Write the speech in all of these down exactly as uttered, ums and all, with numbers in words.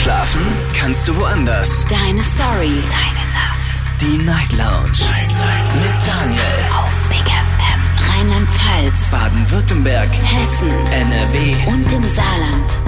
Schlafen kannst du woanders. Deine Story. Deine Nacht. Die Night Lounge. Night, Night. Mit Daniel. Auf Big F M. Rheinland-Pfalz. Baden-Württemberg. Hessen. N R W. Und im Saarland.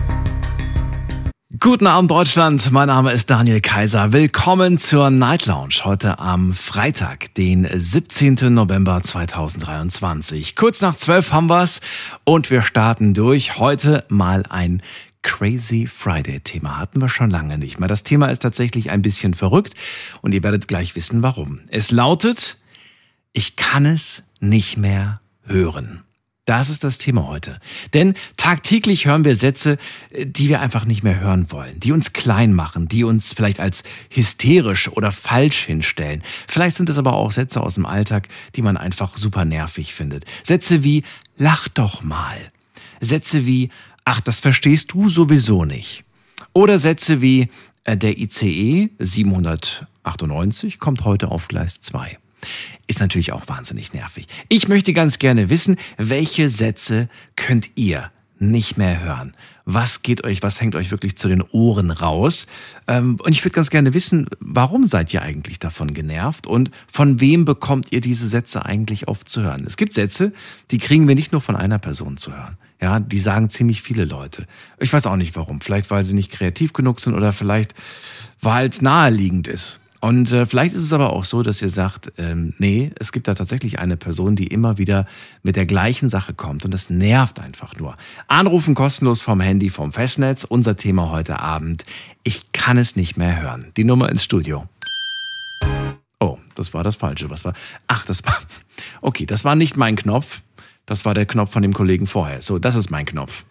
Guten Abend, Deutschland. Mein Name ist Daniel Kaiser. Willkommen zur Night Lounge. Heute am Freitag, den siebzehnten November zweitausenddreiundzwanzig. Kurz nach zwölf haben wir's und wir starten durch. Heute mal ein Crazy Friday-Thema. Hatten wir schon lange nicht mehr. Das Thema ist tatsächlich ein bisschen verrückt und ihr werdet gleich wissen, warum. Es lautet: Ich kann es nicht mehr hören. Das ist das Thema heute. Denn tagtäglich hören wir Sätze, die wir einfach nicht mehr hören wollen, die uns klein machen, die uns vielleicht als hysterisch oder falsch hinstellen. Vielleicht sind es aber auch Sätze aus dem Alltag, die man einfach super nervig findet. Sätze wie „Lach doch mal". Sätze wie „Ach, das verstehst du sowieso nicht". Oder Sätze wie „Der I C E siebenhundertachtundneunzig kommt heute auf Gleis zwei". Ist natürlich auch wahnsinnig nervig. Ich möchte ganz gerne wissen, welche Sätze könnt ihr nicht mehr hören? Was geht euch, was hängt euch wirklich zu den Ohren raus? Ähm, und ich würde ganz gerne wissen, warum seid ihr eigentlich davon genervt? Und von wem bekommt ihr diese Sätze eigentlich oft zu hören? Es gibt Sätze, die kriegen wir nicht nur von einer Person zu hören. Ja, die sagen ziemlich viele Leute. Ich weiß auch nicht warum. Vielleicht, weil sie nicht kreativ genug sind oder vielleicht, weil es naheliegend ist. Und äh, vielleicht ist es aber auch so, dass ihr sagt, ähm, nee, es gibt da tatsächlich eine Person, die immer wieder mit der gleichen Sache kommt und das nervt einfach nur. Anrufen kostenlos vom Handy, vom Festnetz. Unser Thema heute Abend: Ich kann es nicht mehr hören. Die Nummer ins Studio. Oh, das war das Falsche. Was war? Ach, das war... Okay, das war nicht mein Knopf. Das war der Knopf von dem Kollegen vorher. So, das ist mein Knopf.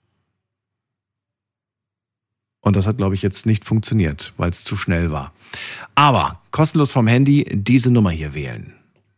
Und das hat, glaube ich, jetzt nicht funktioniert, weil es zu schnell war. Aber kostenlos vom Handy diese Nummer hier wählen.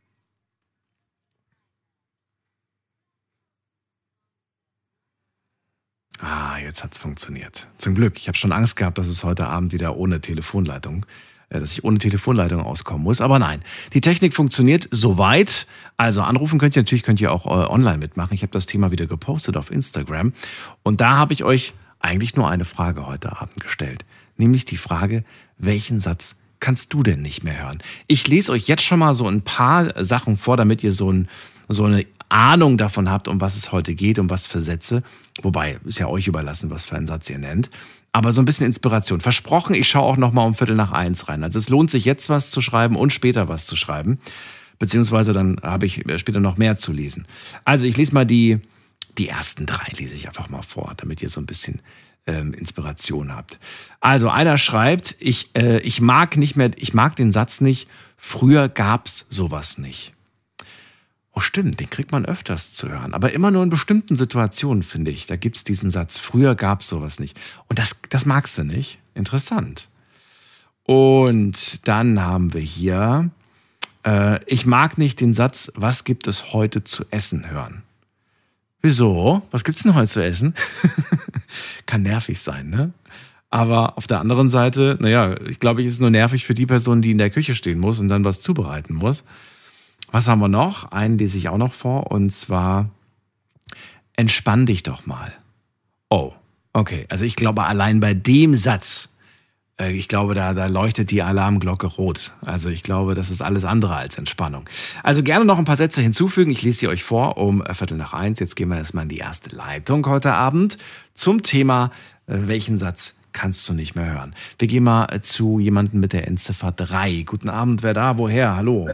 Ah, jetzt hat es funktioniert. Zum Glück. Ich habe schon Angst gehabt, dass es heute Abend wieder ohne Telefonleitung, äh, dass ich ohne Telefonleitung auskommen muss. Aber nein, die Technik funktioniert soweit. Also anrufen könnt ihr natürlich, könnt ihr auch äh, online mitmachen. Ich habe das Thema wieder gepostet auf Instagram. Und da habe ich euch eigentlich nur eine Frage heute Abend gestellt. Nämlich die Frage: Welchen Satz kannst du denn nicht mehr hören? Ich lese euch jetzt schon mal so ein paar Sachen vor, damit ihr so, ein, so eine Ahnung davon habt, um was es heute geht, um was für Sätze. Wobei, ist ja euch überlassen, was für einen Satz ihr nennt. Aber so ein bisschen Inspiration. Versprochen, ich schaue auch noch mal um Viertel nach eins rein. Also es lohnt sich, jetzt was zu schreiben und später was zu schreiben. Beziehungsweise dann habe ich später noch mehr zu lesen. Also ich lese mal die... Die ersten drei lese ich einfach mal vor, damit ihr so ein bisschen ähm, Inspiration habt. Also einer schreibt, ich, äh, ich mag nicht mehr, ich mag den Satz nicht, früher gab's sowas nicht. Oh stimmt, den kriegt man öfters zu hören, aber immer nur in bestimmten Situationen, finde ich. Da gibt's diesen Satz, früher gab's sowas nicht. Und das, das magst du nicht? Interessant. Und dann haben wir hier, äh, ich mag nicht den Satz, was gibt es heute zu essen, hören. Wieso? Was gibt's denn heute zu essen? Kann nervig sein, ne? Aber auf der anderen Seite, naja, ich glaube, es ist nur nervig für die Person, die in der Küche stehen muss und dann was zubereiten muss. Was haben wir noch? Einen lese ich auch noch vor, und zwar: Entspann dich doch mal. Oh, okay. Also ich glaube, allein bei dem Satz, äh, ich glaube, da, da leuchtet die Alarmglocke rot. Also ich glaube, das ist alles andere als Entspannung. Also gerne noch ein paar Sätze hinzufügen. Ich lese sie euch vor um Viertel nach eins. Jetzt gehen wir erstmal in die erste Leitung heute Abend zum Thema, äh, welchen Satz kannst du nicht mehr hören. Wir gehen mal äh, zu jemandem mit der Endziffer drei. Guten Abend, wer da? Woher? Hallo?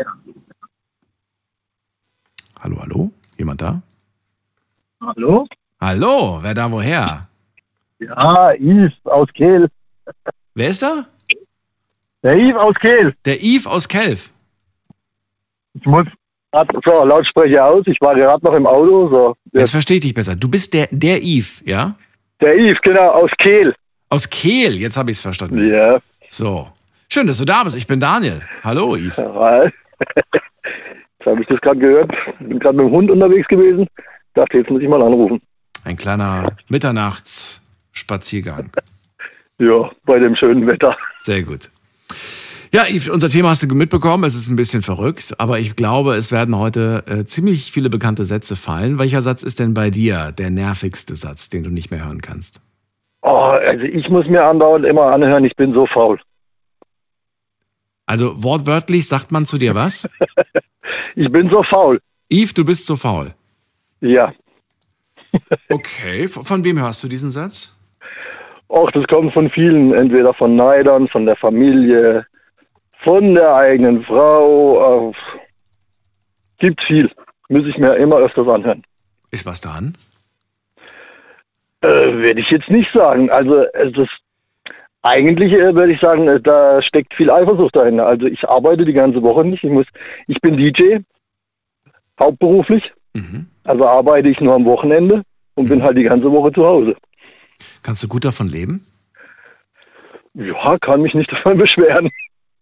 Hallo, hallo? Jemand da? Hallo? Hallo, wer da? Woher? Ja, Yves aus Kehl. Wer ist da? Der Yves aus Kehl. Der Yves aus Kelf. Ich muss gerade so Lautsprecher aus. Ich war gerade noch im Auto. So. Jetzt verstehe ich dich besser. Du bist der, der Yves, ja? Der Yves, genau, aus Kehl. Aus Kehl, jetzt habe ich es verstanden. Ja. So. Schön, dass du da bist. Ich bin Daniel. Hallo, Yves. Ja. Jetzt habe ich das gerade gehört. Bin gerade mit dem Hund unterwegs gewesen. Dachte, jetzt muss ich mal anrufen. Ein kleiner Mitternachtsspaziergang. Ja, bei dem schönen Wetter. Sehr gut. Ja, Yves, unser Thema hast du mitbekommen. Es ist ein bisschen verrückt, aber ich glaube, es werden heute äh, ziemlich viele bekannte Sätze fallen. Welcher Satz ist denn bei dir der nervigste Satz, den du nicht mehr hören kannst? Oh, also ich muss mir andauernd immer anhören, ich bin so faul. Also wortwörtlich sagt man zu dir was? Ich bin so faul. Yves, du bist so faul. Ja. Okay, von wem hörst du diesen Satz? Auch das kommt von vielen, entweder von Neidern, von der Familie, von der eigenen Frau. Äh, gibt viel. Muss ich mir immer öfters anhören. Ist was dran? Äh, werde ich jetzt nicht sagen. Also es ist eigentlich äh, würde ich sagen, äh, da steckt viel Eifersucht dahinter. Also ich arbeite die ganze Woche nicht. Ich muss, ich bin D J, hauptberuflich. Mhm. Also arbeite ich nur am Wochenende und mhm. bin halt die ganze Woche zu Hause. Kannst du gut davon leben? Ja, kann mich nicht davon beschweren.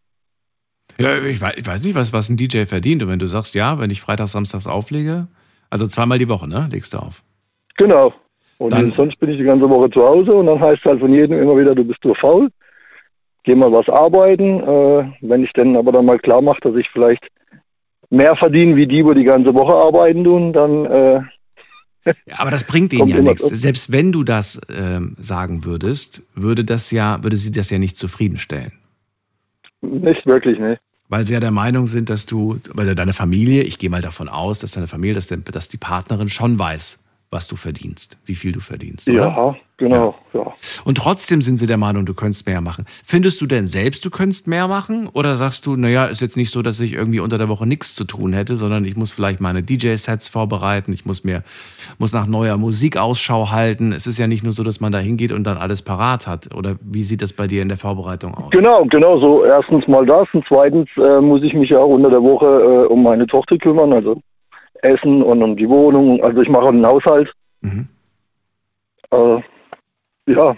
Ja, ich weiß, ich weiß nicht, was, was ein D J verdient. Und wenn du sagst, ja, wenn ich freitags, samstags auflege, also zweimal die Woche, ne, legst du auf. Genau. Und Dann, sonst bin ich die ganze Woche zu Hause und dann heißt es halt von jedem immer wieder, du bist so faul, geh mal was arbeiten. Äh, wenn ich dann aber dann mal klar mache, dass ich vielleicht mehr verdiene, wie die, wo die ganze Woche arbeiten tun, dann... Äh, ja, aber das bringt ihnen ja nichts. Selbst wenn du das ähm, sagen würdest, würde das ja, würde sie das ja nicht zufriedenstellen. Nicht wirklich, ne. Weil sie ja der Meinung sind, dass du, weil deine Familie, ich gehe mal davon aus, dass deine Familie, dass, der, dass die Partnerin schon weiß, was du verdienst, wie viel du verdienst, oder? Ja, genau, ja. ja. Und trotzdem sind sie der Meinung, du könntest mehr machen. Findest du denn selbst, du könntest mehr machen? Oder sagst du, naja, ist jetzt nicht so, dass ich irgendwie unter der Woche nichts zu tun hätte, sondern ich muss vielleicht meine D J-Sets vorbereiten, ich muss mir, muss nach neuer Musik Ausschau halten. Es ist ja nicht nur so, dass man da hingeht und dann alles parat hat. Oder wie sieht das bei dir in der Vorbereitung aus? Genau, genau so. Erstens mal das und zweitens äh, muss ich mich ja auch unter der Woche äh, um meine Tochter kümmern, also Essen und um die Wohnung. Also ich mache einen Haushalt. Mhm. Äh, ja.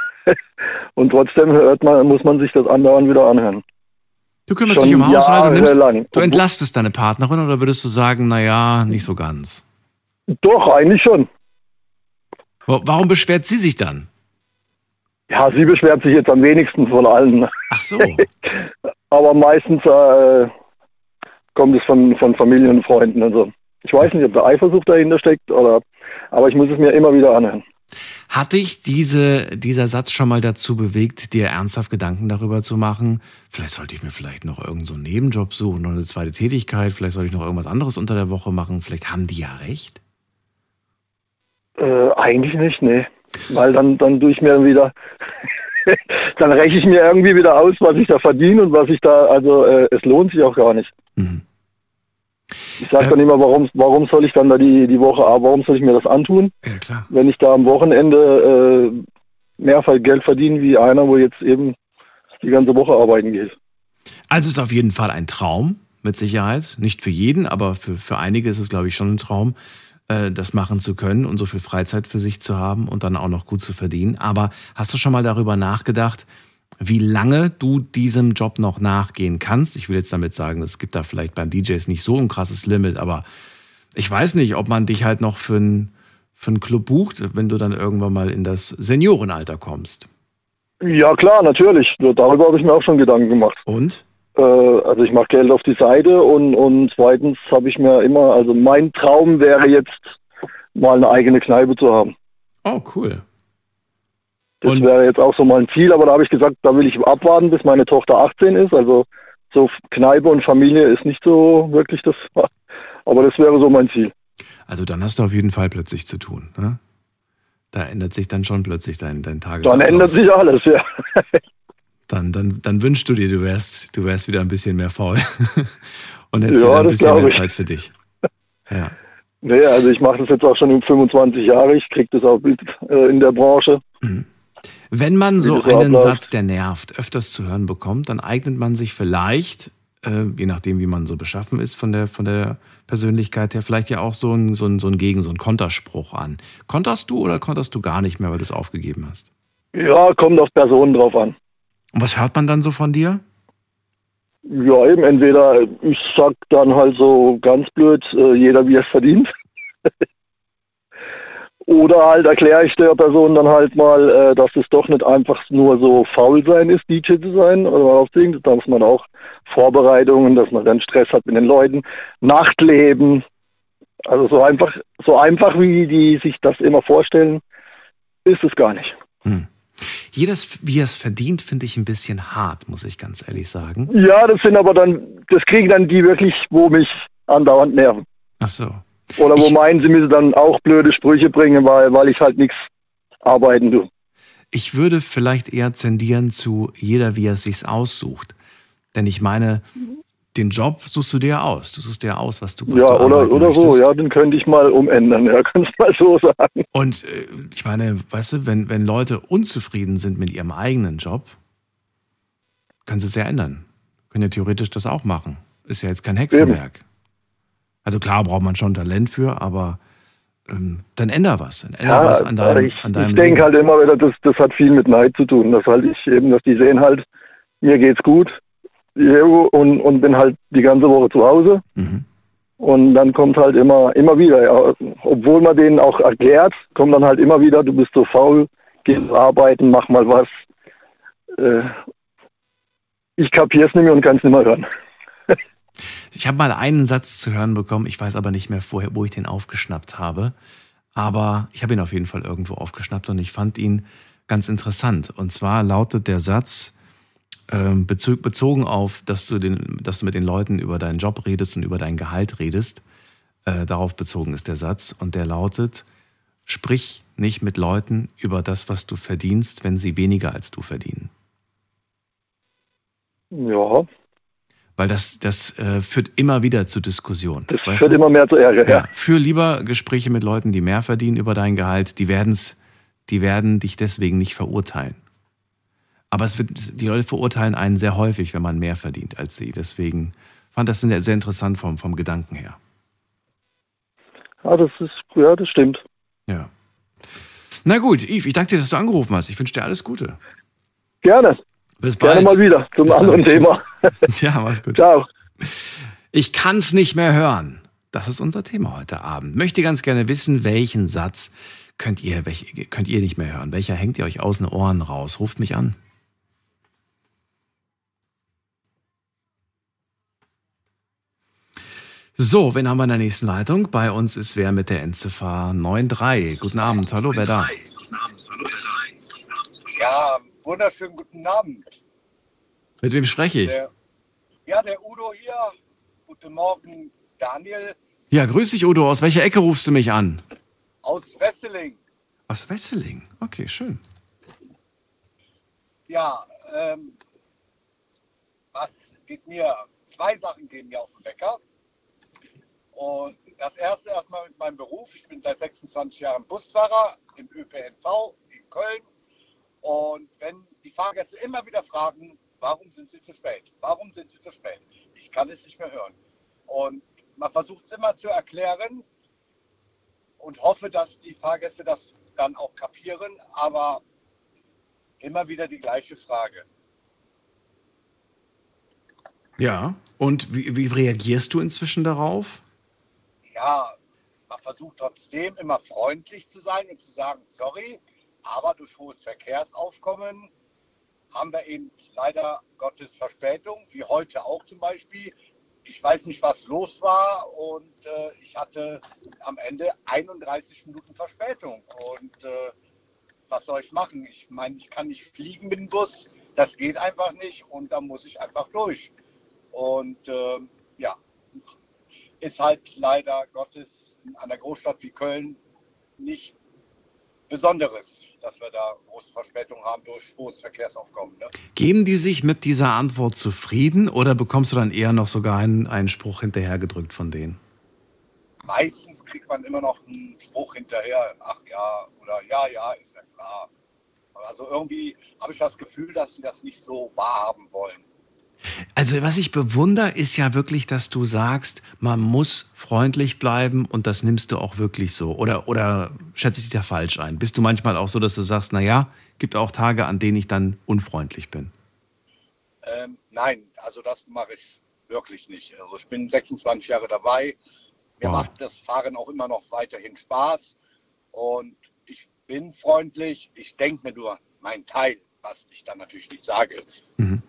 Und trotzdem hört man, muss man sich das andauernd wieder anhören. Du kümmerst Schon dich um Haushalt und nimmst, lang. du entlastest deine Partnerin oder würdest du sagen, naja, nicht so ganz? Doch, eigentlich schon. Warum beschwert sie sich dann? Ja, sie beschwert sich jetzt am wenigsten von allen. Ach so. Aber meistens äh, kommt es von, von Familie und Freunden. Also ich weiß nicht, ob da Eifersucht dahinter steckt, oder, aber ich muss es mir immer wieder anhören. Hat dich diese, dieser Satz schon mal dazu bewegt, dir ernsthaft Gedanken darüber zu machen, vielleicht sollte ich mir vielleicht noch irgendeinen so einen Nebenjob suchen oder eine zweite Tätigkeit, vielleicht sollte ich noch irgendwas anderes unter der Woche machen, vielleicht haben die ja recht? Äh, eigentlich nicht, nee. Weil dann, dann tue ich mir wieder, dann rechne ich mir irgendwie wieder aus, was ich da verdiene und was ich da, also äh, es lohnt sich auch gar nicht. Mhm. Ich sage dann immer, warum, warum soll ich dann da die, die Woche, warum soll ich mir das antun? Ja, klar. Wenn ich da am Wochenende äh, mehr Geld verdiene wie einer, wo jetzt eben die ganze Woche arbeiten geht. Also ist auf jeden Fall ein Traum, mit Sicherheit. Nicht für jeden, aber für, für einige ist es, glaube ich, schon ein Traum, äh, das machen zu können und so viel Freizeit für sich zu haben und dann auch noch gut zu verdienen. Aber hast du schon mal darüber nachgedacht, wie lange du diesem Job noch nachgehen kannst? Ich will jetzt damit sagen, es gibt da vielleicht beim D Js nicht so ein krasses Limit, aber ich weiß nicht, ob man dich halt noch für einen für einen Club bucht, wenn du dann irgendwann mal in das Seniorenalter kommst. Ja klar, natürlich. Darüber habe ich mir auch schon Gedanken gemacht. Und? Äh, also ich mache Geld auf die Seite und, und zweitens habe ich mir immer, also mein Traum wäre jetzt mal eine eigene Kneipe zu haben. Oh, cool. Das und wäre jetzt auch so mal ein Ziel, aber da habe ich gesagt, da will ich abwarten, bis meine Tochter achtzehn ist. Also so Kneipe und Familie ist nicht so wirklich das, aber das wäre so mein Ziel. Also dann hast du auf jeden Fall plötzlich zu tun, ne? Da ändert sich dann schon plötzlich dein, dein Tagesablauf. Dann ändert sich alles, ja. Dann, dann, dann wünschst du dir, du wärst, du wärst wieder ein bisschen mehr faul und hättest ja, wieder ein bisschen mehr ich. Zeit für dich. Ja. Nee, also ich mache das jetzt auch schon fünfundzwanzig Jahre, ich kriege das auch mit äh, in der Branche. Mhm. Wenn man so einen abläuft. Satz, der nervt, öfters zu hören bekommt, dann eignet man sich vielleicht, äh, je nachdem wie man so beschaffen ist von der, von der Persönlichkeit her, vielleicht ja auch so ein, so ein, so ein Gegen-, so ein Konterspruch an. Konterst du oder konterst du gar nicht mehr, weil du es aufgegeben hast? Ja, kommt auf Personen drauf an. Und was hört man dann so von dir? Ja, eben entweder ich sag dann halt so ganz blöd, äh, jeder wie er es verdient. Oder halt erkläre ich der Person dann halt mal, äh, dass es doch nicht einfach nur so faul sein ist, D J zu sein oder aufzulegen. Da muss man auch Vorbereitungen, dass man dann Stress hat mit den Leuten, Nachtleben. Also so einfach, so einfach wie die sich das immer vorstellen, ist es gar nicht. Hm. Jedes, wie er es verdient, finde ich ein bisschen hart, muss ich ganz ehrlich sagen. Ja, das sind aber dann, das kriegen dann die wirklich, wo mich andauernd nerven. Ach so. Oder wo Ich- meinen, sie müssen dann auch blöde Sprüche bringen, weil, weil ich halt nichts arbeiten tue. Ich würde vielleicht eher tendieren zu jeder, wie er es sich aussucht. Denn ich meine, den Job suchst du dir aus. Du suchst dir aus, was du was Ja, du oder, arbeiten oder so, möchtest. ja, den könnte ich mal umändern, ja, kannst du mal so sagen. Und äh, ich meine, weißt du, wenn, wenn Leute unzufrieden sind mit ihrem eigenen Job, können sie es ja ändern. Können ja theoretisch das auch machen. Ist ja jetzt kein Hexenwerk. Also klar braucht man schon Talent für, aber ähm, dann änder was. Dann änder Ja, was an aber deinem, ich, an deinem ich denke Leben. halt immer wieder, das, das hat viel mit Neid zu tun. Das halt ich eben, dass die sehen halt, mir geht's gut und, und bin halt die ganze Woche zu Hause. Mhm. Und dann kommt halt immer, immer wieder, ja, obwohl man denen auch erklärt, kommt dann halt immer wieder, du bist so faul, geh arbeiten, mach mal was. Äh, ich kapier's nicht mehr und kann's nicht mehr hören. Ich habe mal einen Satz zu hören bekommen, ich weiß aber nicht mehr vorher, wo ich den aufgeschnappt habe. Aber ich habe ihn auf jeden Fall irgendwo aufgeschnappt und ich fand ihn ganz interessant. Und zwar lautet der Satz, ähm, bezo- bezogen auf, dass du, den, dass du mit den Leuten über deinen Job redest und über dein Gehalt redest. Äh, darauf bezogen ist der Satz. Und der lautet, sprich nicht mit Leuten über das, was du verdienst, wenn sie weniger als du verdienen. Ja, Weil das, das äh, führt immer wieder zu Diskussionen. das weißt führt du? immer mehr zu Ärger, ja. Ja, führ lieber Gespräche mit Leuten, die mehr verdienen über dein Gehalt. Die, werden's, die werden dich deswegen nicht verurteilen. Aber es wird, die Leute verurteilen einen sehr häufig, wenn man mehr verdient als sie. Deswegen fand das sehr, sehr interessant vom, vom Gedanken her. Ja, das ist, ja, das stimmt. Ja. Na gut, Yves, ich danke dir, dass du angerufen hast. Ich wünsche dir alles Gute. Gerne, Bis bald. gerne mal wieder zum Bis dann. anderen Tschüss. Thema. Ja, mach's gut. Ciao. Ich kann's nicht mehr hören. Das ist unser Thema heute Abend. Möchte ganz gerne wissen, welchen Satz könnt ihr, welch, könnt ihr nicht mehr hören? Welcher hängt ihr euch aus den Ohren raus? Ruft mich an. So, wen haben wir in der nächsten Leitung? Bei uns ist wer mit der Endziffer neun drei. Guten Abend, hallo, wer da? Ja, wunderschönen guten Abend. Mit wem spreche ich? Der, ja, der Udo hier. Guten Morgen, Daniel Ja, grüß dich, Udo. Aus welcher Ecke rufst du mich an? aus Wesseling. Aus Wesseling. Okay, schön. Ja, ähm, was geht mir? Zwei Sachen gehen mir auf den Wecker. Und das erste erstmal mit meinem Beruf. Ich bin seit sechsundzwanzig Jahren Busfahrer im Ö P N V in Köln. Und wenn die Fahrgäste immer wieder fragen, warum sind sie zu spät? Warum sind sie zu spät? Ich kann es nicht mehr hören. Und man versucht es immer zu erklären und hoffe, dass die Fahrgäste das dann auch kapieren, aber immer wieder die gleiche Frage. Ja, und wie, wie reagierst du inzwischen darauf? Ja, man versucht trotzdem immer freundlich zu sein und zu sagen, sorry, aber durch hohes Verkehrsaufkommen haben wir eben leider Gottes Verspätung, wie heute auch zum Beispiel. Ich weiß nicht, was los war und äh, ich hatte am Ende einunddreißig Minuten Verspätung. Und äh, was soll ich machen? Ich meine, ich kann nicht fliegen mit dem Bus, das geht einfach nicht und da muss ich einfach durch. Und äh, ja, ist halt leider Gottes in einer Großstadt wie Köln nicht Besonderes, dass wir da große Verspätung haben durch hohes Verkehrsaufkommen. Ne? Geben die sich mit dieser Antwort zufrieden oder bekommst du dann eher noch sogar einen, einen Spruch hinterhergedrückt von denen? Meistens kriegt man immer noch einen Spruch hinterher, ach ja, oder ja, ja, ist ja klar. Also irgendwie habe ich das Gefühl, dass sie das nicht so wahrhaben wollen. Also was ich bewundere, ist ja wirklich, dass du sagst, man muss freundlich bleiben und das nimmst du auch wirklich so. Oder, oder schätze ich dich da falsch ein? Bist du manchmal auch so, dass du sagst, naja, gibt auch Tage, an denen ich dann unfreundlich bin? Ähm, nein, also das mache ich wirklich nicht. Also ich bin sechsundzwanzig Jahre dabei. Mir Wow. macht das Fahren auch immer noch weiterhin Spaß. Und ich bin freundlich. Ich denke mir nur meinen Teil, was ich dann natürlich nicht sage. Mhm.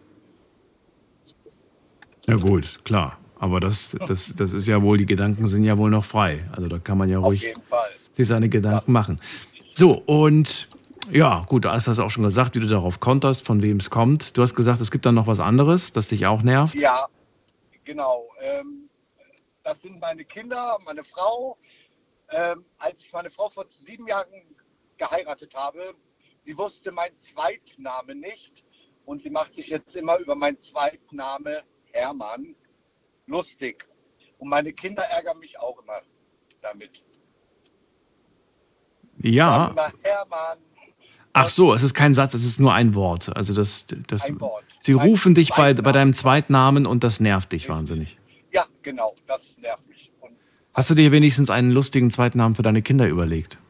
Ja gut, klar. Aber das, das, das ist ja wohl, die Gedanken sind ja wohl noch frei. Also da kann man ja Auf ruhig jeden Fall. sich seine Gedanken machen. So, und Ja, gut, da hast du auch schon gesagt, wie du darauf konterst, von wem es kommt. Du hast gesagt, es gibt dann noch was anderes, das dich auch nervt. Ja, genau. Ähm, das sind meine Kinder, meine Frau. Ähm, als ich meine Frau vor sieben Jahren geheiratet habe, sie wusste meinen Zweitnamen nicht und sie macht sich jetzt immer über meinen Zweitnamen Hermann lustig. Und meine Kinder ärgern mich auch immer damit. Ja. Sagen immer Hermann. Ach so, es ist kein Satz, es ist nur ein Wort. Also das, das, Ein Wort. Sie Mein rufen dich bei, bei Zweitnamen. deinem Zweitnamen und das nervt dich Richtig. wahnsinnig. Ja, genau, das nervt mich. Und Hast du dir wenigstens einen lustigen Zweitnamen für deine Kinder überlegt?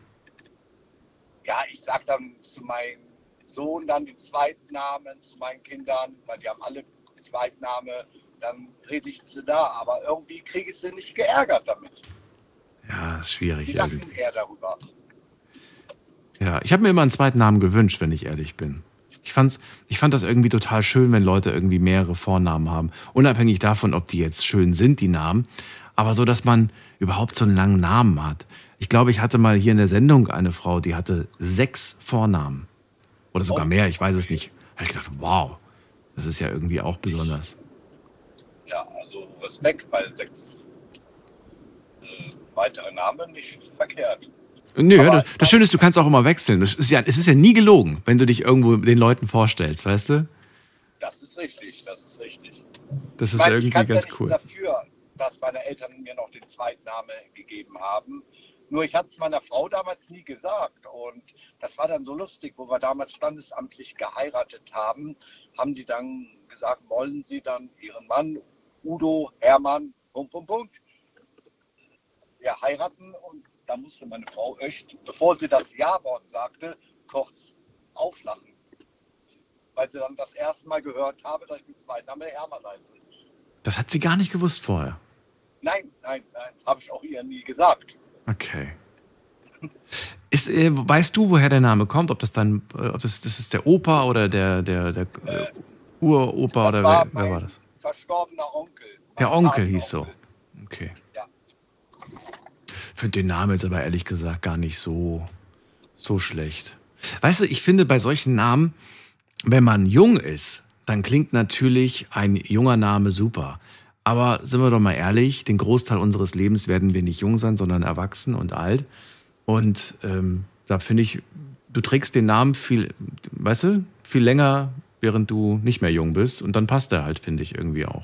ja, ich sag dann zu meinem Sohn dann den Zweitnamen, zu meinen Kindern, weil die haben alle Zweitnamen, dann rede ich sie da. Aber irgendwie kriege ich sie nicht geärgert damit. Ja, ist Die schwierig. lachen Irgendwie. eher darüber. Ja, ich habe mir immer einen Zweitnamen gewünscht, wenn ich ehrlich bin. Ich, fand's, ich fand das irgendwie total schön, wenn Leute irgendwie mehrere Vornamen haben. Unabhängig davon, ob die jetzt schön sind, die Namen. Aber so, dass man überhaupt so einen langen Namen hat. Ich glaube, ich hatte mal hier in der Sendung eine Frau, die hatte sechs Vornamen. Oder sogar Oh. mehr, ich weiß es nicht. Da habe ich gedacht, wow, das ist ja irgendwie auch besonders. Ja, also Respekt, weil sechs äh, weitere Namen nicht verkehrt. Nö, Aber- das, das Schöne ist, du kannst auch immer wechseln. Das ist ja, es ist ja nie gelogen, wenn du dich irgendwo den Leuten vorstellst, weißt du? Das ist richtig, das ist richtig. Das Ich ist meine, ich irgendwie kann ja ganz nicht cool. dafür, dass meine Eltern mir noch den Zweitnamen gegeben haben. Nur ich hatte es meiner Frau damals nie gesagt. Und das war dann so lustig, wo wir damals standesamtlich geheiratet haben, haben die dann gesagt, wollen sie dann ihren Mann, Udo, Hermann, Punkt, Punkt, Punkt, ja, heiraten. Und da musste meine Frau echt, bevor sie das Ja-Wort sagte, kurz auflachen. Weil sie dann das erste Mal gehört habe, dass ich mit Zweitnamen Hermann heiße. Das hat sie gar nicht gewusst vorher. Nein, nein, nein, habe ich auch ihr nie gesagt. Okay. Ist, äh, weißt du, woher der Name kommt? Ob das dann, äh, ob das, das ist der Opa oder der, der, der äh, Uropa Das oder war wer, wer mein war das? verstorbener Onkel. Der Mein Onkel hieß so. Patenonkel. Okay. Ja. Finde den Namen jetzt aber ehrlich gesagt gar nicht so, so schlecht. Weißt du, ich finde bei solchen Namen, wenn man jung ist, dann klingt natürlich ein junger Name super. Aber sind wir doch mal ehrlich, den Großteil unseres Lebens werden wir nicht jung sein, sondern erwachsen und alt. Und ähm, da finde ich, du trägst den Namen viel, weißt du, viel länger, während du nicht mehr jung bist. Und dann passt er halt, finde ich, irgendwie auch.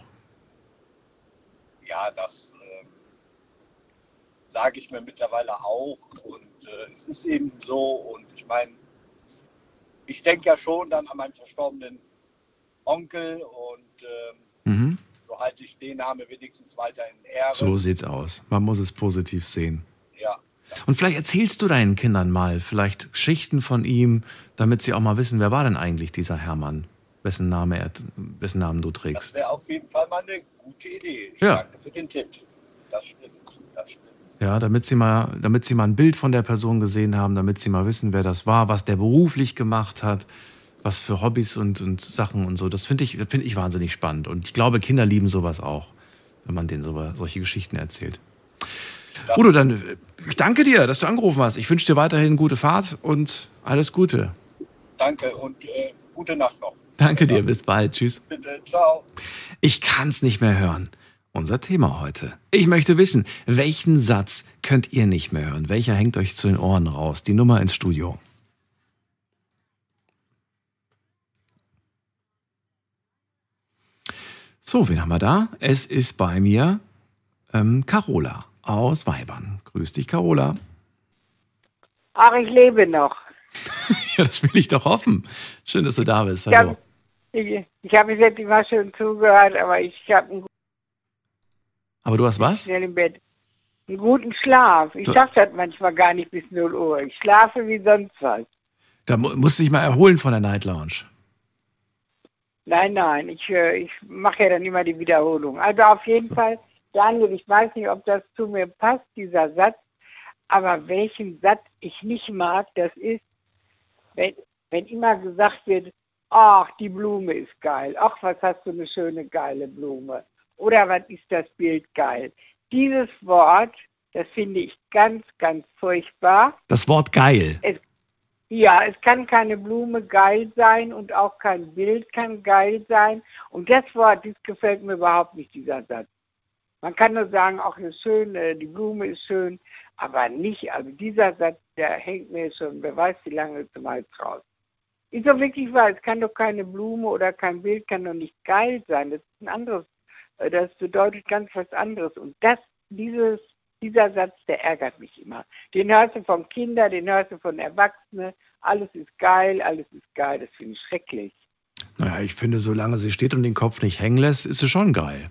Ja, das ähm, sage ich mir mittlerweile auch. Und äh, es ist eben so. Und ich meine, ich denke ja schon dann an meinen verstorbenen Onkel. Und ähm, Mhm. so halte ich den Namen wenigstens weiter in Ehre. So sieht's aus. Man muss es positiv sehen. Ja. Und vielleicht erzählst du deinen Kindern mal vielleicht Geschichten von ihm, damit sie auch mal wissen, wer war denn eigentlich dieser Hermann, wessen, Name er, wessen Namen du Das trägst. wäre auf jeden Fall mal eine gute Idee. Ich Ja. danke für den Tipp. Das stimmt. Das stimmt. Ja, damit sie mal, damit sie mal ein Bild von der Person gesehen haben, damit sie mal wissen, wer das war, was der beruflich gemacht hat, was für Hobbys und, und Sachen und so. Das finde ich, das finde ich wahnsinnig spannend. Und ich glaube, Kinder lieben sowas auch, wenn man denen so, solche Geschichten erzählt. Ja. Udo, dann äh, ich danke dir, dass du angerufen hast. Ich wünsche dir weiterhin gute Fahrt und alles Gute. Danke und äh, gute Nacht noch. Danke dir, bis bald. Tschüss. Bitte, ciao. Ich kann's nicht mehr hören. Unser Thema heute. Ich möchte wissen, welchen Satz könnt ihr nicht mehr hören? Welcher hängt euch zu den Ohren raus? Die Nummer ins Studio. So, wen haben wir da? Es ist bei mir ähm, Carola aus Weibern. Grüß dich, Carola. Ach, ich lebe noch. Ja, das will ich doch hoffen. Schön, dass du da bist. Ich Hallo. habe ich, ich hab bis jetzt immer schön zugehört, aber ich habe einen Aber du hast was? schnell im Bett. Einen guten Schlaf. Ich Du- schaffe das manchmal gar nicht bis null Uhr. Ich schlafe wie sonst was. Da mu- musst du dich mal erholen von der Night Lounge. Nein, nein, ich, äh, ich mache ja dann immer die Wiederholung. Also auf jeden Fall, Daniel, ich weiß nicht, ob das zu mir passt, dieser Satz, aber welchen Satz ich nicht mag, das ist, wenn, wenn immer gesagt wird, ach, die Blume ist geil, ach, was hast du eine schöne, geile Blume, oder was ist das Bild geil. Dieses Wort, das finde ich ganz, ganz furchtbar. Das Wort geil. Ja, es kann keine Blume geil sein und auch kein Bild kann geil sein. Und das Wort, das gefällt mir überhaupt nicht, dieser Satz. Man kann nur sagen, ach, ist schön, äh, die Blume ist schön, aber nicht, also dieser Satz, der hängt mir schon, wer weiß wie lange zum Hals raus. Ist doch wirklich wahr, es kann doch keine Blume oder kein Bild, kann doch nicht geil sein. Das ist ein anderes, äh, das bedeutet ganz was anderes. Und das, dieses, dieser Satz, der ärgert mich immer. Den hörst du von Kindern, den hörst du von Erwachsenen, alles ist geil, alles ist geil, das finde ich schrecklich. Naja, ich finde, solange sie steht und den Kopf nicht hängen lässt, ist sie schon geil.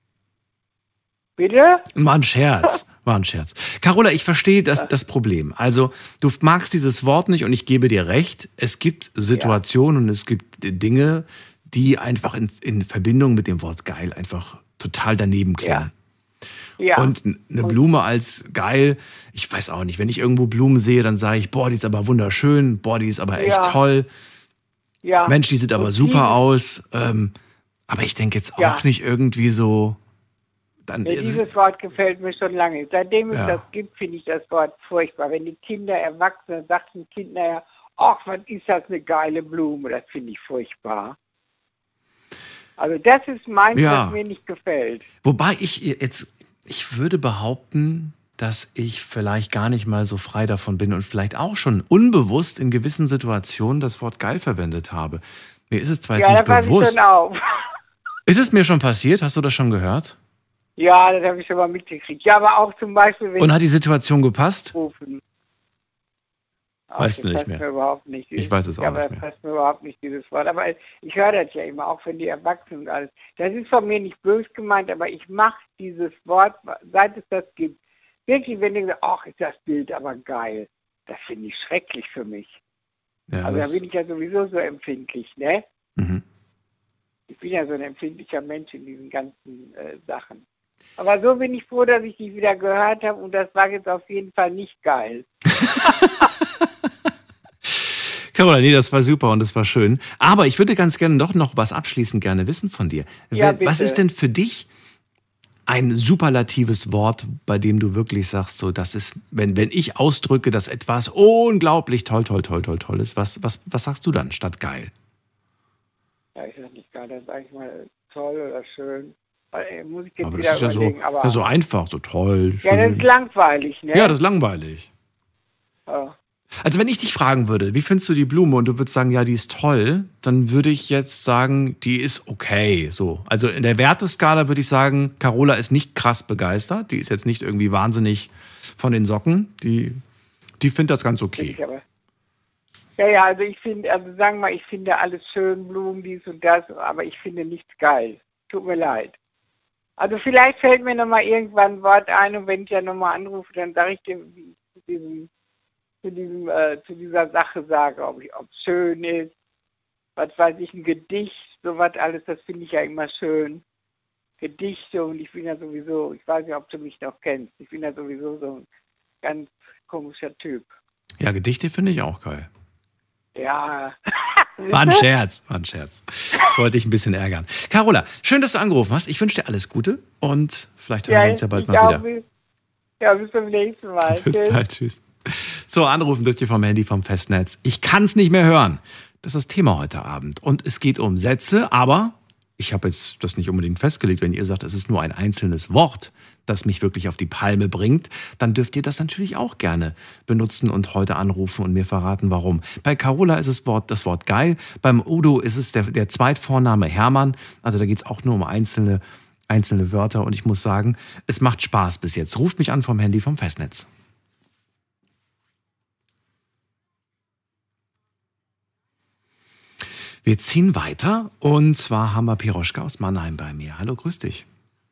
Bitte? War ein Scherz. War ein Scherz. Carola, ich verstehe das, das Problem. Also, du magst dieses Wort nicht und ich gebe dir recht. Es gibt Situationen und es gibt Dinge, die einfach in, in Verbindung mit dem Wort geil einfach total daneben klingen. Ja. Ja. Und eine Blume als geil, ich weiß auch nicht, wenn ich irgendwo Blumen sehe, dann sage ich, boah, die ist aber wunderschön, boah, die ist aber echt Ja. toll. Ja. Mensch, die sieht aber Und super viele- aus. Ähm, aber ich denke jetzt auch Ja. nicht irgendwie so. Dann Ja, ist es, dieses Wort gefällt mir schon lange. Seitdem es Ja. das gibt, finde ich das Wort furchtbar. Wenn die Kinder, Erwachsene, sagt ein Kind nachher, ach, was ist das eine geile Blume, das finde ich furchtbar. Also das ist meins, Ja. was mir nicht gefällt. wobei ich jetzt, ich würde behaupten, dass ich vielleicht gar nicht mal so frei davon bin und vielleicht auch schon unbewusst in gewissen Situationen das Wort geil verwendet habe. Mir ist es zwar jetzt Ja, da nicht passe ich bewusst. schon auf. Ist es mir schon passiert? Hast du das schon gehört? Ja, das habe ich schon mal mitgekriegt. Ja, aber auch zum Beispiel, wenn Und hat die Situation gepasst? rufen. Ach, Weißt das du nicht passt mehr. mir überhaupt nicht. Ich weiß es auch ja, aber nicht das mehr. passt mir überhaupt nicht, dieses Wort. Aber ich höre das ja immer, auch wenn die Erwachsenen und alles. Das ist von mir nicht böse gemeint, aber ich mache dieses Wort, seit es das gibt, wirklich, wenn ich sage, ach, ist das Bild aber geil. Das finde ich schrecklich für mich. Ja, Also da das, bin ich ja sowieso so empfindlich, ne? mhm. Ich bin ja so ein empfindlicher Mensch in diesen ganzen äh, Sachen. Aber so bin ich froh, dass ich dich wieder gehört habe und das war jetzt auf jeden Fall nicht geil. Carola, nee, das war super und das war schön. Aber ich würde ganz gerne doch noch was abschließend gerne wissen von dir. Ja, Wer- Was bitte. ist denn für dich ein superlatives Wort, bei dem du wirklich sagst, so, das ist, wenn, wenn ich ausdrücke, dass etwas unglaublich toll, toll, toll, toll, toll ist, was, was, was sagst du dann statt geil? Ja, ich sag nicht geil, das sage ich mal toll oder schön. Weil, äh, muss ich jetzt Aber wieder das ist ja so, überlegen. aber, ja so einfach, so toll, ja, das schön. ist langweilig, ne? Ja, das ist langweilig. Ja. Also wenn ich dich fragen würde, wie findest du die Blume und du würdest sagen, ja, die ist toll, dann würde ich jetzt sagen, die ist okay. So, also in der Werteskala würde ich sagen, Carola ist nicht krass begeistert. Die ist jetzt nicht irgendwie wahnsinnig von den Socken. Die, die findet das ganz okay. Ich aber, ja, ja, also ich finde, also sagen wir mal, ich finde alles schön, Blumen, dies und das, aber ich finde nichts geil. Tut mir leid. Also vielleicht fällt mir nochmal irgendwann ein Wort ein und wenn ich ja nochmal anrufe, dann sage ich dir, wie ich zu diesem, zu diesem, äh, zu dieser Sache sage, ob ich, ob es schön ist, was weiß ich, ein Gedicht, sowas alles, das finde ich ja immer schön. Gedichte und ich bin ja sowieso, ich weiß nicht, ob du mich noch kennst, ich bin ja sowieso so ein ganz komischer Typ. Ja, Gedichte finde ich auch geil. Ja. War ein Scherz, war ein Scherz. Ich wollte dich ein bisschen ärgern. Carola, schön, dass du angerufen hast. Ich wünsche dir alles Gute und vielleicht hören wir uns ja bald ich mal auch, wieder. bis- Ja, bis zum nächsten Mal. Bis Tschüss. bald, tschüss. So, anrufen dürft ihr vom Handy vom Festnetz. Ich kann es nicht mehr hören. Das ist das Thema heute Abend. Und es geht um Sätze, aber ich habe jetzt das nicht unbedingt festgelegt. Wenn ihr sagt, es ist nur ein einzelnes Wort, das mich wirklich auf die Palme bringt, dann dürft ihr das natürlich auch gerne benutzen und heute anrufen und mir verraten, warum. Bei Carola ist es Wort, das Wort geil. Beim Udo ist es der, der Zweitvorname Hermann. Also da geht es auch nur um einzelne, einzelne Wörter. Und ich muss sagen, es macht Spaß bis jetzt. Ruft mich an vom Handy vom Festnetz. Wir ziehen weiter und zwar haben wir Piroschka aus Mannheim bei mir. Hallo, grüß dich.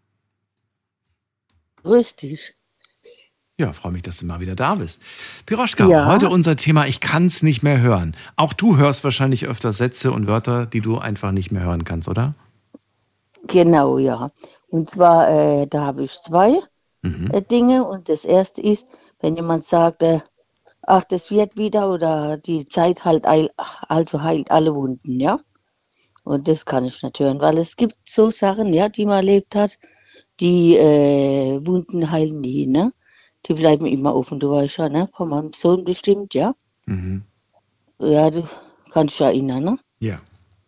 Grüß dich. Ja, freue mich, dass du mal wieder da bist. Piroschka, Ja. heute unser Thema, ich kann es nicht mehr hören. Auch du hörst wahrscheinlich öfter Sätze und Wörter, die du einfach nicht mehr hören kannst, oder? Genau, ja. Und zwar, äh, da habe ich zwei Mhm. äh, Dinge. Und das erste ist, wenn jemand sagt, äh, ach, das wird wieder oder die Zeit halt, eil- also heilt alle Wunden, ja. Und das kann ich nicht hören, weil es gibt so Sachen, ja, die man erlebt hat, die äh, Wunden heilen nie, ne? Die bleiben immer offen, du weißt ja, ne? Von meinem Sohn bestimmt, ja. Mhm. Ja, du kannst dich erinnern, ne? Ja.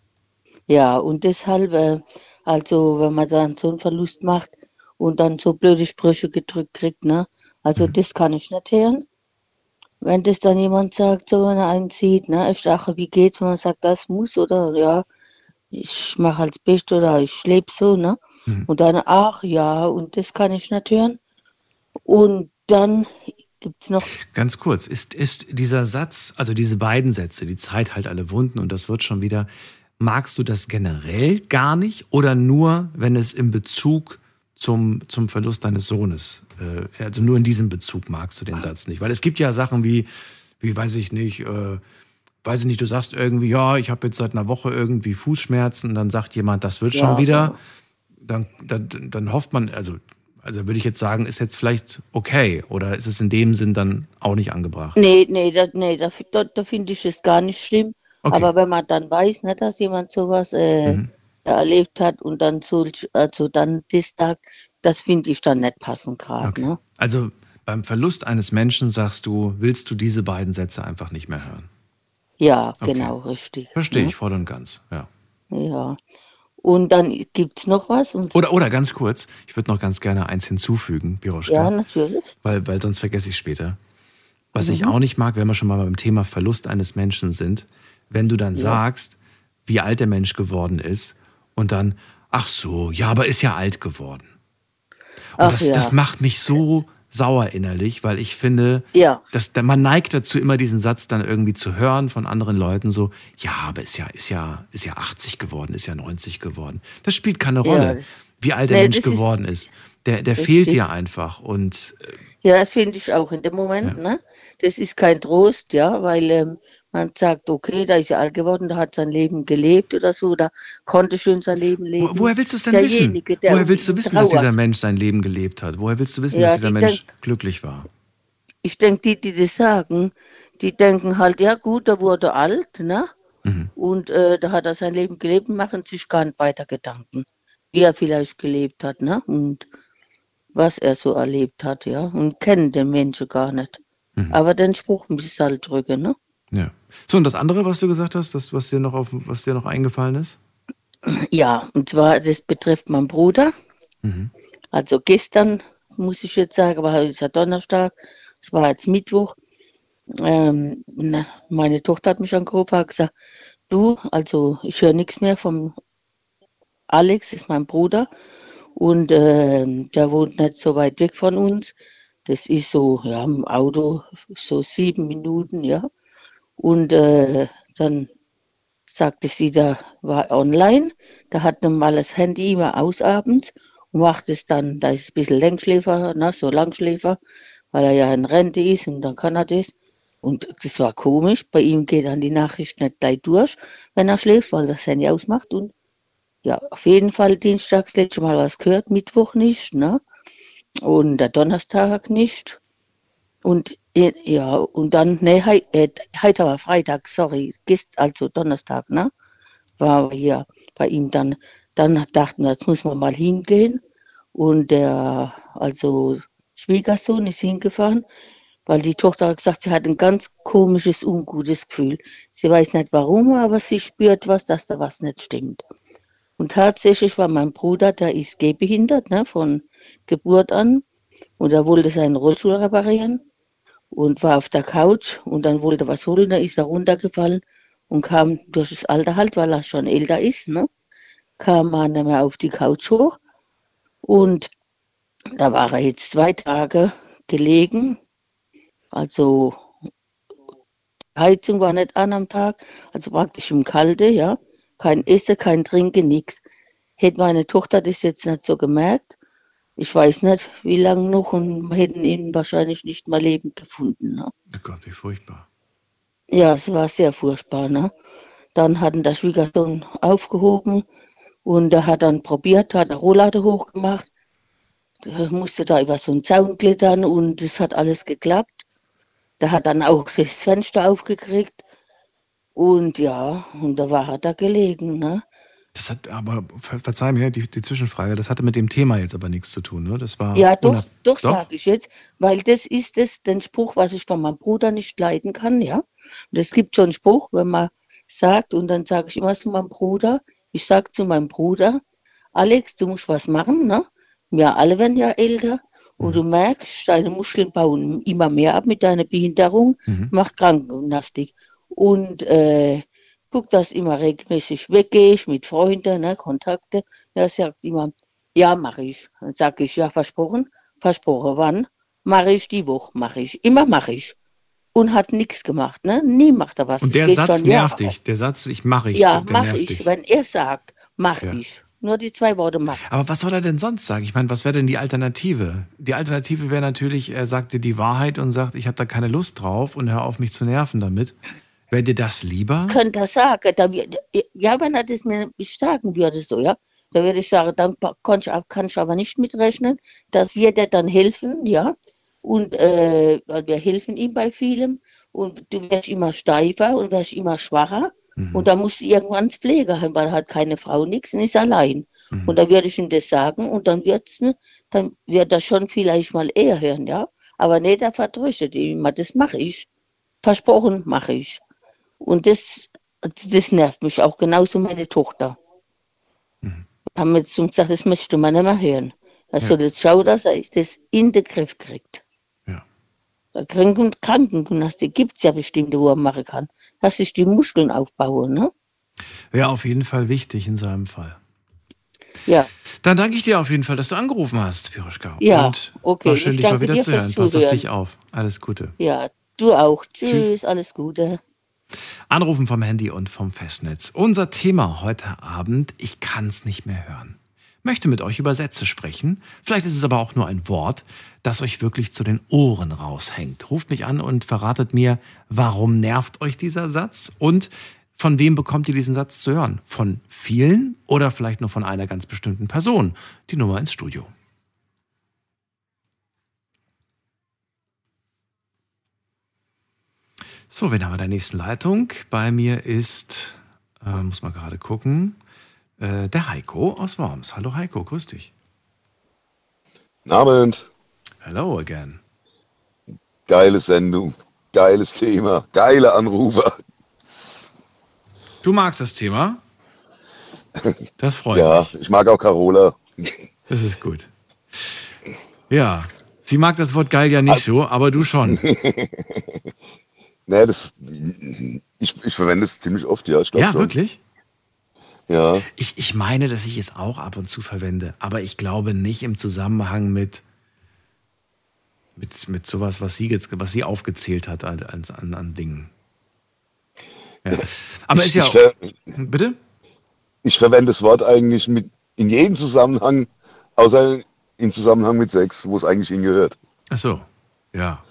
Ja, und deshalb, äh, also wenn man dann so einen Verlust macht und dann so blöde Sprüche gedrückt kriegt, ne? Also Mhm. das kann ich nicht hören. Wenn das dann jemand sagt, so wenn er einen sieht, ne? Ich sage, wie geht's, wenn man sagt, das muss oder ja, ich mache als Beste oder ich lebe so, ne? Mhm. Und dann, ach ja, und das kann ich nicht hören. Und dann gibt's noch, Ganz kurz, ist, ist dieser Satz, also diese beiden Sätze, die Zeit heilt alle Wunden und das wird schon wieder, magst du das generell gar nicht oder nur, wenn es im Bezug zum, zum Verlust deines Sohnes, äh, also nur in diesem Bezug magst du den Satz nicht? Weil es gibt ja Sachen wie, wie weiß ich nicht, äh, weiß ich nicht, du sagst irgendwie, ja, ich habe jetzt seit einer Woche irgendwie Fußschmerzen und dann sagt jemand, das wird schon ja, wieder, genau. dann, dann, dann hofft man, also, also würde ich jetzt sagen, ist jetzt vielleicht okay oder ist es in dem Sinn dann auch nicht angebracht? Nee, nee, da, nee, da, da, da finde ich es gar nicht schlimm. Okay. Aber wenn man dann weiß, ne, dass jemand sowas äh, Mhm. erlebt hat und dann so, also dann das sagt, das finde ich dann nicht passend gerade. Okay. Ne? Also beim Verlust eines Menschen sagst du, willst du diese beiden Sätze einfach nicht mehr hören? Ja, Okay. genau, richtig. Verstehe Ne? ich voll und ganz, ja. Ja. Und dann gibt es noch was? Und, Oder, oder ganz kurz, ich würde noch ganz gerne eins hinzufügen, Piroschka, ja, natürlich. weil, weil sonst vergesse ich später. Was Mhm. ich auch nicht mag, wenn wir schon mal beim Thema Verlust eines Menschen sind, wenn du dann Ja. sagst, wie alt der Mensch geworden ist und dann, ach so, ja, aber ist ja alt geworden. Und Ach das, ja. das macht mich so sauer innerlich, weil ich finde, Ja, dass, man neigt dazu, immer diesen Satz dann irgendwie zu hören von anderen Leuten, so, ja, aber ist ja, ist ja, ist ja achtzig geworden, ist ja neunzig geworden. Das spielt keine Ja, Rolle, das- wie alt der Nee, Mensch das ist geworden ist. Der, der richtig. fehlt dir einfach. Und äh, ja, das finde ich auch in dem Moment. Ja. Ne? Das ist kein Trost, ja, weil ähm, man sagt, okay, da ist er alt geworden, da hat sein Leben gelebt oder so, da konnte schön sein Leben wo, leben. woher willst du es denn Derjenige, wissen? der Woher um willst du ihn wissen, dass dieser trauert. Mensch sein Leben gelebt hat? Woher willst du wissen, Ja, dass dieser die Mensch denk- glücklich war? Ich denke, die, die das sagen, die denken halt, ja gut, er wurde alt, ne? Mhm. Und äh, da hat er sein Leben gelebt und machen sich gar nicht weiter Gedanken, wie er vielleicht gelebt hat, ne? Und was er so erlebt hat, ja. Und kennen den Menschen gar nicht. Mhm. Aber den Spruch muss ich halt drücken, ne? Ja. So, und das andere, was du gesagt hast, das, was dir noch auf, was dir noch eingefallen ist? Ja, und zwar, das betrifft meinen Bruder. Mhm. Also gestern, muss ich jetzt sagen, aber heute ist ja Donnerstag, es war jetzt Mittwoch. Ähm, na, meine Tochter hat mich angerufen und gesagt, du, also ich höre nichts mehr vom Alex, ist mein Bruder. Und ähm, der wohnt nicht so weit weg von uns. Das ist so, ja, im Auto so sieben Minuten, ja. Und äh, dann sagte sie, da war online, da hat normal das Handy immer aus abends und macht es dann, da ist es ein bisschen Längsschläfer, ne, so Langschläfer, weil er ja in Rente ist und dann kann er das. Und das war komisch, bei ihm geht dann die Nachricht nicht gleich durch, wenn er schläft, weil das Handy ausmacht. Und ja, auf jeden Fall dienstags letztes Mal was gehört, Mittwoch nicht, ne? Und der Donnerstag nicht. Und äh, ja, und dann, ne, hei- äh, heute war Freitag, sorry, gest, also Donnerstag, ne? War hier bei ihm dann. Dann dachten wir, jetzt muss man mal hingehen. Und der, also Schwiegersohn ist hingefahren, weil die Tochter hat gesagt, sie hat ein ganz komisches, ungutes Gefühl. Sie weiß nicht warum, aber sie spürt was, dass da was nicht stimmt. Und tatsächlich war mein Bruder, der ist gehbehindert, ne, von Geburt an. Und er wollte seinen Rollstuhl reparieren und war auf der Couch und dann wollte er was holen, da ist er runtergefallen und kam durch das Alter halt, weil er schon älter ist, ne, kam er nicht mehr auf die Couch hoch. Und da war er jetzt zwei Tage gelegen. Also Heizung war nicht an am Tag, also praktisch im Kalte, ja. Kein Essen, kein Trinken, nichts. Hätte meine Tochter das jetzt nicht so gemerkt, ich weiß nicht, wie lange noch und wir hätten ihn wahrscheinlich nicht mal lebend gefunden. Ne? Oh Gott, wie furchtbar. Ja, es war sehr furchtbar. Ne? Dann hatten der Schwiegersohn aufgehoben und er hat dann probiert, hat eine Rolllade hochgemacht, der musste da über so einen Zaun klettern und es hat alles geklappt. Der hat dann auch das Fenster aufgekriegt und ja, und da war er da gelegen. Ne? Das hat aber, ver verzeih mir die, die Zwischenfrage, das hatte mit dem Thema jetzt aber nichts zu tun, ne? Das war Ja, doch, unab- doch, doch? sage ich jetzt, weil das ist es, den Spruch, was ich von meinem Bruder nicht leiden kann, ja. Und es gibt so einen Spruch, wenn man sagt, und dann sage ich immer zu meinem Bruder, ich sage zu meinem Bruder, Alex, du musst was machen, ne? Wir alle werden ja älter und du merkst, deine Muskeln bauen immer mehr ab mit deiner Behinderung, Mhm. mach Krankengymnastik. Und äh, guck, dass immer regelmäßig weggehst mit Freunden, ne, Kontakte. Er sagt immer, ja, mache ich. Dann sage ich, ja, versprochen, versprochen, wann? Mache ich die Woche, mache ich. Immer mache ich. Und hat nichts gemacht, ne? Nie macht er was. Und Das der geht Satz schon nervt Jahre. dich. Der Satz, ich mache ich, Ja, der, der mache nervt ich. dich. Wenn er sagt, mach Ja. ich. Nur die zwei Worte machen. Aber was soll er denn sonst sagen? Ich meine, was wäre denn die Alternative? Die Alternative wäre natürlich, er sagt dir die Wahrheit und sagt, ich habe da keine Lust drauf und hör auf, mich zu nerven damit. Wäre dir das lieber? Könnte er sagen, da, wir- ja, wenn er das mir nicht sagen würde, so, ja, da würde ich sagen, dann kann ich, kann ich aber nicht mitrechnen, dass wir dir dann helfen, ja, und äh, weil wir helfen ihm bei vielem und du wirst immer steifer und wirst immer schwacher Mhm. und dann musst du irgendwann ins Pflegeheim, weil er hat keine Frau, nichts und ist allein. Mhm. Und da würde ich ihm das sagen und dann wird's mir, dann wird er schon vielleicht mal eher hören, ja, aber nicht, er vertröstet ihn immer, das mache ich, versprochen mache ich. Und das, das nervt mich auch, genauso meine Tochter. Mhm. Haben wir jetzt so gesagt, das möchte man nicht mehr hören. Er Ja. soll jetzt schauen, dass er das in den Griff kriegt. Ja. Kranken Krankengymnastik gibt es ja bestimmt, wo er machen kann, dass sich die Muskeln aufbauen. Ne? Wäre auf jeden Fall wichtig in seinem Fall. Ja, Dann danke ich dir auf jeden Fall, dass du angerufen hast, Piroschka. Ja, Und okay. war schön, Ich dich mal danke wieder dir zu hören. fürs Pass auf Zuhören. dich auf. Alles Gute. ja, du auch. Tschüss, Tschüss. alles Gute. Anrufen vom Handy und vom Festnetz. Unser Thema heute Abend, ich kann es nicht mehr hören. Möchte mit euch über Sätze sprechen. Vielleicht ist es aber auch nur ein Wort, das euch wirklich zu den Ohren raushängt. Ruft mich an und verratet mir, warum nervt euch dieser Satz und von wem bekommt ihr diesen Satz zu hören? Von vielen oder vielleicht nur von einer ganz bestimmten Person? Die Nummer ins Studio. So, wen haben wir in der nächsten Leitung? Bei mir ist, äh, muss mal gerade gucken, äh, der Heiko aus Worms. Hallo Heiko, grüß dich. Guten Abend. Hello again. Geile Sendung, geiles Thema, geile Anrufer. Du magst das Thema? Das freut Ja, mich. ich mag auch Carola. Das ist gut. Ja, sie mag das Wort geil ja nicht so, aber du schon. Nee, das, ich, ich verwende es ziemlich oft, ja, ich glaube Ja, schon. wirklich? Ja, Ich, ich meine, dass ich es auch ab und zu verwende, aber ich glaube nicht im Zusammenhang mit, mit, mit sowas, was sie, jetzt, was sie aufgezählt hat an, an, an Dingen. Ja. Aber ich, ist ja ich, auch, ver, bitte? ich verwende das Wort eigentlich mit, in jedem Zusammenhang, außer im Zusammenhang mit Sex, wo es eigentlich hingehört. Ach so, ja.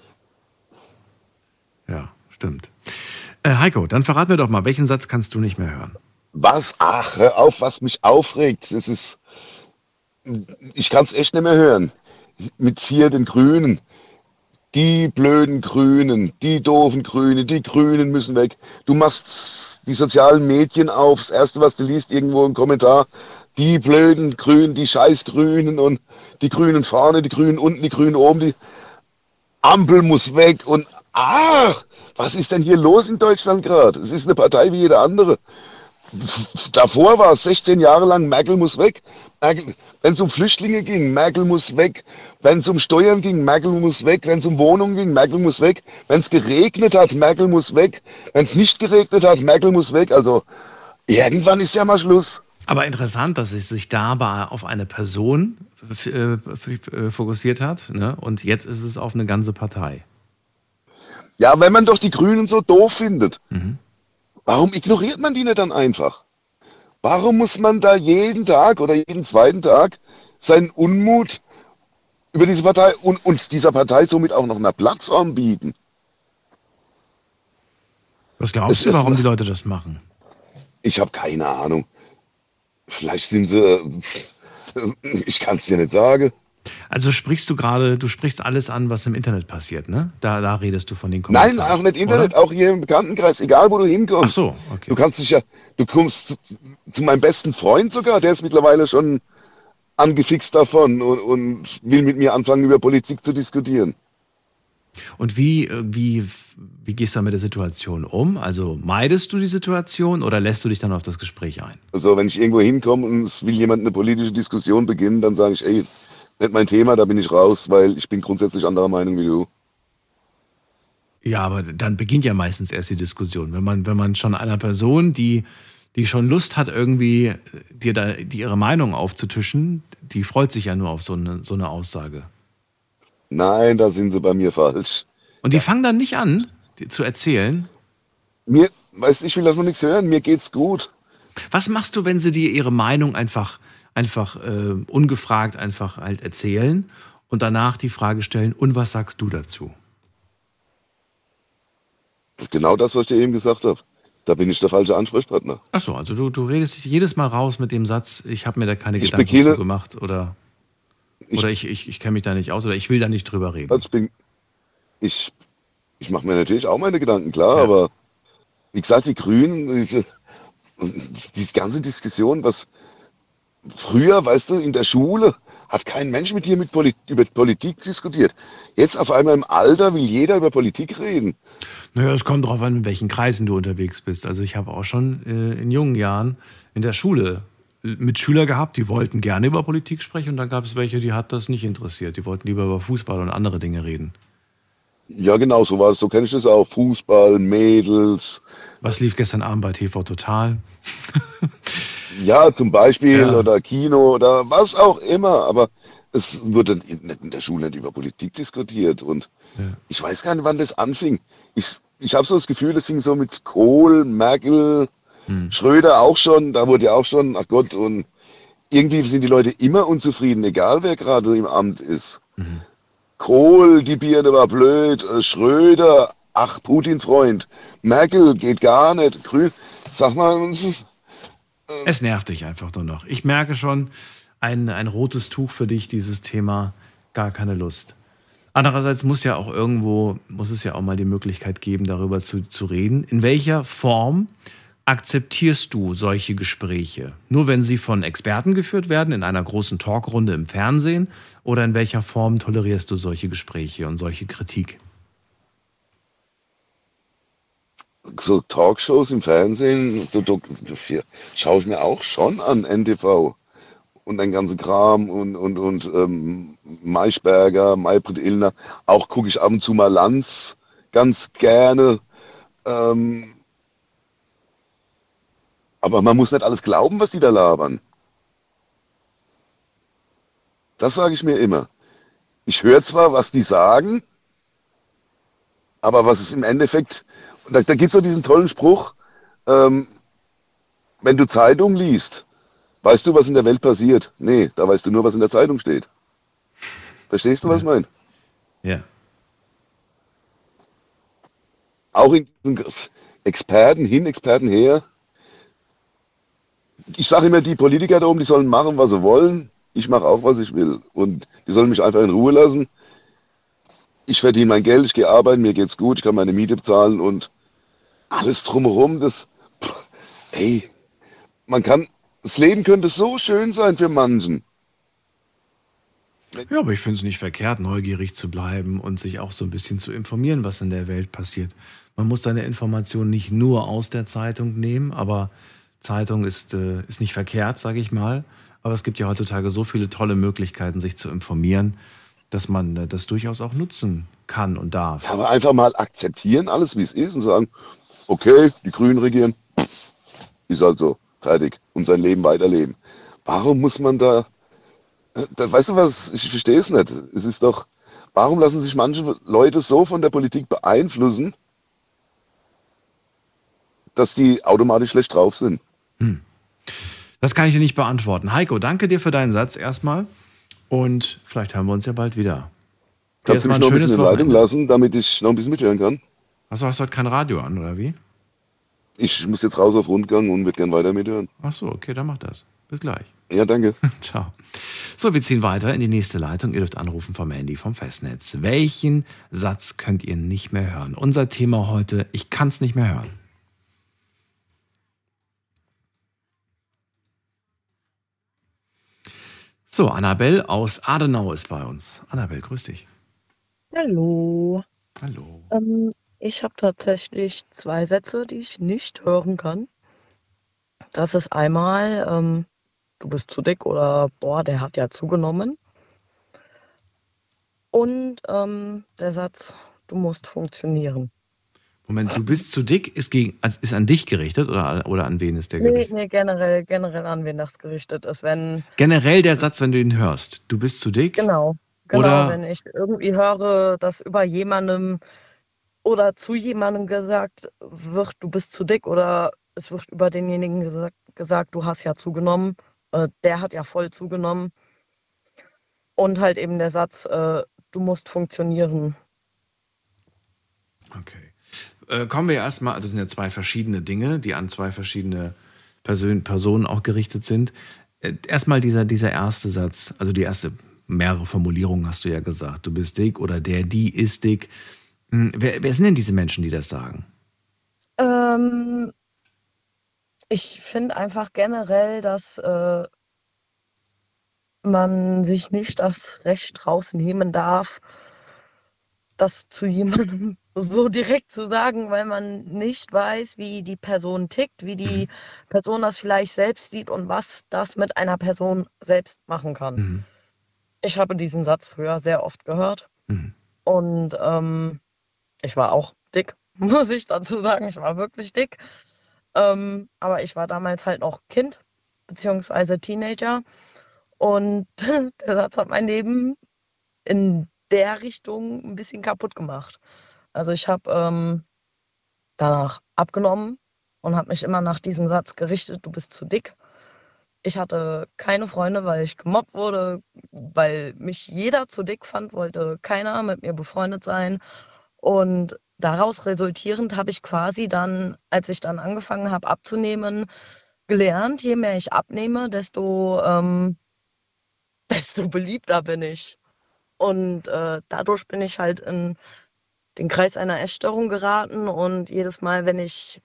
Ja, stimmt. Äh, Heiko, dann verrat mir doch mal, welchen Satz kannst du nicht mehr hören? Was? Ach, hör auf, was mich aufregt. Das ist, ich kann es echt nicht mehr hören. Mit hier den Grünen. Die blöden Grünen, die doofen Grünen, die Grünen müssen weg. Du machst die sozialen Medien auf, das Erste, was du liest, irgendwo im Kommentar, die blöden Grünen, die scheiß Grünen und die Grünen vorne, die Grünen unten, die Grünen oben, die Ampel muss weg und ach, was ist denn hier los in Deutschland gerade? Es ist eine Partei wie jede andere. Davor war es sechzehn Jahre lang, Merkel muss weg. Wenn es um Flüchtlinge ging, Merkel muss weg. Wenn es um Steuern ging, Merkel muss weg. Wenn es um Wohnungen ging, Merkel muss weg. Wenn es geregnet hat, Merkel muss weg. Wenn es nicht geregnet hat, Merkel muss weg. Also irgendwann ist ja mal Schluss. Aber interessant, dass es sich dabei auf eine Person f- äh, f- äh, fokussiert hat, ne? Und jetzt ist es auf eine ganze Partei. Ja, wenn man doch die Grünen so doof findet, Mhm. warum ignoriert man die nicht dann einfach? Warum muss man da jeden Tag oder jeden zweiten Tag seinen Unmut über diese Partei und, und dieser Partei somit auch noch eine Plattform bieten? Was glaubst Es du, ist- warum die Leute das machen? Ich habe keine Ahnung. Vielleicht sind sie, ich kann es dir nicht sagen. Also sprichst du gerade, du sprichst alles an, was im Internet passiert, ne? Da, da redest du von den Nein, Kommentaren. auch nicht Internet, oder? auch hier im Bekanntenkreis, egal wo du hinkommst. Ach so, okay. Du kannst dich ja, du kommst zu, zu meinem besten Freund sogar, der ist mittlerweile schon angefixt davon und, und will mit mir anfangen, über Politik zu diskutieren. Und wie, äh, wie, wie gehst du mit der Situation um? Also meidest du die Situation oder lässt du dich dann auf das Gespräch ein? Also wenn ich irgendwo hinkomme und es will jemand eine politische Diskussion beginnen, dann sage ich, ey, nicht mein Thema, da bin ich raus, weil ich bin grundsätzlich anderer Meinung wie du. Ja, aber dann beginnt ja meistens erst die Diskussion. Wenn man, wenn man schon einer Person, die, die schon Lust hat, irgendwie dir da, die ihre Meinung aufzutischen, die freut sich ja nur auf so eine, so eine Aussage. Nein, da sind sie bei mir falsch. Und die fangen dann nicht an, die zu erzählen. Mir, weißt du, ich will davon nichts hören, mir geht's gut. Was machst du, wenn sie dir ihre Meinung einfach, einfach äh, ungefragt einfach halt erzählen und danach die Frage stellen, und was sagst du dazu? Das ist genau das, was ich dir eben gesagt habe. Da bin ich der falsche Ansprechpartner. Ach so, also du, du redest dich jedes Mal raus mit dem Satz, ich habe mir da keine Ich Gedanken beginne- zu gemacht oder, Ich- oder ich, ich, ich kenne mich da nicht aus oder ich will da nicht drüber reden. Also ich bin, ich, ich mache mir natürlich auch meine Gedanken, klar, Ja. aber wie gesagt, die Grünen, diese, diese ganze Diskussion, was früher, weißt du, in der Schule hat kein Mensch mit dir mit Poli über Politik diskutiert. Jetzt auf einmal im Alter will jeder über Politik reden. Naja, es kommt darauf an, in welchen Kreisen du unterwegs bist. Also ich habe auch schon äh, in jungen Jahren in der Schule mit Schülern gehabt, die wollten gerne über Politik sprechen und dann gab es welche, die hat das nicht interessiert. Die wollten lieber über Fußball und andere Dinge reden. Ja, genau, so war es, so kenne ich das auch. Fußball, Mädels, Was lief gestern Abend bei T V Total? ja, zum Beispiel, Ja. oder Kino oder was auch immer, aber es wurde in in der Schule nicht über Politik diskutiert und Ja. ich weiß gar nicht, wann das anfing. Ich, ich habe so das Gefühl, das fing so mit Kohl, Merkel, Hm. Schröder auch schon, da wurde ja auch schon, ach Gott, und irgendwie sind die Leute immer unzufrieden, egal wer gerade im Amt ist. Mhm. Kohl, die Birne war blöd, äh, Schröder, ach, Putin-Freund, Merkel geht gar nicht, Grün, sag mal, Es nervt dich einfach nur noch. Ich merke schon, ein, ein rotes Tuch für dich, dieses Thema, gar keine Lust. Andererseits muss ja auch irgendwo, muss es ja auch mal die Möglichkeit geben, darüber zu, zu reden. In welcher Form akzeptierst du solche Gespräche? Nur wenn sie von Experten geführt werden, in einer großen Talkrunde im Fernsehen? Oder in welcher Form tolerierst du solche Gespräche und solche Kritik? so Talkshows im Fernsehen, so Dok- hier schaue ich mir auch schon an, N T V. Und den ganzen Kram und, und, und ähm, Maischberger, Maybrit Illner. Auch gucke ich ab und zu mal Lanz ganz gerne. Ähm, aber man muss nicht alles glauben, was die da labern. Das sage ich mir immer. Ich höre zwar, was die sagen, aber was es im Endeffekt, da, da gibt es so diesen tollen Spruch, ähm, wenn du Zeitung liest, weißt du, was in der Welt passiert? Nee, da weißt du nur, was in der Zeitung steht. Verstehst du, was ich meine? Ja. Auch in diesen Experten hin, Experten her. Ich sage immer, die Politiker da oben, die sollen machen, was sie wollen. Ich mache auch, was ich will. Und die sollen mich einfach in Ruhe lassen. Ich verdiene mein Geld, ich gehe arbeiten, mir geht's gut, ich kann meine Miete bezahlen und alles drumherum, das, pff, ey, man kann, das Leben könnte so schön sein für manchen. Ja, aber ich finde es nicht verkehrt, neugierig zu bleiben und sich auch so ein bisschen zu informieren, was in der Welt passiert. Man muss seine Informationen nicht nur aus der Zeitung nehmen, aber Zeitung ist, äh, ist nicht verkehrt, sage ich mal. Aber es gibt ja heutzutage so viele tolle Möglichkeiten, sich zu informieren, dass man äh, das durchaus auch nutzen kann und darf. Aber einfach mal akzeptieren, alles wie es ist und sagen, okay, die Grünen regieren, ist halt so, fertig, und sein Leben weiterleben. Warum muss man da, da weißt du was, ich verstehe es nicht. Es ist doch, warum lassen sich manche Leute so von der Politik beeinflussen, dass die automatisch schlecht drauf sind? Hm. Das kann ich dir nicht beantworten. Heiko, danke dir für deinen Satz erstmal und vielleicht hören wir uns ja bald wieder. Kannst du mich Erstmal noch ein bisschen in Leitung Wochenende. lassen, damit ich noch ein bisschen mithören kann? Achso, hast du heute kein Radio an, oder wie? Ich muss jetzt raus auf Rundgang und würde gern weiter mithören. Achso, okay, dann mach das. Bis gleich. Ja, danke. Ciao. So, wir ziehen weiter in die nächste Leitung. Ihr dürft anrufen vom Handy, vom Festnetz. Welchen Satz könnt ihr nicht mehr hören? Unser Thema heute, ich kann es nicht mehr hören. So, Annabelle aus Adenau ist bei uns. Annabelle, grüß dich. Hallo. Hallo. Ähm, ich habe tatsächlich zwei Sätze, die ich nicht hören kann. Das ist einmal, ähm, du bist zu dick oder boah, der hat ja zugenommen. Und ähm, der Satz, du musst funktionieren. Moment, du bist zu dick, ist, gegen, also ist an dich gerichtet oder, oder an wen ist der Nee, gerichtet? nee, generell, generell an wen das gerichtet ist. Wenn, Generell der Satz, wenn du ihn hörst, du bist zu dick genau, genau, oder wenn ich irgendwie höre, dass über jemandem oder zu jemandem gesagt wird, du bist zu dick oder es wird über denjenigen gesagt, gesagt du hast ja zugenommen, äh, der hat ja voll zugenommen. Und halt eben der Satz, äh, du musst funktionieren. Okay. Äh, kommen wir erstmal, also es sind ja zwei verschiedene Dinge, die an zwei verschiedene Persön Personen auch gerichtet sind. Äh, erstmal dieser, dieser erste Satz, also die erste, mehrere Formulierungen hast du ja gesagt. Du bist dick oder der, die ist dick. Hm, wer, wer sind denn diese Menschen, die das sagen? Ähm, ich finde einfach generell, dass äh, man sich nicht das Recht rausnehmen darf, das zu jemandem so direkt zu sagen, weil man nicht weiß, wie die Person tickt, wie die Mhm. Person das vielleicht selbst sieht und was das mit einer Person selbst machen kann. Mhm. Ich habe diesen Satz früher sehr oft gehört Mhm. und ähm, ich war auch dick, muss ich dazu sagen. Ich war wirklich dick. Ähm, aber ich war damals halt noch Kind beziehungsweise Teenager und der Satz hat mein Leben in der Richtung ein bisschen kaputt gemacht. Also ich habe ähm, danach abgenommen und habe mich immer nach diesem Satz gerichtet, du bist zu dick. Ich hatte keine Freunde, weil ich gemobbt wurde, weil mich jeder zu dick fand, wollte keiner mit mir befreundet sein. Und daraus resultierend habe ich quasi dann, als ich dann angefangen habe abzunehmen, gelernt, je mehr ich abnehme, desto, ähm, desto beliebter bin ich. Und äh, dadurch bin ich halt in den Kreis einer Essstörung geraten. Und jedes Mal, wenn ich,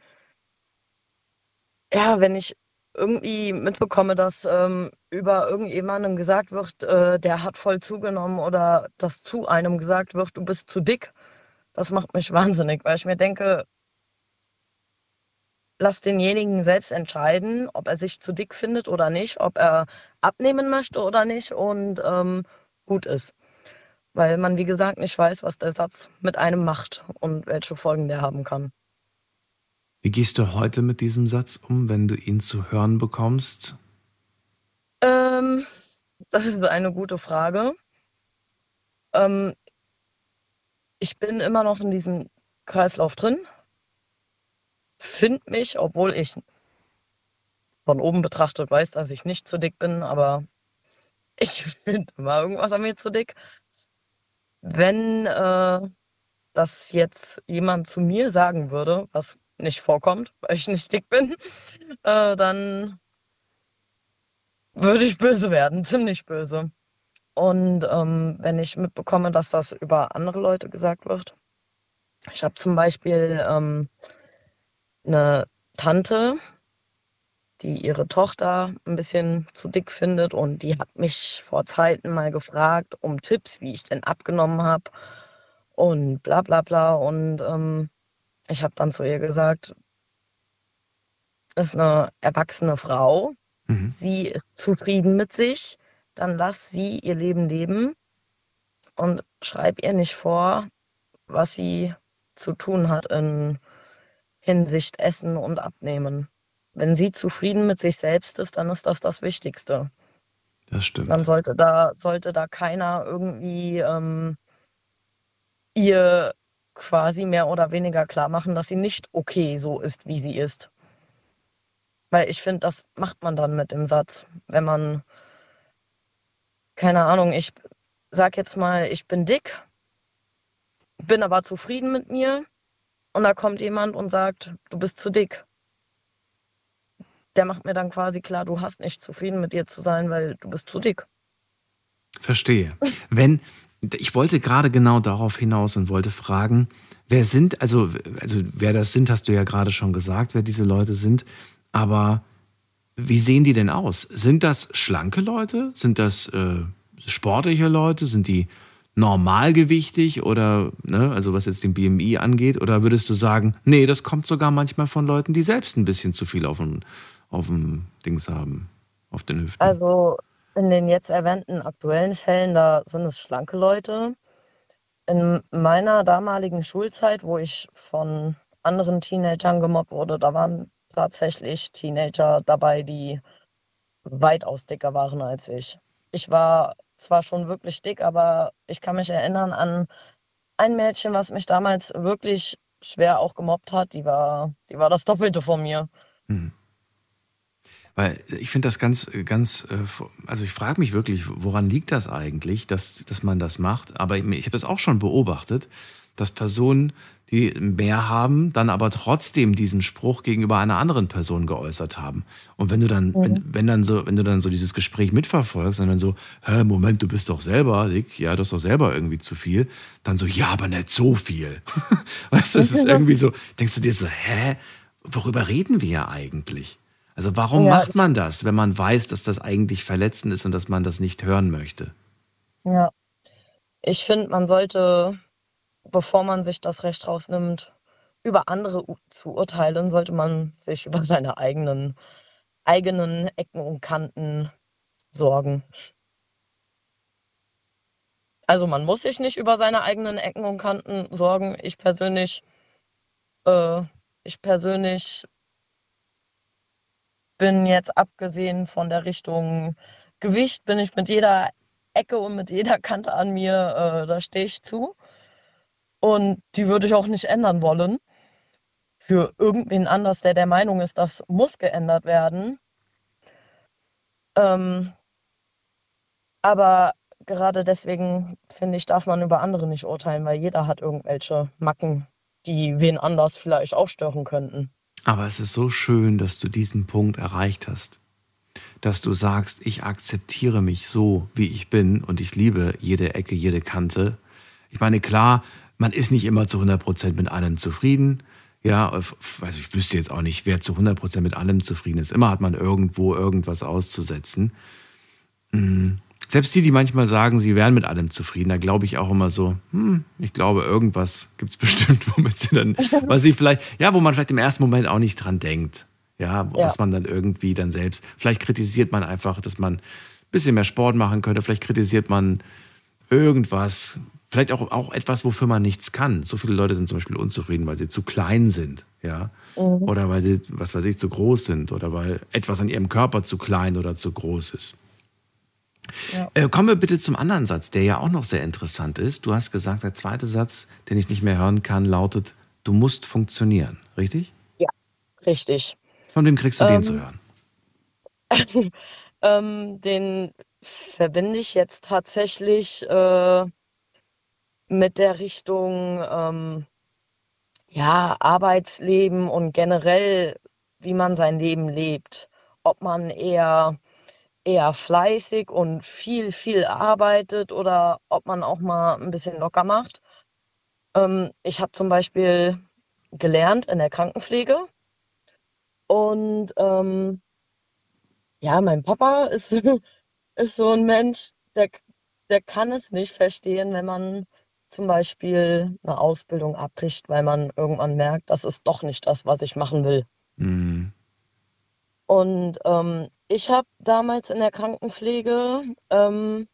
ja, wenn ich irgendwie mitbekomme, dass ähm, über irgendjemanden gesagt wird, äh, der hat voll zugenommen oder dass zu einem gesagt wird, du bist zu dick, das macht mich wahnsinnig, weil ich mir denke, lass denjenigen selbst entscheiden, ob er sich zu dick findet oder nicht, ob er abnehmen möchte oder nicht und ähm, gut ist. Weil man, wie gesagt, nicht weiß, was der Satz mit einem macht und welche Folgen der haben kann. Wie gehst du heute mit diesem Satz um, wenn du ihn zu hören bekommst? Ähm, das ist eine gute Frage. Ähm, ich bin immer noch in diesem Kreislauf drin, finde mich, obwohl ich von oben betrachtet weiß, dass ich nicht zu dick bin, aber ich finde immer irgendwas an mir zu dick. Wenn äh, das jetzt jemand zu mir sagen würde, was nicht vorkommt, weil ich nicht dick bin, äh, dann würde ich böse werden, ziemlich böse. Und ähm, wenn ich mitbekomme, dass das über andere Leute gesagt wird. Ich habe zum Beispiel ähm, eine Tante, die ihre Tochter ein bisschen zu dick findet und die hat mich vor Zeiten mal gefragt um Tipps, wie ich denn abgenommen habe und bla bla bla. Und ähm, ich habe dann zu ihr gesagt, ist eine erwachsene Frau, Mhm. sie ist zufrieden mit sich, dann lass sie ihr Leben leben und schreib ihr nicht vor, was sie zu tun hat in Hinsicht Essen und Abnehmen. Wenn sie zufrieden mit sich selbst ist, dann ist das das Wichtigste. Das Dann stimmt. sollte da, sollte da keiner irgendwie ähm, ihr quasi mehr oder weniger klar machen, dass sie nicht okay so ist, wie sie ist. Weil ich finde, das macht man dann mit dem Satz, wenn man, keine Ahnung, ich sag jetzt mal, ich bin dick, bin aber zufrieden mit mir und da kommt jemand und sagt, du bist zu dick. der macht mir dann quasi klar, du hast nicht zufrieden mit dir zu sein, weil du bist zu dick. Verstehe. Wenn, ich wollte gerade genau darauf hinaus und wollte fragen, wer sind, also, also wer das sind, hast du ja gerade schon gesagt, wer diese Leute sind, aber wie sehen die denn aus? Sind das schlanke Leute? Sind das äh, sportliche Leute? Sind die normalgewichtig oder, ne, also was jetzt den B M I angeht? Oder würdest du sagen, nee, das kommt sogar manchmal von Leuten, die selbst ein bisschen zu viel auf dem, auf dem Dings haben, auf den Hüften? Also in den jetzt erwähnten aktuellen Fällen, da sind es schlanke Leute. In meiner damaligen Schulzeit, wo ich von anderen Teenagern gemobbt wurde, da waren tatsächlich Teenager dabei, die weitaus dicker waren als ich. Ich war zwar schon wirklich dick, aber ich kann mich erinnern an ein Mädchen, was mich damals wirklich schwer auch gemobbt hat. Die war, die war das Doppelte von mir. Hm. Weil ich finde das ganz, ganz, äh, also ich frage mich wirklich, woran liegt das eigentlich, dass, dass man das macht? Aber ich, ich habe das auch schon beobachtet, dass Personen, die mehr haben, dann aber trotzdem diesen Spruch gegenüber einer anderen Person geäußert haben. Und wenn du dann, Mhm. wenn, wenn dann so, wenn du dann so dieses Gespräch mitverfolgst und dann so, hä, Moment, du bist doch selber dick, ja, du hast doch selber irgendwie zu viel, dann so, ja, aber nicht so viel. Weißt du, es ist irgendwie so, denkst du dir so, hä, worüber reden wir eigentlich? Also warum Ja, macht ich, man das, wenn man weiß, dass das eigentlich verletzend ist und dass man das nicht hören möchte? ja. Ich finde, man sollte, bevor man sich das Recht rausnimmt, über andere u- zu urteilen, sollte man sich über seine eigenen, eigenen Ecken und Kanten sorgen. Also man muss sich nicht über seine eigenen Ecken und Kanten sorgen. Ich persönlich, äh, ich persönlich bin jetzt abgesehen von der Richtung Gewicht, bin ich mit jeder Ecke und mit jeder Kante an mir, äh, da stehe ich zu. Und die würde ich auch nicht ändern wollen. Für irgendwen anders, der der Meinung ist, das muss geändert werden. Ähm, aber gerade deswegen, finde ich, darf man über andere nicht urteilen, weil jeder hat irgendwelche Macken, die wen anders vielleicht auch stören könnten. Aber es ist so schön, dass du diesen Punkt erreicht hast. Dass du sagst, ich akzeptiere mich so, wie ich bin und ich liebe jede Ecke, jede Kante. Ich meine, klar, man ist nicht immer zu hundert Prozent mit allem zufrieden. Ja, also ich wüsste jetzt auch nicht, wer zu hundert Prozent mit allem zufrieden ist. Immer hat man irgendwo irgendwas auszusetzen. Mm. Selbst die, die manchmal sagen, sie wären mit allem zufrieden, da glaube ich auch immer so, hm, ich glaube, irgendwas gibt es bestimmt, womit sie dann, was sie vielleicht, ja, wo man vielleicht im ersten Moment auch nicht dran denkt. Ja, Ja, was man dann irgendwie dann selbst, vielleicht kritisiert man einfach, dass man ein bisschen mehr Sport machen könnte, vielleicht kritisiert man irgendwas, vielleicht auch, auch etwas, wofür man nichts kann. So viele Leute sind zum Beispiel unzufrieden, weil sie zu klein sind, ja, mhm. oder weil sie, was weiß ich, zu groß sind oder weil etwas an ihrem Körper zu klein oder zu groß ist. Ja. Äh, kommen wir bitte zum anderen Satz, der ja auch noch sehr interessant ist. Du hast gesagt, der zweite Satz, den ich nicht mehr hören kann, lautet, du musst funktionieren, richtig? Ja, richtig. Von wem kriegst du den zu Ähm, hören? ähm, den verbinde ich jetzt tatsächlich äh, mit der Richtung ähm, ja, Arbeitsleben und generell, wie man sein Leben lebt. Ob man eher, eher fleißig und viel, viel arbeitet oder ob man auch mal ein bisschen locker macht. Ähm, ich habe zum Beispiel gelernt in der Krankenpflege und ähm, ja, mein Papa ist, ist so ein Mensch, der, der kann es nicht verstehen, wenn man zum Beispiel eine Ausbildung abbricht, weil man irgendwann merkt, das ist doch nicht das, was ich machen will. Mhm. Und ähm, ich habe damals in der Krankenpflege, ähm,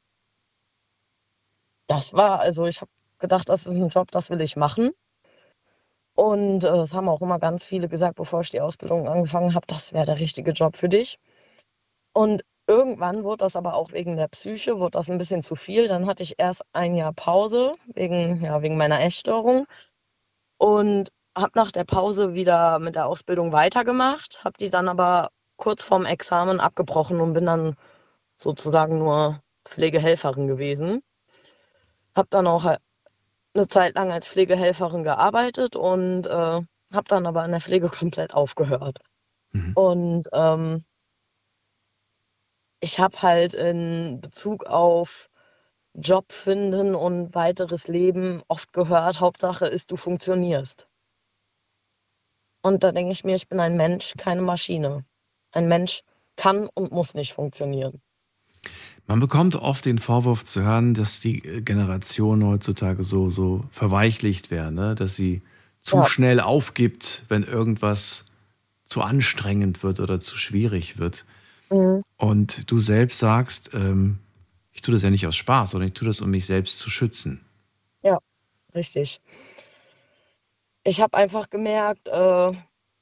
das war, also ich habe gedacht, das ist ein Job, das will ich machen. Und äh, es haben auch immer ganz viele gesagt, bevor ich die Ausbildung angefangen habe, das wäre der richtige Job für dich. Und irgendwann wurde das aber auch wegen der Psyche, wurde das ein bisschen zu viel. Dann hatte ich erst ein Jahr Pause wegen, ja, wegen meiner Essstörung und habe nach der Pause wieder mit der Ausbildung weitergemacht, habe die dann aber kurz vorm Examen abgebrochen und bin dann sozusagen nur Pflegehelferin gewesen. Habe dann auch eine Zeit lang als Pflegehelferin gearbeitet und äh, habe dann aber in der Pflege komplett aufgehört. Mhm. Und ähm, ich habe halt in Bezug auf Job finden und weiteres Leben oft gehört, Hauptsache ist, du funktionierst. Und da denke ich mir, ich bin ein Mensch, keine Maschine. Ein Mensch kann und muss nicht funktionieren. Man bekommt oft den Vorwurf zu hören, dass die äh, Generation heutzutage so, so verweichlicht wäre, ne? Dass sie zu Ja. schnell aufgibt, wenn irgendwas zu anstrengend wird oder zu schwierig wird. Mhm. Und du selbst sagst, ähm, ich tue das ja nicht aus Spaß, sondern ich tue das, um mich selbst zu schützen. Ja, richtig. Ich habe einfach gemerkt, äh,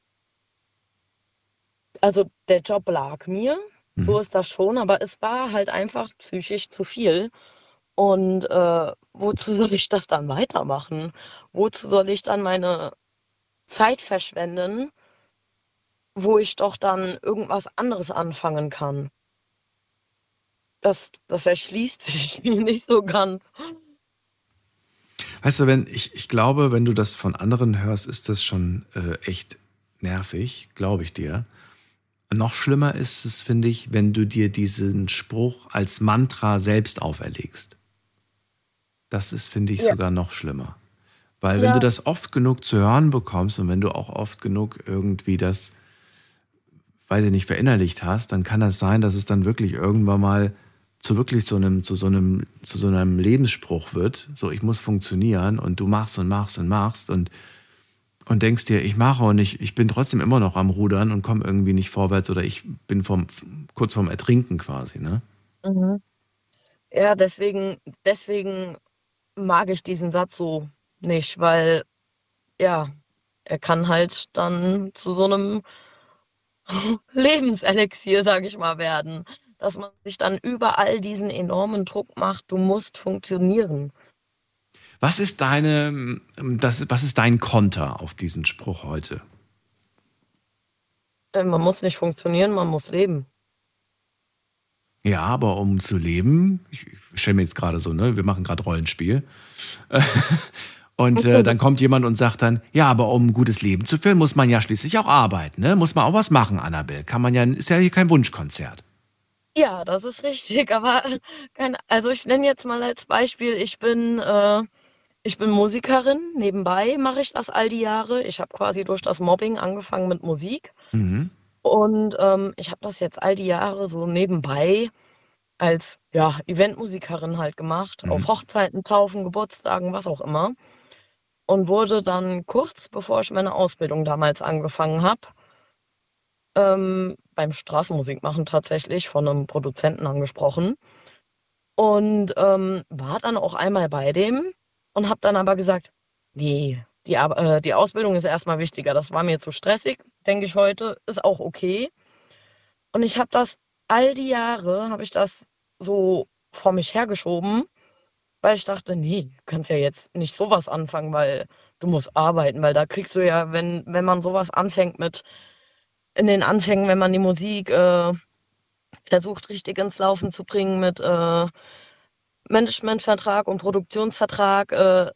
also der Job lag mir, so Mhm. ist das schon, aber es war halt einfach psychisch zu viel. Und äh, wozu soll ich das dann weitermachen? Wozu soll ich dann meine Zeit verschwenden, wo ich doch dann irgendwas anderes anfangen kann? Das, das erschließt sich mir nicht so ganz. Weißt du, wenn ich, ich glaube, wenn du das von anderen hörst, ist das schon äh, echt nervig, glaube ich dir. Noch schlimmer ist es, finde ich, wenn du dir diesen Spruch als Mantra selbst auferlegst. Das ist, finde ich, Ja, sogar noch schlimmer. Weil wenn du ja, das oft genug zu hören bekommst und wenn du auch oft genug irgendwie das, weiß ich nicht, verinnerlicht hast, dann kann das sein, dass es dann wirklich irgendwann mal zu wirklich so einem, zu so einem, zu so einem Lebensspruch wird. So, ich muss funktionieren und du machst und machst und machst und, und denkst dir, ich mache und ich, ich bin trotzdem immer noch am Rudern und komme irgendwie nicht vorwärts oder ich bin vom, kurz vorm Ertrinken quasi, ne? mhm. Ja, deswegen, deswegen mag ich diesen Satz so nicht, weil ja, er kann halt dann zu so einem Lebenselixier, sage ich mal, werden, dass man sich dann überall diesen enormen Druck macht, du musst funktionieren. Was ist deine, das, was ist dein Konter auf diesen Spruch heute? Äh, Man muss nicht funktionieren, man muss leben. Ja, aber um zu leben, ich, ich stelle mir jetzt gerade so, ne, wir machen gerade Rollenspiel. Und äh, dann kommt jemand und sagt dann, ja, aber um ein gutes Leben zu führen, muss man ja schließlich auch arbeiten, ne? Muss man auch was machen, Annabelle. Kann man ja, ist ja hier kein Wunschkonzert. Ja, das ist richtig, aber kein, also ich nenne jetzt mal als Beispiel, ich bin, äh, ich bin Musikerin, nebenbei mache ich das all die Jahre. Ich habe quasi durch das Mobbing angefangen mit Musik Mhm. und ähm, ich habe das jetzt all die Jahre so nebenbei als ja, Eventmusikerin halt gemacht, auf Mhm. Hochzeiten, Taufen, Geburtstagen, was auch immer. Und wurde dann kurz bevor ich meine Ausbildung damals angefangen habe, ähm, beim Straßenmusik machen tatsächlich von einem Produzenten angesprochen und ähm, war dann auch einmal bei dem und habe dann aber gesagt, nee, die, Ar- äh, die Ausbildung ist erstmal wichtiger. Das war mir zu stressig, denke ich heute, ist auch okay. Und ich habe das all die Jahre, habe ich das so vor mich hergeschoben, weil ich dachte, nee, du kannst ja jetzt nicht sowas anfangen, weil du musst arbeiten, weil da kriegst du ja, wenn, wenn man sowas anfängt mit in den Anfängen, wenn man die Musik äh, versucht richtig ins Laufen zu bringen mit äh, Managementvertrag und Produktionsvertrag, äh,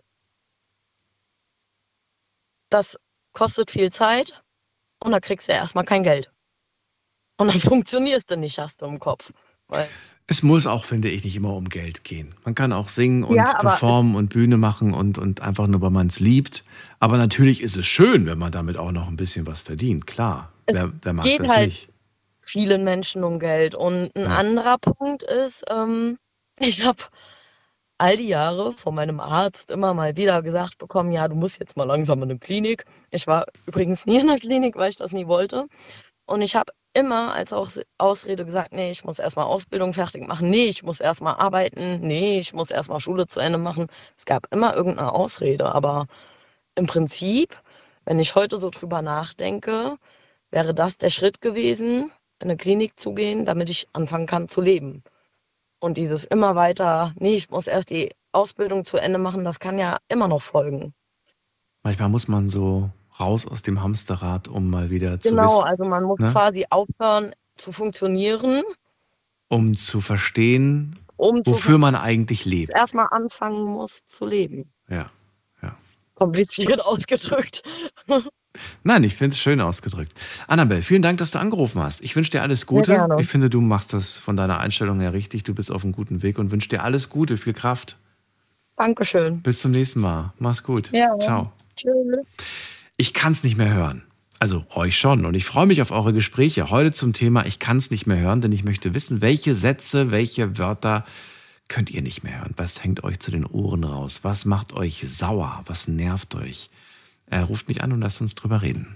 das kostet viel Zeit und da kriegst du ja erstmal kein Geld. Und dann funktionierst du nicht, hast du im Kopf. Weil, Es muss auch, finde ich, nicht immer um Geld gehen. Man kann auch singen ja, und aber es, performen und Bühne machen und, und einfach nur, weil man es liebt. Aber natürlich ist es schön, wenn man damit auch noch ein bisschen was verdient. Klar, es wer, wer mag geht das halt nicht? vielen Menschen um Geld. Und ein Ja. anderer Punkt ist, ähm, ich habe all die Jahre von meinem Arzt immer mal wieder gesagt bekommen, ja, du musst jetzt mal langsam in eine Klinik. Ich war übrigens nie in der Klinik, weil ich das nie wollte. Und ich habe immer als Aus Ausrede gesagt, nee, ich muss erstmal Ausbildung fertig machen, nee, ich muss erstmal arbeiten, nee, ich muss erstmal Schule zu Ende machen. Es gab immer irgendeine Ausrede, aber im Prinzip, wenn ich heute so drüber nachdenke, wäre das der Schritt gewesen, in eine Klinik zu gehen, damit ich anfangen kann zu leben. Und dieses immer weiter, nee, ich muss erst die Ausbildung zu Ende machen, das kann ja immer noch folgen. Manchmal muss man so raus aus dem Hamsterrad, um mal wieder zu Genau, wissen, also man muss ne? quasi aufhören zu funktionieren, Um zu verstehen, um zu wofür man eigentlich lebt. erstmal anfangen muss zu leben. Ja, ja. Kompliziert ausgedrückt. Nein, ich finde es schön ausgedrückt. Annabelle, vielen Dank, dass du angerufen hast. Ich wünsche dir alles Gute. Sehr gerne. Ich finde, du machst das von deiner Einstellung her richtig. Du bist auf einem guten Weg und wünsche dir alles Gute, viel Kraft. Dankeschön. Bis zum nächsten Mal. Mach's gut. Ja. Ciao. Tschüss. Ich kann es nicht mehr hören. Also euch schon. Und ich freue mich auf eure Gespräche. Heute zum Thema Ich kann es nicht mehr hören, denn ich möchte wissen, welche Sätze, welche Wörter könnt ihr nicht mehr hören. Was hängt euch zu den Ohren raus? Was macht euch sauer? Was nervt euch? Äh, ruft mich an und lasst uns drüber reden.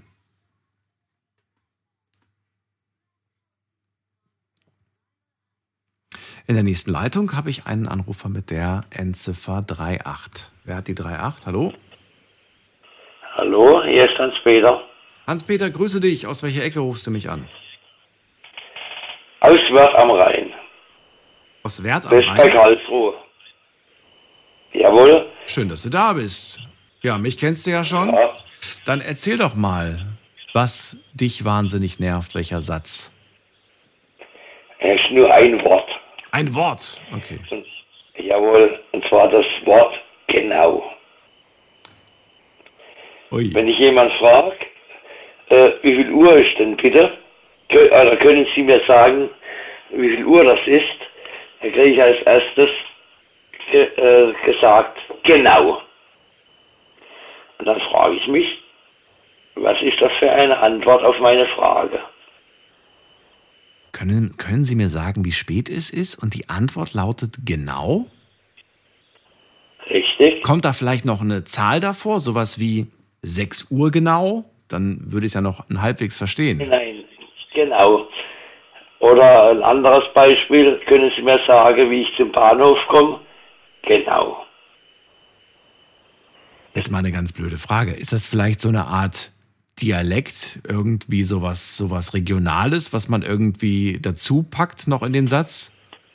In der nächsten Leitung habe ich einen Anrufer mit der Endziffer drei acht. Wer hat die drei acht? Hallo? Hallo, hier ist Hans-Peter. Hans-Peter, grüße dich. Aus welcher Ecke rufst du mich an? Aus Wörth am Rhein. Aus Wörth am West bei Rhein? Karlsruhe. Jawohl. Schön, dass du da bist. Ja, mich kennst du ja schon. Ja. Dann erzähl doch mal, was dich wahnsinnig nervt, welcher Satz? Es ist nur ein Wort. Ein Wort, okay. Und, jawohl, und zwar das Wort genau. Ui. Wenn ich jemand frage, äh, wie viel Uhr ist denn bitte? Kö oder können Sie mir sagen, wie viel Uhr das ist? Dann kriege ich als erstes ge äh, gesagt, genau. Und dann frage ich mich, was ist das für eine Antwort auf meine Frage? Können, können Sie mir sagen, wie spät es ist? Und die Antwort lautet genau? Richtig. Kommt da vielleicht noch eine Zahl davor? Sowas wie sechs Uhr genau? Dann würde ich es ja noch halbwegs verstehen. Nein, genau. Oder ein anderes Beispiel, können Sie mir sagen, wie ich zum Bahnhof komme? Genau. Jetzt mal eine ganz blöde Frage. Ist das vielleicht so eine Art Dialekt, irgendwie sowas, sowas Regionales, was man irgendwie dazu packt noch in den Satz?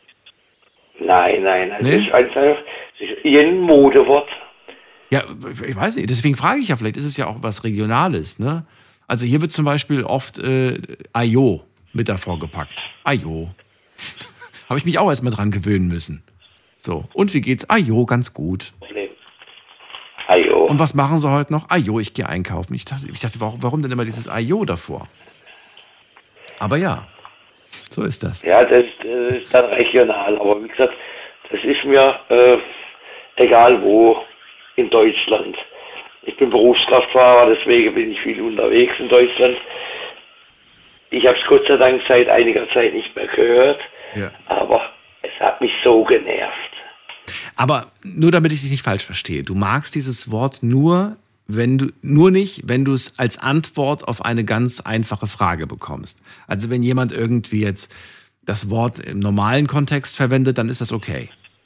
Nein, nein, das Nee? ist einfach das ist ein Modewort. Ja, ich weiß nicht. Deswegen frage ich ja, vielleicht ist es ja auch was Regionales, ne? Also hier wird zum Beispiel oft äh, Ajo mit davor gepackt. Ajo. Habe ich mich auch erstmal dran gewöhnen müssen. So, und wie geht's? Ajo, ganz gut. Problem. Ajo. Und was machen sie heute noch? Ajo, ich gehe einkaufen. Ich dachte, ich dachte warum, warum denn immer dieses Ajo davor? Aber ja, so ist das. Ja, das, das ist dann regional. Aber wie gesagt, das ist mir äh, egal wo in Deutschland. Ich bin Berufskraftfahrer, deswegen bin ich viel unterwegs in Deutschland. Ich habe es Gott sei Dank seit einiger Zeit nicht mehr gehört, Ja. aber es hat mich so genervt. Aber nur damit ich dich nicht falsch verstehe, du magst dieses Wort nur, wenn du nur nicht, wenn du es als Antwort auf eine ganz einfache Frage bekommst. Also wenn jemand irgendwie jetzt das Wort im normalen Kontext verwendet, dann ist das okay.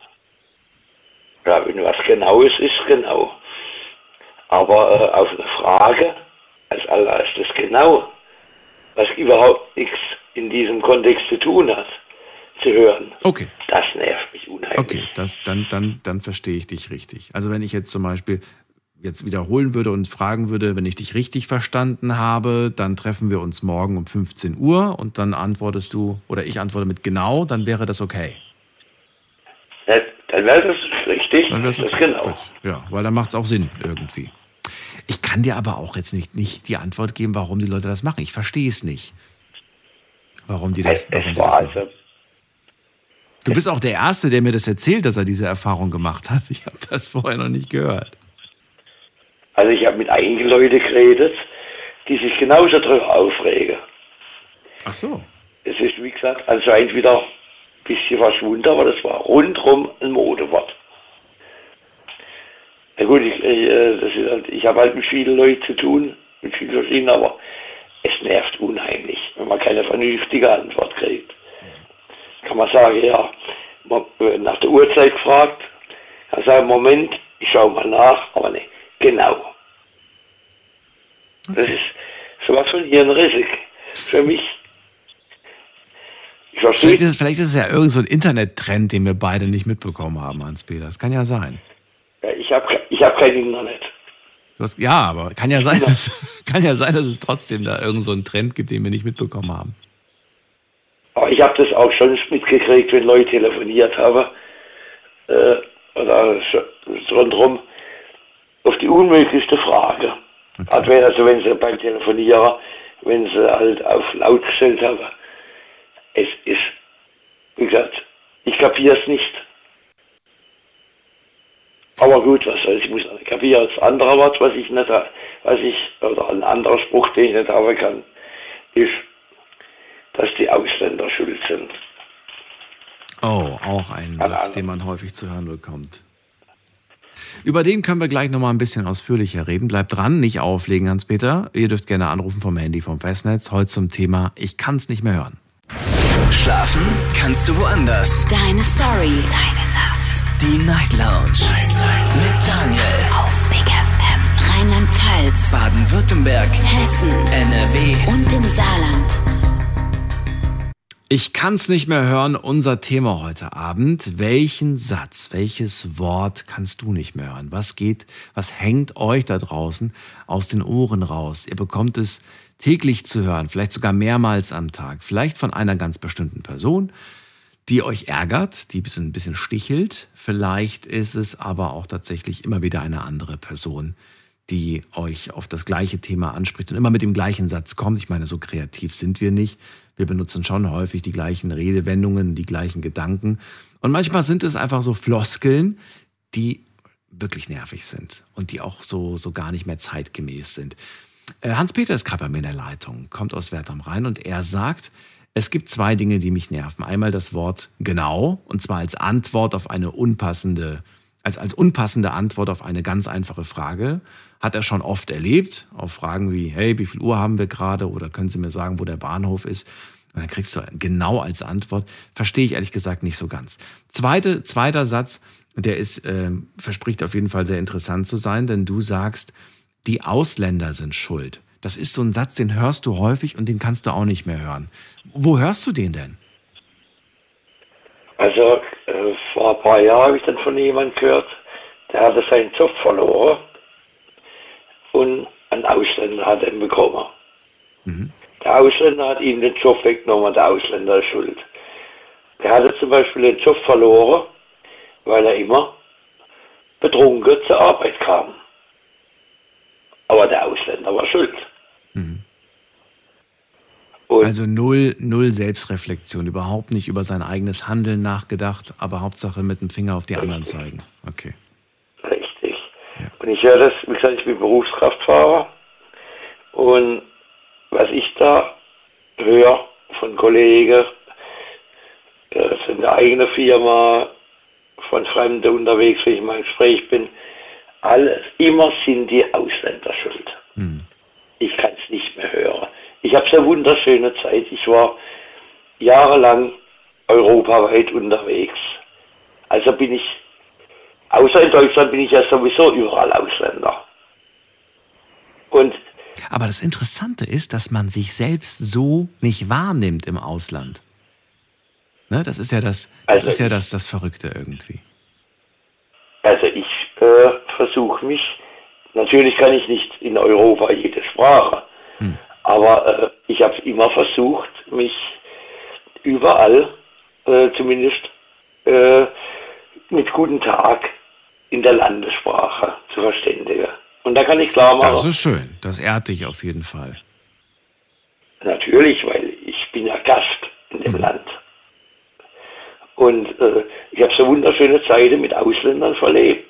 Ja, wenn was genau ist, ist genau. Aber äh, auf eine Frage, als allererstes genau, was überhaupt nichts in diesem Kontext zu tun hat, zu hören, Okay. das nervt mich unheimlich. Okay, das, dann, dann, dann verstehe ich dich richtig. Also wenn ich jetzt zum Beispiel jetzt wiederholen würde und fragen würde, wenn ich dich richtig verstanden habe, dann treffen wir uns morgen um fünfzehn Uhr und dann antwortest du, oder ich antworte mit genau, dann wäre das okay. Ja, dann wäre das richtig, Dann wäre es das okay. genau. Gut. Ja, weil dann macht es auch Sinn irgendwie. Ich kann dir aber auch jetzt nicht, nicht die Antwort geben, warum die Leute das machen. Ich verstehe es nicht. Warum die das, Es, warum es die war das machen. also, Du bist auch der Erste, der mir das erzählt, dass er diese Erfahrung gemacht hat. Ich habe das vorher noch nicht gehört. also ich habe mit einigen Leuten geredet, die sich genauso darüber aufregen. Ach so. Es ist, wie gesagt, anscheinend wieder ein bisschen verschwunden, aber das war rundherum ein Modewort. Na gut, ich, äh, das ist halt, ich habe halt mit vielen Leuten zu tun, mit vielen verschiedenen, aber es nervt unheimlich, wenn man keine vernünftige Antwort kriegt. Kann man sagen, ja, man, äh, nach der Uhrzeit gefragt, kann sagen, Moment, ich schaue mal nach, aber ne, genau. Das ist sowas von hirnrissig für mich. Ich verstehe. Vielleicht ist, es, vielleicht ist es ja irgend so ein Internet-Trend, den wir beide nicht mitbekommen haben, Hans-Peter. Das kann ja sein. Ja, ich habe ich hab kein Internet. Du hast, ja, aber kann ja sein, dass, kann ja sein, dass es trotzdem da irgend so einen Trend gibt, den wir nicht mitbekommen haben. Aber ich habe das auch schon mitgekriegt, wenn Leute telefoniert haben. Äh, oder rundherum auf die unmöglichste Frage. Okay. Gerade wenn, also wenn sie beim Telefonieren, wenn sie halt auf laut gestellt haben, es ist, wie gesagt, ich kapiere es nicht. Aber gut, was soll ich, ich muss nicht kapieren. Das andere Wort, was ich nicht, was ich, oder ein anderer Spruch, den ich nicht haben kann, ist, dass die Ausländer schuld sind. Oh, auch ein Alle Satz, anderen. den man häufig zu hören bekommt. Über den können wir gleich nochmal ein bisschen ausführlicher reden. Bleibt dran, nicht auflegen, Hans-Peter. Ihr dürft gerne anrufen vom Handy, vom Festnetz. Heute zum Thema Ich kann's nicht mehr hören. Schlafen kannst du woanders. Deine Story. Deine Nacht. Die Night Lounge. Night, Night. Mit Daniel. Auf Big F M. Rheinland-Pfalz. Baden-Württemberg. Hessen. N R W. Und im Saarland. Ich kann's nicht mehr hören, unser Thema heute Abend. Welchen Satz, welches Wort kannst du nicht mehr hören? Was geht, was hängt euch da draußen aus den Ohren raus? Ihr bekommt es täglich zu hören, vielleicht sogar mehrmals am Tag. Vielleicht von einer ganz bestimmten Person, die euch ärgert, die ein bisschen stichelt. Vielleicht ist es aber auch tatsächlich immer wieder eine andere Person, die euch auf das gleiche Thema anspricht und immer mit dem gleichen Satz kommt. Ich meine, so kreativ sind wir nicht. Wir benutzen schon häufig die gleichen Redewendungen, die gleichen Gedanken. Und manchmal sind es einfach so Floskeln, die wirklich nervig sind und die auch so, so gar nicht mehr zeitgemäß sind. Äh, Hans-Peter ist gerade bei mir in der Leitung, kommt aus Werth am Rhein und er sagt, es gibt zwei Dinge, die mich nerven. Einmal das Wort genau, und zwar als Antwort auf eine unpassende, als, als unpassende Antwort auf eine ganz einfache Frage. Hat er schon oft erlebt, auf Fragen wie, hey, wie viel Uhr haben wir gerade? Oder können Sie mir sagen, wo der Bahnhof ist? Und dann kriegst du genau als Antwort. Verstehe ich ehrlich gesagt nicht so ganz. Zweite, zweiter Satz, der ist, äh, verspricht auf jeden Fall sehr interessant zu sein, denn du sagst, die Ausländer sind schuld. Das ist so ein Satz, den hörst du häufig und den kannst du auch nicht mehr hören. Wo hörst du den denn? Also äh, vor ein paar Jahren habe ich dann von jemandem gehört, der hatte seinen Job verloren und ein Ausländer hat ihn bekommen. Mhm. Der Ausländer hat ihm den Job weggenommen, der Ausländer ist schuld. Der hatte zum Beispiel den Job verloren, weil er immer betrunken zur Arbeit kam. Aber der Ausländer war schuld. Mhm. Und Also null, null Selbstreflexion, überhaupt nicht über sein eigenes Handeln nachgedacht, aber Hauptsache mit dem Finger auf die anderen zeigen. Okay. richtig. Und ich höre das, wie gesagt, ich bin Berufskraftfahrer und was ich da höre von Kollegen, das ist eine eigene Firma, von Fremden unterwegs, wenn ich mal im Gespräch bin, alles, immer sind die Ausländer schuld. Mhm. Ich kann es nicht mehr hören. Ich habe so eine wunderschöne Zeit. Ich war jahrelang europaweit unterwegs. Also bin ich, außer in Deutschland bin ich ja sowieso überall Ausländer. Und Aber das Interessante ist, dass man sich selbst so nicht wahrnimmt im Ausland. Ne, das ist ja das, das, Also ist ja das, das Verrückte irgendwie. Also ich äh, versuche mich, natürlich kann ich nicht in Europa jede Sprache, Hm. aber äh, ich habe immer versucht, mich überall, äh, zumindest äh, mit guten Tag in der Landessprache zu verständigen. Und da kann ich klar machen, Das ist schön. Das ehrt dich auf jeden Fall. natürlich, weil ich bin ja Gast in dem Mhm. Land. Und äh, ich habe so wunderschöne Zeiten mit Ausländern verlebt.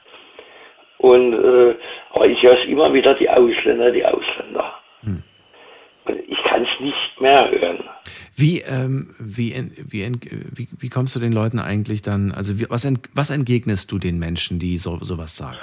Und äh, aber ich höre es immer wieder, die Ausländer, die Ausländer. Hm. Und ich kann es nicht mehr hören. Wie, ähm, wie, en- wie, en- wie, wie kommst du den Leuten eigentlich dann, also wie, was, ent, was entgegnest du den Menschen, die so sowas sagen?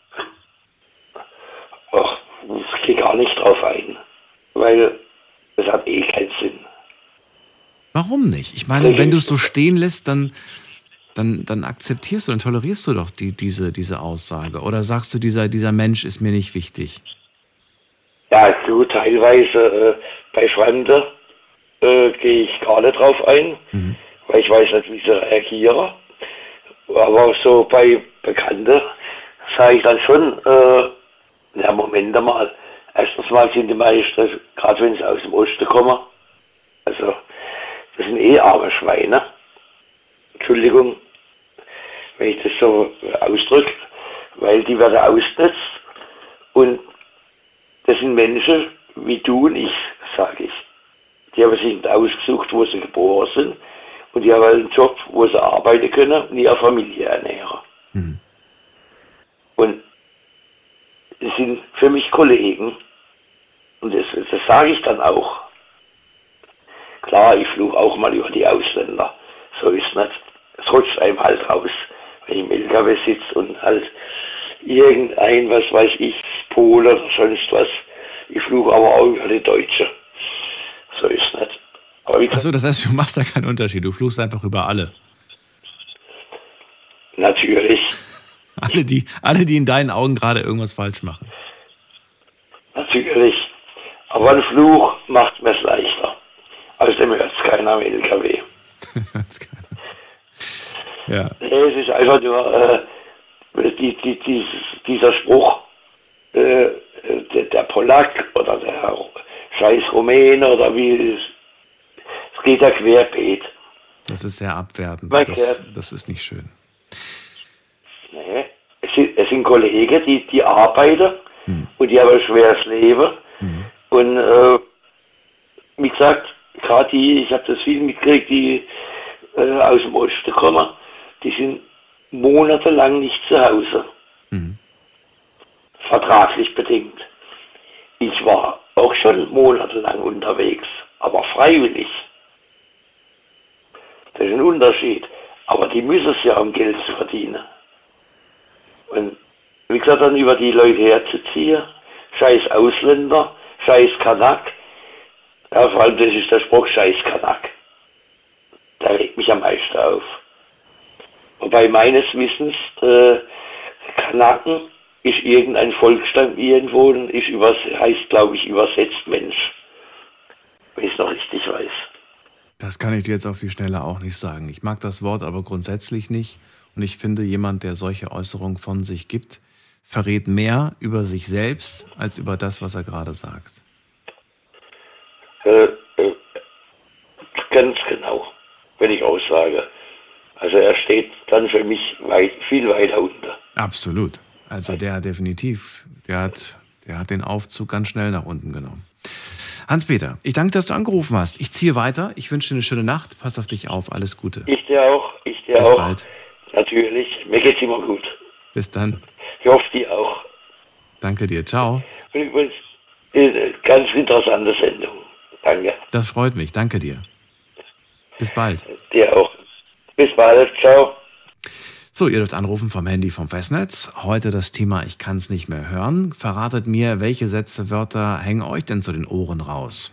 Ach, ich gehe gar nicht drauf ein, weil es hat eh keinen Sinn. Warum nicht? Ich meine, wenn du es so stehen lässt, dann, dann, dann akzeptierst du, dann tolerierst du doch die, diese, diese Aussage. Oder sagst du, dieser, dieser Mensch ist mir nicht wichtig? Ja, du, teilweise äh, bei Fremden äh, gehe ich gar nicht drauf ein, Mhm. weil ich weiß nicht, wie sie reagieren. Aber so bei Bekannten sage ich dann schon, äh, ja, Moment mal, erstens mal sind die meisten, gerade wenn sie aus dem Osten kommen, also das sind eh arme Schweine. Entschuldigung, wenn ich das so ausdrücke, weil die werden ausgenutzt und das sind Menschen wie du und ich, sage ich. Die haben sich nicht ausgesucht, wo sie geboren sind. Und die haben einen Job, wo sie arbeiten können und ihre Familie ernähren. Mhm. Und es sind für mich Kollegen. Und das, das sage ich dann auch. Klar, ich fluche auch mal über die Ausländer. So ist es nicht. Es rutscht einem halt raus, wenn ich im L K W sitze und halt irgendein, was weiß ich, Pole oder sonst was. Ich fluche aber auch über die Deutsche. So ist es nicht. Achso, das heißt, du machst da keinen Unterschied. Du fluchst einfach über alle. Natürlich. Alle die, alle, die in deinen Augen gerade irgendwas falsch machen. Natürlich. Aber ein Fluch macht mir es leichter. Außerdem hört es keiner am L K W. Hört's keiner. Ja. Nee, es ist einfach nur äh, die, die, dieses, dieser Spruch, äh, der, der Polak oder der scheiß Rumäne oder wie es, es geht ja querbeet. Das ist sehr abwertend. Mein Das, Kerl. das ist nicht schön. Nee, es sind, es sind Kollegen, die, die arbeiten Hm. und die haben ein schweres Leben. Mhm. Und äh, wie gesagt, gerade die, ich habe das viel mitgekriegt, die äh, aus dem Osten kommen, die sind monatelang nicht zu Hause. Mhm. Vertraglich bedingt. Ich war auch schon monatelang unterwegs, aber freiwillig. Das ist ein Unterschied. Aber die müssen es ja, um Geld zu verdienen. Und wie gesagt, dann über die Leute herzuziehen, scheiß Ausländer, scheiß Kanak, ja, vor allem das ist der Spruch, scheiß Kanak. Der regt mich am meisten auf. Wobei meines Wissens, äh, Kanaken ist irgendein Volksstamm irgendwo und ist übers, heißt, glaube ich, übersetzt Mensch. Wenn ich es noch richtig weiß. Das kann ich dir jetzt auf die Schnelle auch nicht sagen. Ich mag das Wort aber grundsätzlich nicht. Und ich finde, jemand, der solche Äußerungen von sich gibt, verrät mehr über sich selbst, als über das, was er gerade sagt. Äh, äh, ganz genau, wenn ich aussage. Also er steht dann für mich weit, viel weiter unter. Absolut. Also der definitiv, der hat, der hat den Aufzug ganz schnell nach unten genommen. Hans-Peter, ich danke, dass du angerufen hast. Ich ziehe weiter. Ich wünsche dir eine schöne Nacht. Pass auf dich auf. Alles Gute. Ich dir auch. Ich dir Bis auch. bald. Natürlich. Mir geht's immer gut. Bis dann. Ich hoffe, dir auch. Danke dir. Ciao. Und übrigens, äh, ganz interessante Sendung. Danke. Das freut mich. Danke dir. Bis bald. Dir auch. Bis bald. Ciao. So, ihr dürft anrufen vom Handy vom Festnetz. Heute das Thema Ich kann's nicht mehr hören. Verratet mir, welche Sätze, Wörter hängen euch denn zu den Ohren raus?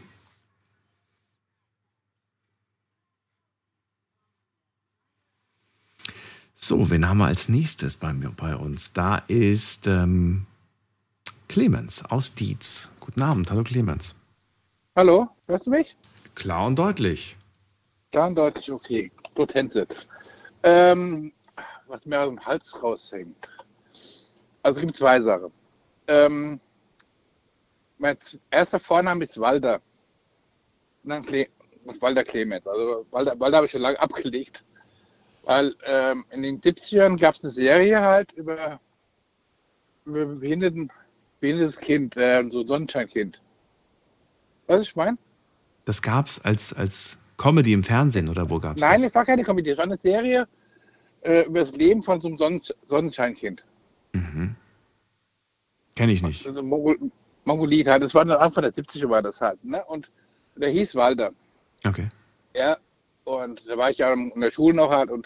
So, wen haben wir als nächstes bei, mir, bei uns? Da ist ähm, Clemens aus Dietz. Guten Abend, hallo Clemens. Hallo, hörst du mich? Klar und deutlich. Klar und deutlich, okay. Potenze. Ähm, was mir aus dem Hals raushängt. Also es gibt zwei Sachen. Ähm, mein erster Vorname ist Walter. Und dann Cle Walter Clemens. Also Walter, Walter habe ich schon lange abgelegt. Weil ähm, in den siebzigern gab es eine Serie halt über, über behinderten, behindertes Kind, äh, so Sonnenscheinkind. Weißt du, ich meine? Das gab's als, als Comedy im Fernsehen oder wo gab's Nein, das? es war keine Comedy, es war eine Serie äh, über das Leben von so einem Sonnen Sonnenscheinkind. Mhm. Kenn ich nicht. Also Mongol Mongolit halt, das war dann Anfang der siebziger war das halt, ne? Und der hieß Walter. Okay. Ja, und da war ich ja in der Schule noch halt und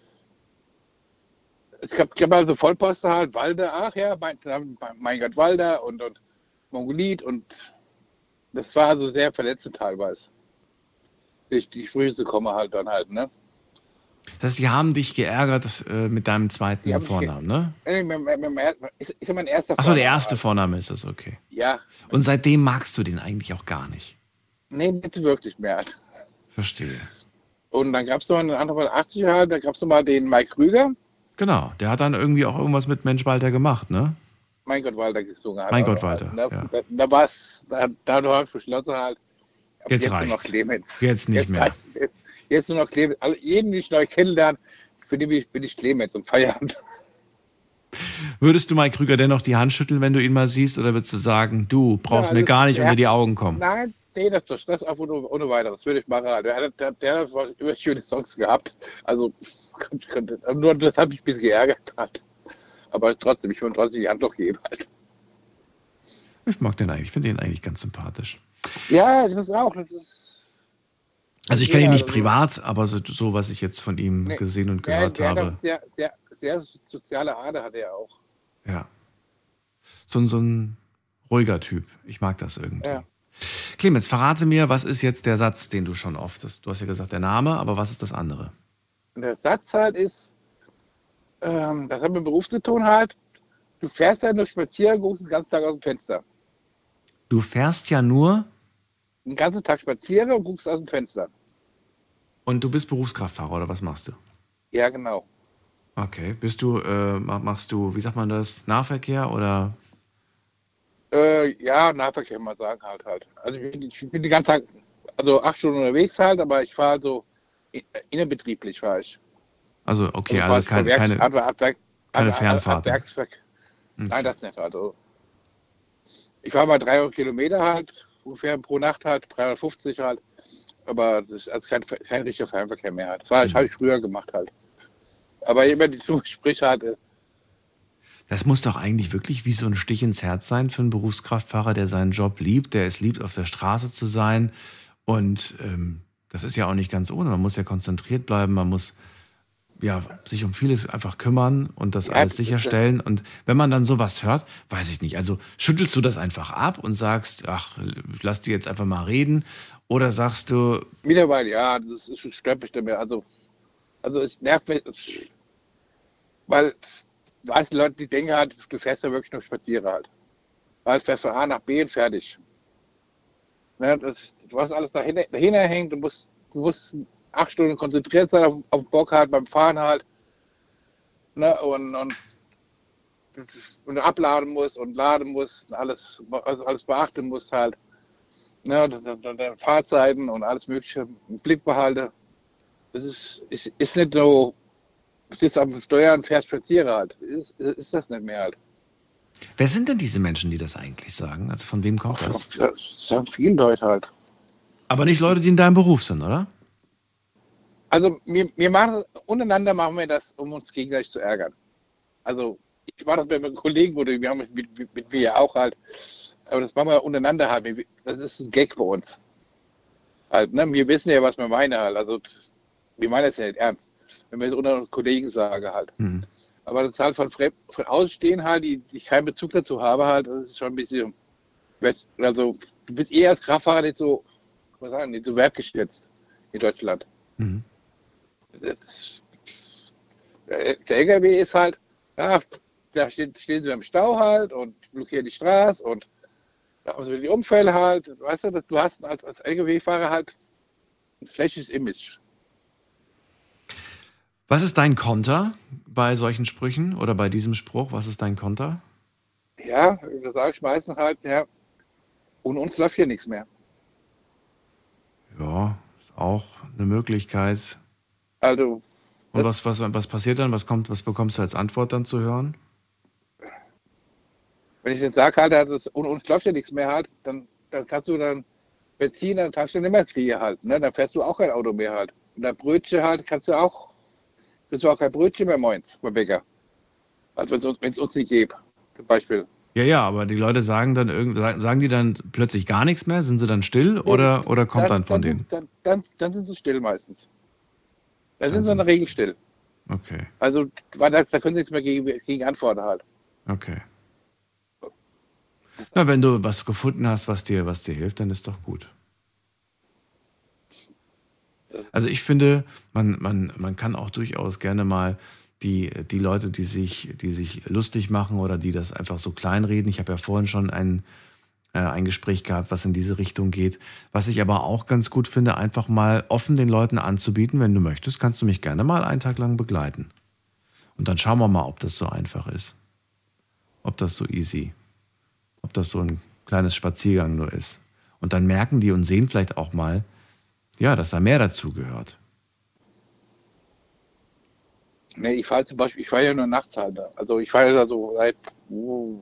es gab, gab also Vollposter halt, Walter, ach ja, mein, mein Gott, Walter und, und Mongolit und das war also sehr verletzend teilweise. Ich, die früheste komme halt dann halt, ne? Das heißt, die haben dich geärgert äh, mit deinem zweiten Vornamen, ne? Nee, mein, mein, mein, ist, ist mein erster Achso, der Vorname erste halt. Vorname ist das, okay. Ja. Und seitdem magst du den eigentlich auch gar nicht? Nee, nicht wirklich mehr. Verstehe. Und dann gab es noch in den Anfang der achtziger halt, da gab es noch mal den Mike Krüger. Genau, der hat dann irgendwie auch irgendwas mit Mensch Walter gemacht, ne? Mein Gott, Walter gesungen. Mein halt Gott, Walter, Halt. Da, ja. da, da war es, da, da habe ich beschlossen halt, ab Jetzt nur noch reicht's. Clemens. Jetzt nicht jetzt mehr. Reicht, jetzt, jetzt nur noch Clemens. Also jeden, den ich neu kennenlerne, für den bin ich, bin ich Clemens und Feierabend. Würdest du Mike Krüger dennoch die Hand schütteln, wenn du ihn mal siehst? Oder würdest du sagen, du brauchst Ja, mir also, gar nicht der- unter die Augen kommen? Nein, nee, das, das, das auch ohne, ohne weiteres, würde ich machen. Der, hat- der, der hat immer schöne Songs gehabt. Also, könnte- könnte- nur das hat mich ein bisschen geärgert. Halt. Aber trotzdem, ich würde trotzdem die Hand noch geben. Halt. Ich mag den eigentlich, ich finde ihn eigentlich ganz sympathisch. Ja, das ist auch. Das ist, Also ich kenne ihn Ja, nicht also- privat, aber so, so, was ich jetzt von ihm Nee, gesehen und der, gehört der, habe. der, der, der soziale Ader hat er auch. Ja. So, ein- so ein ruhiger Typ. Ich mag das irgendwie. Ja. Clemens, verrate mir, was ist jetzt der Satz, den du schon oft, das, du hast ja gesagt, der Name, aber was ist das andere? Und der Satz halt ist, ähm, das hat mit dem Beruf zu tun halt, du fährst ja nur spazieren, guckst den ganzen Tag aus dem Fenster. Du fährst ja nur Den ganzen Tag spazieren und guckst aus dem Fenster. und du bist Berufskraftfahrer oder was machst du? Ja, genau. Okay, bist du, äh, ma- machst du, wie sagt man das, Nahverkehr oder? Äh, ja, Nahverkehr mal sagen halt halt. Also ich bin, ich bin die ganze Tag, also acht Stunden unterwegs halt, aber ich fahre so in- innenbetrieblich fahre ich. Also, okay, Also also quasi keine, von Werks- keine, ab, ab, ab, keine ab, ab, ab Fernfahrten. Werksverkehr. Okay. Nein, das nicht. Also ich fahre mal dreihundert Kilometer halt, ungefähr pro Nacht halt, dreihundertfünfzig halt. Aber das ist also kein, kein richtiger Fernverkehr mehr halt. Das war, Mhm. habe ich früher gemacht halt. Aber immer die Zunge spricht halt, äh, Das muss doch eigentlich wirklich wie so ein Stich ins Herz sein für einen Berufskraftfahrer, der seinen Job liebt, der es liebt, auf der Straße zu sein. Und ähm, das ist ja auch nicht ganz ohne. Man muss ja konzentriert bleiben, man muss ja, sich um vieles einfach kümmern und das Ja, alles das- sicherstellen. Und wenn man dann sowas hört, weiß ich nicht. Also schüttelst du das einfach ab und sagst, ach, lass die jetzt einfach mal reden? Oder sagst du, mittlerweile, ja, das ist, das stört mich nicht mehr. Also, also es nervt mich, es, weil weißt, die Leute, die denken halt, du fährst ja wirklich nur spazieren halt. Weil du fährst von A nach B und fertig. Ne, das, du hast alles dahinter, dahinter hängt, du musst, du musst acht Stunden konzentriert sein auf, auf den Bock halt, beim Fahren halt. Ne, und, und, und du abladen musst und laden musst und alles, also alles beachten musst halt. Ne, und, und, und, und Fahrzeiten und alles Mögliche im Blick behalte. Das ist, ist, ist nicht so, du sitzt am Steuer und fährst spazieren halt. Ist, ist das nicht mehr halt. wer sind denn diese Menschen, die das eigentlich sagen? Also von wem kommt das? Das sagen viele Leute halt. Aber nicht Leute, die in deinem Beruf sind, oder? Also wir, wir machen das, untereinander machen wir das, um uns gegenseitig zu ärgern. Also ich mache das mit meinen Kollegen oder wir haben es mit, mit, mit mir ja auch halt. Aber das machen wir untereinander halt. Wir- Das ist ein Gag bei uns. Halt, ne? Wir wissen ja, was wir meinen halt. Also wir meinen das ja nicht ernst. Wenn wir es unter uns Kollegen sagen halt. Mhm. Aber das halt von, Fremd- von Außenstehen halt, die, die keinen Bezug dazu haben halt, das ist schon ein bisschen, also du bist eher als Kraftfahrer nicht so, was sagen, nicht so wertgeschätzt in Deutschland. Mhm. Das, der der L K W ist halt, ja, da stehen, stehen sie im Stau halt und blockieren die Straße und da haben sie die Unfälle halt. Weißt du, dass du hast als, als L K W-Fahrer halt ein schlechtes Image. Was ist dein Konter bei solchen Sprüchen oder bei diesem Spruch? Was ist dein Konter? Ja, da sage ich meistens halt, ja, ohne uns läuft hier nichts mehr. Ja, ist auch eine Möglichkeit. Also, Und was, was, was passiert dann? Was kommt, was bekommst du als Antwort dann zu hören? wenn ich den sage halt, das, ohne uns läuft ja nichts mehr halt, dann, dann kannst du dann Benzin an der Tankstelle nicht mehr kriegen halt. Ne? Dann fährst du auch kein Auto mehr halt. Und dann Brötchen halt, kannst du auch, kriegst du auch kein Brötchen mehr moins beim Bäcker. Also wenn es uns nicht gibt, zum Beispiel. Ja, ja, aber die Leute sagen dann irgend, sagen sagen die dann plötzlich gar nichts mehr? Sind sie dann still oder, oder kommt dann, von denen? Dann, dann, dann sind sie still meistens. Dann, Dann sind sie in der Regel still. Okay, Also weil da, da können sie nichts mehr gegen, gegen antworten halt. okay. Na, wenn du was gefunden hast, was dir, was dir hilft, dann ist doch gut. Also ich finde, man, man, man kann auch durchaus gerne mal die, die Leute, die sich, die sich lustig machen oder die das einfach so kleinreden. Ich habe ja vorhin schon ein, äh, ein Gespräch gehabt, was in diese Richtung geht. Was ich aber auch ganz gut finde, einfach mal offen den Leuten anzubieten, wenn du möchtest, kannst du mich gerne mal einen Tag lang begleiten. Und dann schauen wir mal, ob das so einfach ist. Ob das so easy, ob das so ein kleines Spaziergang nur ist. Und dann merken die und sehen vielleicht auch mal, ja, dass da mehr dazu gehört. Nee, ich fahre zum Beispiel, ich fahre ja nur nachts halt. Also ich fahre ja so seit uh,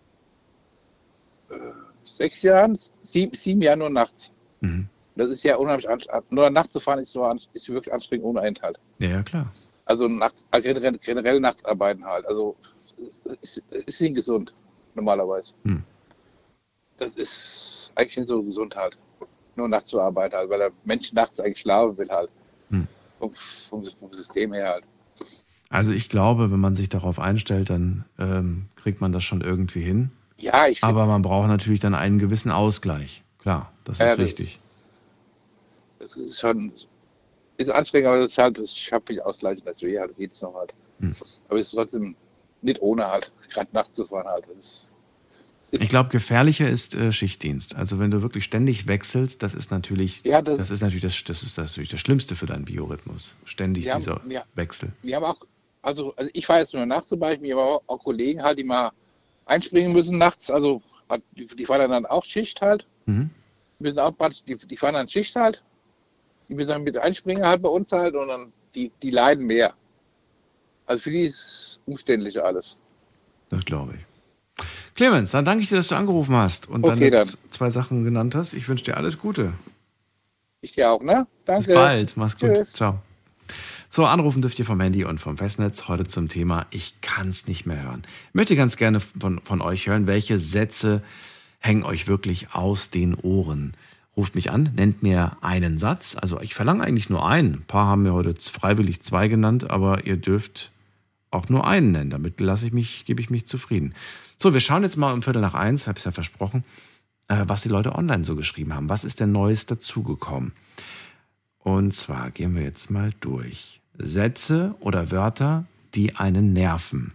äh, sechs Jahren, sieben, sieben Jahren nur nachts. Mhm. Das ist ja unheimlich anstrengend. Nur nachts zu fahren ist, so an, ist wirklich anstrengend ohne Einhalt. Ja, ja, klar. Also nachts, also generell, generell Nachtarbeiten halt. Also es ist, ist nicht gesund, normalerweise. Hm. Das ist eigentlich nicht so gesund halt. Nur nachts zu arbeiten halt, weil der Mensch nachts eigentlich schlafen will halt. Hm. Vom, vom, vom System her halt. Also ich glaube, wenn man sich darauf einstellt, dann ähm, kriegt man das schon irgendwie hin. Ja, ich Aber man braucht natürlich dann einen gewissen Ausgleich. Klar, das ist ja, das, richtig. Das ist schon ist anstrengend, aber das ist halt, ich habe mich ausgleichen dazu. Ja, da geht's noch halt. Hm. Aber es ist trotzdem nicht ohne halt, gerade nachts zu fahren halt. Das ist, Ich glaube, gefährlicher ist äh, Schichtdienst. Also wenn du wirklich ständig wechselst, das ist natürlich, ja, das, das ist natürlich das, das ist natürlich das Schlimmste für deinen Biorhythmus. Ständig wir dieser haben, ja, Wechsel. Wir haben auch, also, also ich fahre jetzt nur nachts zum Beispiel, aber auch, auch Kollegen halt, die mal einspringen müssen nachts. Also die, die fahren dann auch Schicht halt. Mhm. Die müssen auch, die, die fahren dann Schicht halt. Die müssen dann mit einspringen halt bei uns halt und dann die, die leiden mehr. Also für die ist es umständlicher alles. Das glaube ich. Clemens, dann danke ich dir, dass du angerufen hast und okay, dann, dann zwei Sachen genannt hast. Ich wünsche dir alles Gute. Ich dir auch, ne? Danke. Bis bald. Mach's gut. Tschüss. Ciao. So, anrufen dürft ihr vom Handy und vom Festnetz. Heute zum Thema Ich kann's nicht mehr hören. Ich möchte ganz gerne von, von euch hören, welche Sätze hängen euch wirklich aus den Ohren. Ruft mich an, nennt mir einen Satz. Also ich verlange eigentlich nur einen. Ein paar haben mir heute freiwillig zwei genannt, aber ihr dürft auch nur einen nennen. Damit lasse ich mich, gebe ich mich zufrieden. So, wir schauen jetzt mal um Viertel nach eins, habe ich ja versprochen, äh, was die Leute online so geschrieben haben. Was ist denn Neues dazugekommen? Und zwar gehen wir jetzt mal durch. Sätze oder Wörter, die einen nerven.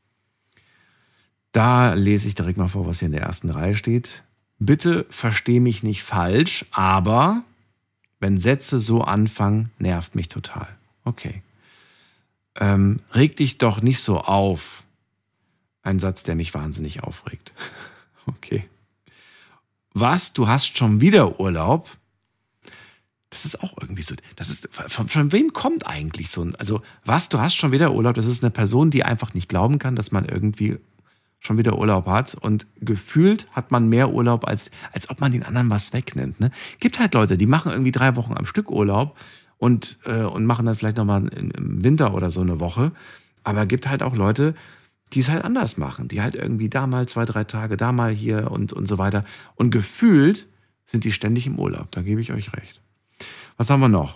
Da lese ich direkt mal vor, was hier in der ersten Reihe steht. Bitte versteh mich nicht falsch, aber wenn Sätze so anfangen, nervt mich total. Okay. Ähm, reg dich doch nicht so auf. Ein Satz, der mich wahnsinnig aufregt. Okay. Was? Du hast schon wieder Urlaub? Das ist auch irgendwie so. Das ist, von, von wem kommt eigentlich so ein. Also, was? Du hast schon wieder Urlaub? Das ist eine Person, die einfach nicht glauben kann, dass man irgendwie schon wieder Urlaub hat und gefühlt hat man mehr Urlaub, als, als ob man den anderen was wegnimmt. Ne? Gibt halt Leute, die machen irgendwie drei Wochen am Stück Urlaub und, äh, und machen dann vielleicht nochmal im Winter oder so eine Woche. Aber gibt halt auch Leute, die es halt anders machen, die halt irgendwie da mal zwei, drei Tage, da mal hier und, und so weiter. Und gefühlt sind die ständig im Urlaub, da gebe ich euch recht. Was haben wir noch?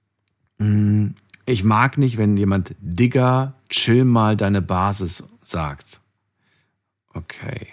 Ich mag nicht, wenn jemand Digger, chill mal deine Basis sagt. Okay.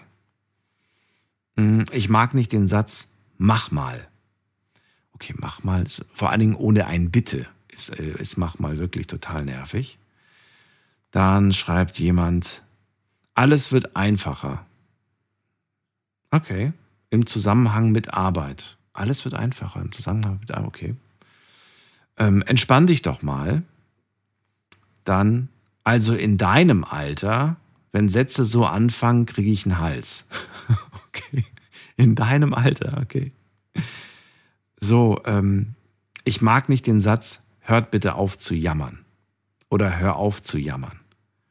Ich mag nicht den Satz, mach mal. Okay, mach mal. Vor allen Dingen ohne ein Bitte ist, ist mach mal wirklich total nervig. Dann schreibt jemand, alles wird einfacher. Okay. Im Zusammenhang mit Arbeit. Alles wird einfacher im Zusammenhang mit Arbeit. Okay. Ähm, entspann dich doch mal. Dann, also in deinem Alter, wenn Sätze so anfangen, kriege ich einen Hals. Okay. In deinem Alter, okay. So, ähm, ich mag nicht den Satz, hört bitte auf zu jammern. Oder hör auf zu jammern.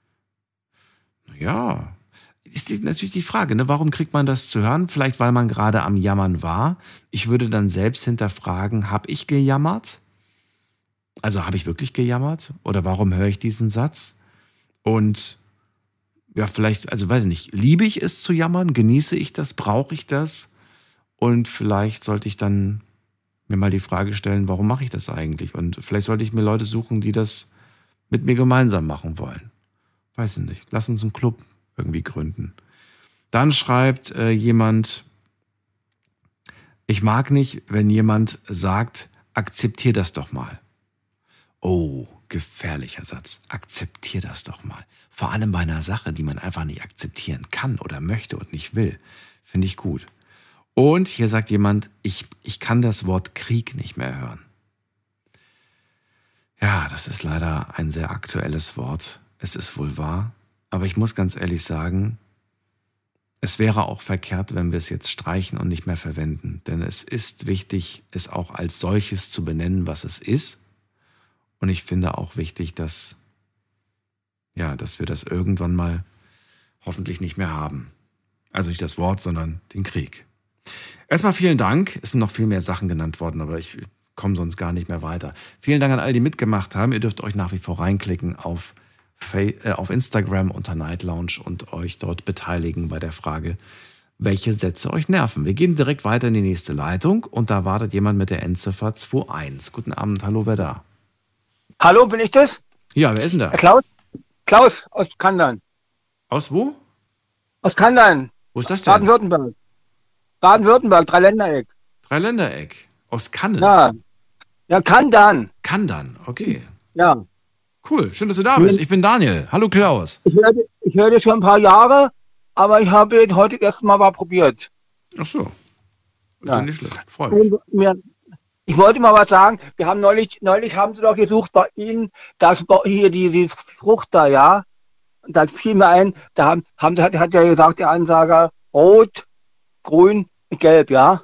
Ja, ist natürlich die Frage, ne? Warum kriegt man das zu hören? Vielleicht, weil man gerade am Jammern war. Ich würde dann selbst hinterfragen, habe ich gejammert? Also habe ich wirklich gejammert? Oder warum höre ich diesen Satz? Und ja, vielleicht, also weiß ich nicht, liebe ich es zu jammern? Genieße ich das? Brauche ich das? Und vielleicht sollte ich dann mir mal die Frage stellen, warum mache ich das eigentlich? Und vielleicht sollte ich mir Leute suchen, die das mit mir gemeinsam machen wollen. Weiß ich nicht. Lass uns einen Club irgendwie gründen. Dann schreibt äh, jemand, ich mag nicht, wenn jemand sagt, akzeptier das doch mal. Oh, gefährlicher Satz. Akzeptier das doch mal. Vor allem bei einer Sache, die man einfach nicht akzeptieren kann oder möchte und nicht will. Finde ich gut. Und hier sagt jemand, ich, ich kann das Wort Krieg nicht mehr hören. Ja, das ist leider ein sehr aktuelles Wort. Es ist wohl wahr. Aber ich muss ganz ehrlich sagen, es wäre auch verkehrt, wenn wir es jetzt streichen und nicht mehr verwenden. Denn es ist wichtig, es auch als solches zu benennen, was es ist. Und ich finde auch wichtig, dass ja, dass wir das irgendwann mal hoffentlich nicht mehr haben. Also nicht das Wort, sondern den Krieg. Erstmal vielen Dank. Es sind noch viel mehr Sachen genannt worden, aber ich komme sonst gar nicht mehr weiter. Vielen Dank an all die mitgemacht haben. Ihr dürft euch nach wie vor reinklicken auf, äh, auf Instagram unter Night Lounge und euch dort beteiligen bei der Frage, welche Sätze euch nerven. Wir gehen direkt weiter in die nächste Leitung und da wartet jemand mit der Endziffer zwei eins. Guten Abend, hallo, wer da? Hallo, bin ich das? Ja, wer ist denn da? Herr Klaus? Klaus aus Kandern. Aus wo? Aus Kandern. Wo ist das denn? Baden-Württemberg. Baden-Württemberg, Dreiländereck. Dreiländereck. Aus Kannen? Ja. Ja, Kandern. Kandern, okay. Ja. Cool, schön, dass du da bist. Ich bin Daniel. Hallo Klaus. Ich höre ich hör das schon ein paar Jahre, aber ich habe jetzt heute erst mal mal probiert. Ach so. Ist ja ja nicht schlimm. Freut mich. Und mir- Ich wollte mal was sagen. Wir haben neulich, neulich haben sie doch gesucht bei Ihnen, das bei- hier die, die Frucht da, ja. Und da fiel mir ein, da haben, haben hat, hat ja gesagt, der Ansager, rot, grün, gelb, ja.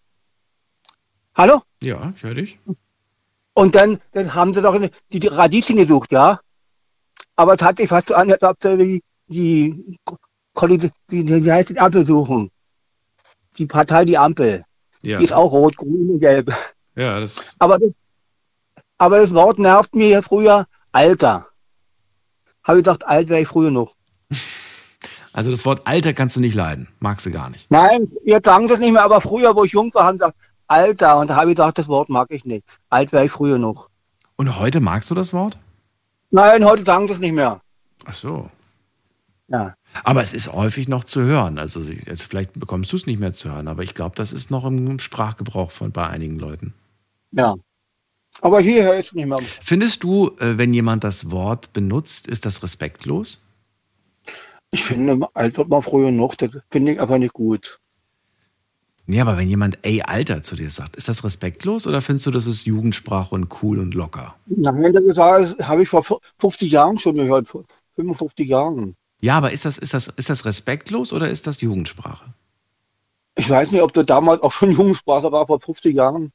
Hallo? Ja, ich höre dich. Und dann, dann haben sie doch die, die Radieschen gesucht, ja. Aber es hat sich fast so an, als ob sie die, die, die, die, wie heißt die Ampel suchen. Die Partei, die Ampel. Ja. Die ist auch rot, grün und gelb. Ja, das. Aber das, aber das Wort nervt mir früher, Alter. Habe ich gedacht, alt wäre ich früher noch. Also das Wort Alter kannst du nicht leiden. Magst du gar nicht. Nein, jetzt sagen das nicht mehr, aber früher, wo ich jung war, haben sie gesagt, Alter. Und da habe ich gedacht, das Wort mag ich nicht. Alt wäre ich früher noch. Und heute magst du das Wort? Nein, heute sagen das nicht mehr. Ach so. Ja. Aber es ist häufig noch zu hören. Also, also vielleicht bekommst du es nicht mehr zu hören, aber ich glaube, das ist noch im Sprachgebrauch von bei einigen Leuten. Ja. Aber hier höre ich es nicht mehr. Findest du, äh, wenn jemand das Wort benutzt, ist das respektlos? Ich finde, alt wird man früher noch, das finde ich aber nicht gut. Nee, aber wenn jemand ey, Alter zu dir sagt, ist das respektlos oder findest du, das ist Jugendsprache und cool und locker? Nein, das habe ich vor fünfzig Jahren schon gehört, vor fünfundfünfzig Jahren. Ja, aber ist das, ist das, ist das respektlos oder ist das Jugendsprache? Ich weiß nicht, ob das damals auch schon Jugendsprache war, vor fünfzig Jahren.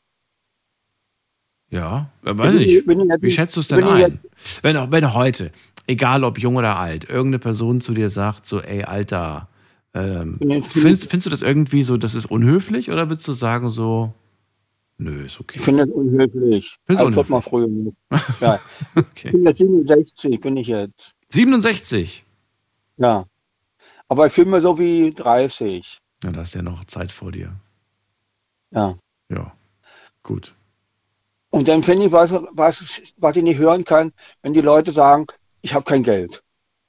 Ja, weiß Bin ich ich- bin ich nicht. jetzt- Wie schätzt du es denn bin ich ein? Wenn, wenn heute, egal ob jung oder alt, irgendeine Person zu dir sagt, so, ey, Alter, ähm, Bin ich- findest, findest du das irgendwie so, das ist unhöflich oder würdest du sagen so, nö, ist okay? Ich finde das unhöflich. Findest du Alt wird man früher noch. Ja. Ich bin jetzt siebenundsechzig, bin ich jetzt. siebenundsechzig? Ja. Aber ich fühle mich so wie dreißig. Ja, da ist ja noch Zeit vor dir. Ja. Ja, gut. Und dann finde ich, was, was, was ich nicht hören kann, wenn die Leute sagen, ich habe kein Geld.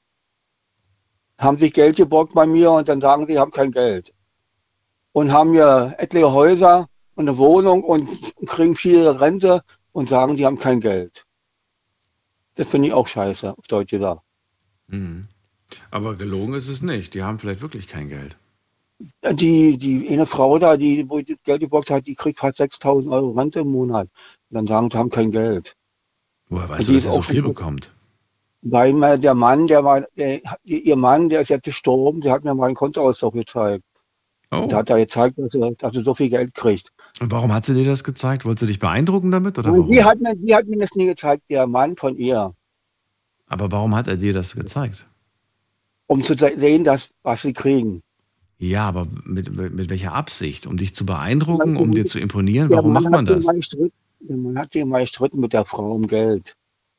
Haben sich Geld geborgt bei mir und dann sagen sie, ich habe kein Geld. Und haben ja etliche Häuser und eine Wohnung und kriegen viel Rente und sagen, die haben kein Geld. Das finde ich auch scheiße, auf Deutsch gesagt. Mhm. Aber gelogen ist es nicht. Die haben vielleicht wirklich kein Geld. Die, die eine Frau da, die, wo die Geld geborgt hat, die kriegt fast sechstausend Euro Rente im Monat. Und dann sagen sie, haben kein Geld. Woher weißt Und du, die dass ist sie so auch viel schon- bekommt? Weil mir der Mann, der war, der, ihr Mann, der ist jetzt gestorben, der hat mir mal einen Kontoauszug gezeigt. Oh. Und da hat er gezeigt, dass er, dass er so viel Geld kriegt. Und warum hat sie dir das gezeigt? Wollte sie dich beeindrucken damit? Oder Und warum? die hat, mir, die hat mir das nie gezeigt, der Mann von ihr. Aber warum hat er dir das gezeigt? Um zu se- sehen, dass, was sie kriegen. Ja, aber mit, mit, mit welcher Absicht? Um dich zu beeindrucken, um dir zu imponieren? Der Warum Mann macht man hat sich das? mal gestritten- Der Mann hat sich mal gestritten mit der Frau um Geld.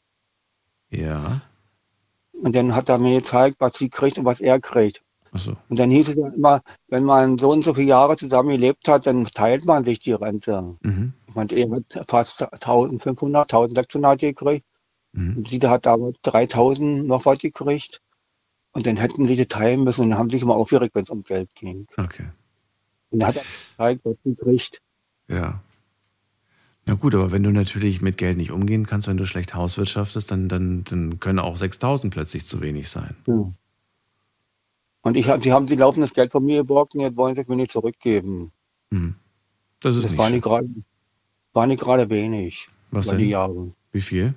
Ja. Und dann hat er mir gezeigt, was sie kriegt und was er kriegt. Ach so. Und dann hieß es ja immer, wenn man so und so viele Jahre zusammen gelebt hat, dann teilt man sich die Rente. Mhm. Ich meine, er hat fast eintausendfünfhundert, eintausendsechshundert gekriegt. Mhm. Und sie hat damals dreitausend noch was gekriegt. Und dann hätten sie die teilen müssen und dann haben sie sich immer aufgeregt, wenn es um Geld ging. Okay. Und dann hat er gezeigt, was sie kriegt. Ja. Na gut, aber wenn du natürlich mit Geld nicht umgehen kannst, wenn du schlecht hauswirtschaftest, dann, dann, dann können auch sechstausend plötzlich zu wenig sein. Ja. Und ich hab, sie haben sie laufendes Geld von mir geborgt und jetzt wollen sie es mir nicht zurückgeben. Mhm. Das ist Das nicht war schön. nicht gerade war nicht gerade wenig. Was über denn? die Jahre. Wie viel?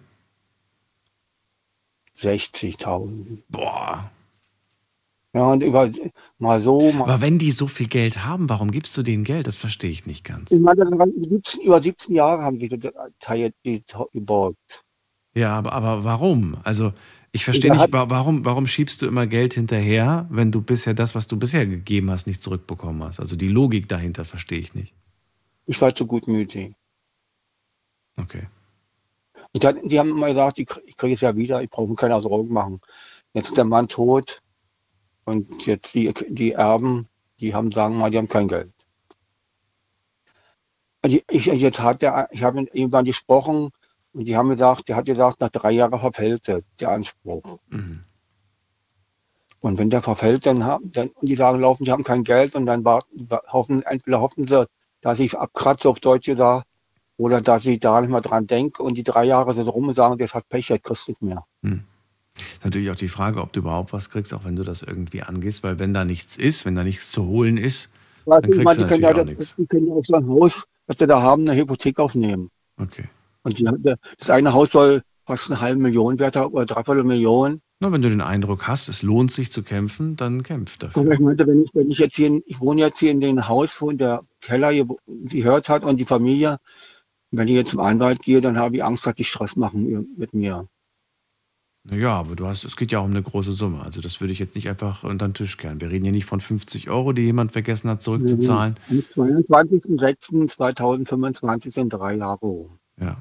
sechzigtausend. Boah. Ja, und über, mal so, mal. Aber wenn die so viel Geld haben, warum gibst du denen Geld? Das verstehe ich nicht ganz. Ich meine, das waren siebzehn, über siebzehn Jahre haben sie die Teil die geborgt. Ja, aber, aber warum? Also Ich verstehe nicht, warum, warum schiebst du immer Geld hinterher, wenn du bisher das, was du bisher gegeben hast, nicht zurückbekommen hast? Also die Logik dahinter verstehe ich nicht. Ich war zu gutmütig. Okay. Und dann, die haben immer gesagt, ich, ich kriege es ja wieder, ich brauche keine Sorgen machen. Jetzt ist der Mann tot und jetzt die, die Erben, die haben, sagen mal, die haben kein Geld. Also ich, jetzt hat der, ich habe mit jemandem gesprochen und die haben gesagt, der hat gesagt, nach drei Jahren verfällt der, der Anspruch. Mhm. Und wenn der verfällt, dann haben, dann, und die sagen, laufen, die haben kein Geld und dann warten, hoffen, entweder hoffen sie, dass ich abkratze auf Deutsche da oder dass ich da nicht mehr dran denke und die drei Jahre sind rum und sagen, das hat Pech, das kriegst du nicht mehr. Mhm. Ist natürlich auch die Frage, ob du überhaupt was kriegst, auch wenn du das irgendwie angehst, weil wenn da nichts ist, wenn da nichts zu holen ist, ja, dann kriegst meine, du natürlich ja, auch das, nichts. Die können auf so ein Haus, was sie da haben, eine Hypothek aufnehmen. Okay. Und die, das eine Haus soll fast eine halbe Million wert haben oder dreiviertel Million. Na, wenn du den Eindruck hast, es lohnt sich zu kämpfen, dann kämpf dafür. Aber ich meinte, wenn ich, wenn ich jetzt hier, in, ich wohne jetzt hier in dem Haus, wo der Keller hier gehört hat und die Familie, wenn ich jetzt zum Anwalt gehe, dann habe ich Angst, dass die Stress machen mit mir. Naja, aber du hast, es geht ja auch um eine große Summe. Also das würde ich jetzt nicht einfach unter den Tisch kehren. Wir reden ja nicht von fünfzig Euro, die jemand vergessen hat, zurückzuzahlen. Am zweiundzwanzigsten sechsten zweitausendfünfundzwanzig sind drei Jahre rum. Ja.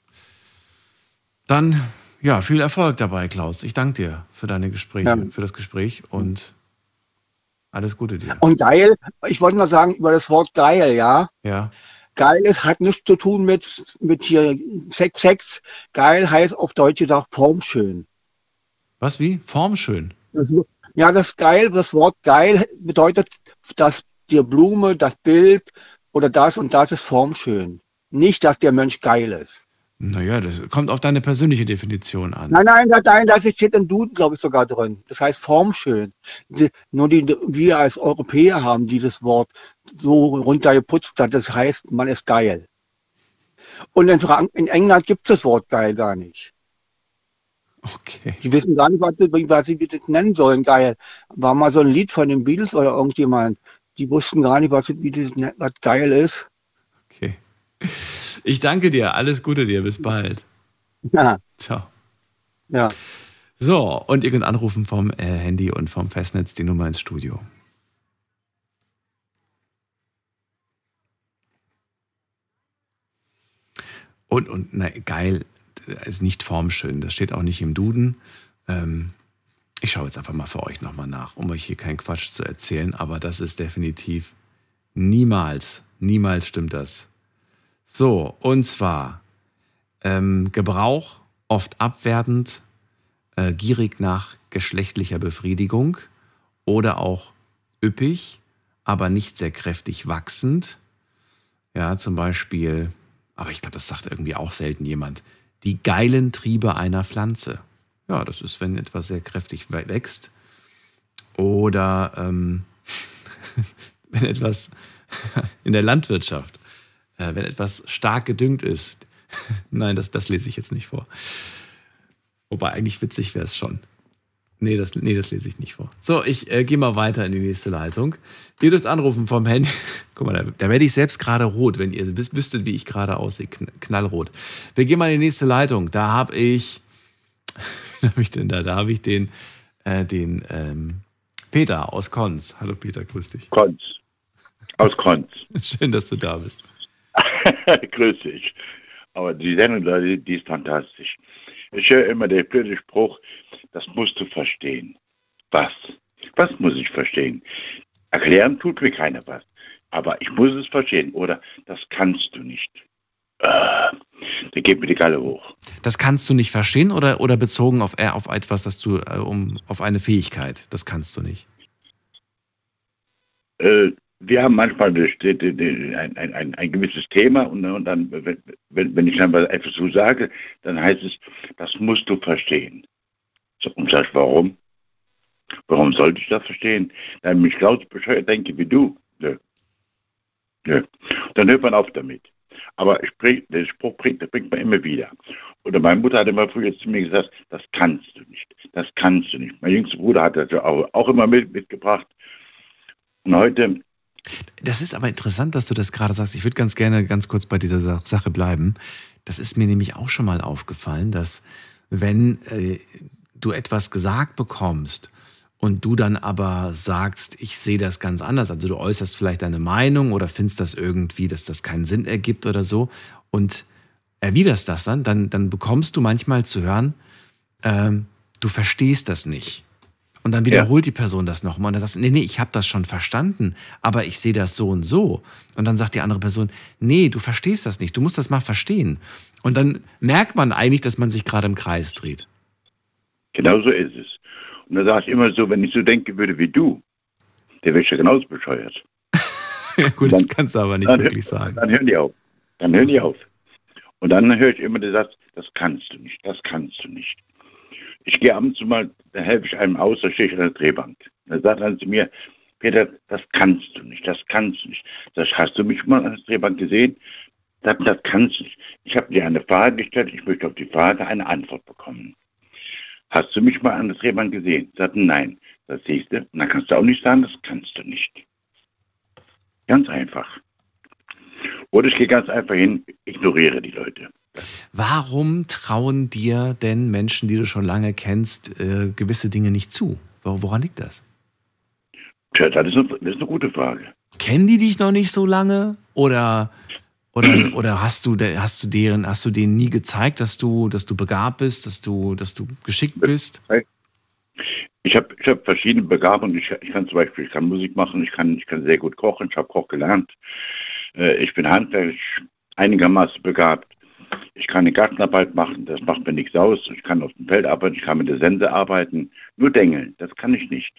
Dann, ja, viel Erfolg dabei, Klaus. Ich danke dir für deine Gespräche, ja. für das Gespräch und alles Gute dir. Und geil, ich wollte mal sagen, über das Wort geil, ja? Ja. Geil ist, hat nichts zu tun mit, mit hier Sex, Sex. Geil heißt auf Deutsch gesagt formschön. Was, wie? Formschön? Das, ja, das geil, das Wort geil bedeutet, dass die Blume, das Bild oder das und das ist formschön. Nicht, dass der Mensch geil ist. Naja, das kommt auf deine persönliche Definition an. Nein, nein, nein, das steht im Duden, glaube ich, sogar drin. Das heißt formschön. Die, nur die, wir als Europäer haben dieses Wort so runtergeputzt, dass das heißt, man ist geil. Und in, Frank in England gibt es das Wort geil gar nicht. Okay. Die wissen gar nicht, was, was sie das nennen sollen, geil. War mal so ein Lied von den Beatles oder irgendjemand. Die wussten gar nicht, was, wie das, was geil ist. Okay. Ich danke dir. Alles Gute dir. Bis bald. Ja. Ciao. Ja. So, und ihr könnt anrufen vom äh, Handy und vom Festnetz die Nummer ins Studio. Und, und na, geil ist nicht formschön. Das steht auch nicht im Duden. Ähm, ich schaue jetzt einfach mal für euch nochmal nach, um euch hier keinen Quatsch zu erzählen. Aber das ist definitiv niemals, niemals stimmt das. So, und zwar ähm, Gebrauch, oft abwertend, äh, gierig nach geschlechtlicher Befriedigung oder auch üppig, aber nicht sehr kräftig wachsend. Ja, zum Beispiel, aber ich glaube, das sagt irgendwie auch selten jemand, die geilen Triebe einer Pflanze. Ja, das ist, wenn etwas sehr kräftig wächst. Oder ähm, wenn etwas in der Landwirtschaft, äh, wenn etwas stark gedüngt ist. Nein, das, das lese ich jetzt nicht vor. Wobei, eigentlich witzig wäre es schon. Nee das, nee, das lese ich nicht vor. So, ich äh, gehe mal weiter in die nächste Leitung. Ihr dürft anrufen vom Handy. Guck mal, da, da werde ich selbst gerade rot, wenn ihr wüs- wüsstet, wie ich gerade aussehe. Knallrot. Wir gehen mal in die nächste Leitung. Da habe ich, wen habe ich denn da? Da habe ich den, äh, den ähm, Peter aus Konz. Hallo Peter, grüß dich. Konz. Aus Konz. Schön, dass du da bist. Grüß dich. Aber die Sendung, die, die ist fantastisch. Ich höre immer den blöden Spruch, das musst du verstehen. Was? Was muss ich verstehen? Erklären tut mir keiner was. Aber ich muss es verstehen. Oder das kannst du nicht. Äh, da geht mir die Galle hoch. Das kannst du nicht verstehen oder, oder bezogen auf, äh, auf etwas, das du, äh, um, auf eine Fähigkeit? Das kannst du nicht. Äh, wir haben manchmal ein, ein, ein, ein gewisses Thema und, und dann, wenn, wenn ich dann etwas so sage, dann heißt es, das musst du verstehen. So, und sag ich, warum? Warum sollte ich das verstehen? Dann bin ich genauso bescheuert denke wie du. Nö. Nö. Dann hört man auf damit. Aber sprich, der Spruch bringt, der bringt man immer wieder. Oder meine Mutter hat immer früher zu mir gesagt, das kannst du nicht. Das kannst du nicht. Mein jüngster Bruder hat das auch, auch immer mit, mitgebracht. Und heute... Das ist aber interessant, dass du das gerade sagst. Ich würde ganz gerne ganz kurz bei dieser Sache bleiben. Das ist mir nämlich auch schon mal aufgefallen, dass wenn äh, du etwas gesagt bekommst und du dann aber sagst, ich sehe das ganz anders, also du äußerst vielleicht deine Meinung oder findest das irgendwie, dass das keinen Sinn ergibt oder so und erwiderst das dann, dann, dann bekommst du manchmal zu hören, ähm, du verstehst das nicht. Und dann wiederholt ja. die Person das nochmal und dann sagst du, nee, nee, ich habe das schon verstanden, aber ich sehe das so und so. Und dann sagt die andere Person, nee, du verstehst das nicht, du musst das mal verstehen. Und dann merkt man eigentlich, dass man sich gerade im Kreis dreht. Genau so ist es. Und dann sage ich immer so, wenn ich so denken würde wie du, der wäre ja genauso bescheuert. Ja, gut, dann, das kannst du aber nicht wirklich hör, sagen. Dann hören die auf. Dann hören die auf. Und dann höre ich immer den Satz, das kannst du nicht, das kannst du nicht. Ich gehe ab und zu mal, da helfe ich einem aus, da stehe ich an der Drehbank. Da sagt er zu mir, Peter, das kannst du nicht, das kannst du nicht. Das hast du mich mal an der Drehbank gesehen? Das, das kannst du nicht. Ich habe dir eine Frage gestellt, ich möchte auf die Frage eine Antwort bekommen. Hast du mich mal an der Drehbank gesehen? Sagt nein. Das siehst du. Und dann kannst du auch nicht sagen, das kannst du nicht. Ganz einfach. Oder ich gehe ganz einfach hin, ignoriere die Leute. Warum trauen dir denn Menschen, die du schon lange kennst, äh, gewisse Dinge nicht zu? Woran liegt das? Tja, das ist, eine, das ist eine gute Frage. Kennen die dich noch nicht so lange? Oder, oder, oder hast du, hast du deren, hast du denen nie gezeigt, dass du, dass du begabt bist, dass du, dass du geschickt bist? Ich habe ich hab verschiedene Begabungen. Ich, ich kann zum Beispiel, ich kann Musik machen, ich kann, ich kann sehr gut kochen, ich habe Koch gelernt. Äh, ich bin handwerklich einigermaßen begabt. Ich kann eine Gartenarbeit machen, das macht mir nichts aus. Ich kann auf dem Feld arbeiten, ich kann mit der Sense arbeiten. Nur dengeln, das kann ich nicht.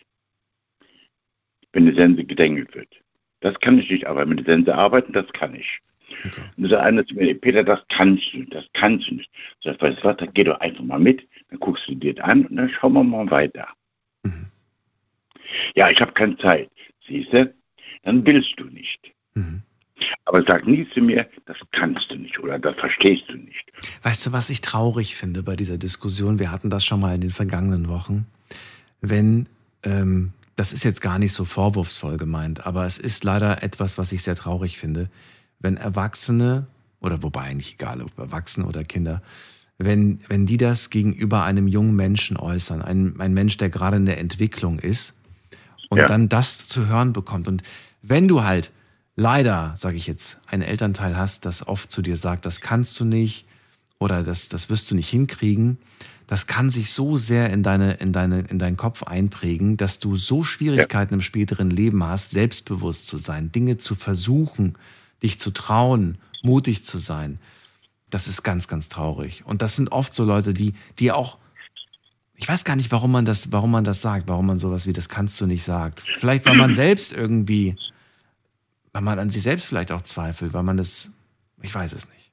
Wenn die Sense gedengelt wird. Das kann ich nicht, aber mit der Sense arbeiten, das kann ich. Okay. Und da sagt einer zu mir, Peter, das kannst du, das kannst du nicht. Ich sage, weißt du was, dann geh doch einfach mal mit, dann guckst du dir das an und dann schauen wir mal weiter. Mhm. Ja, ich habe keine Zeit. Siehst du, dann willst du nicht. Mhm. Aber sag nie zu mir, das kannst du nicht oder das verstehst du nicht. Weißt du, was ich traurig finde bei dieser Diskussion? Wir hatten das schon mal in den vergangenen Wochen. Wenn, ähm, das ist jetzt gar nicht so vorwurfsvoll gemeint, aber es ist leider etwas, was ich sehr traurig finde, wenn Erwachsene, oder wobei eigentlich egal, ob Erwachsene oder Kinder, wenn, wenn die das gegenüber einem jungen Menschen äußern, ein, ein Mensch, der gerade in der Entwicklung ist und ja. dann das zu hören bekommt. Und wenn du halt leider, sage ich jetzt, einen Elternteil hast, das oft zu dir sagt, das kannst du nicht oder das, das wirst du nicht hinkriegen, das kann sich so sehr in, deine, in, deine, in deinen Kopf einprägen, dass du so Schwierigkeiten ja. im späteren Leben hast, selbstbewusst zu sein, Dinge zu versuchen, dich zu trauen, mutig zu sein. Das ist ganz, ganz traurig. Und das sind oft so Leute, die, die auch, ich weiß gar nicht, warum man das, warum man das sagt, warum man sowas wie das kannst du nicht sagt. Vielleicht, weil man selbst irgendwie, weil man an sich selbst vielleicht auch zweifelt, weil man das, ich weiß es nicht.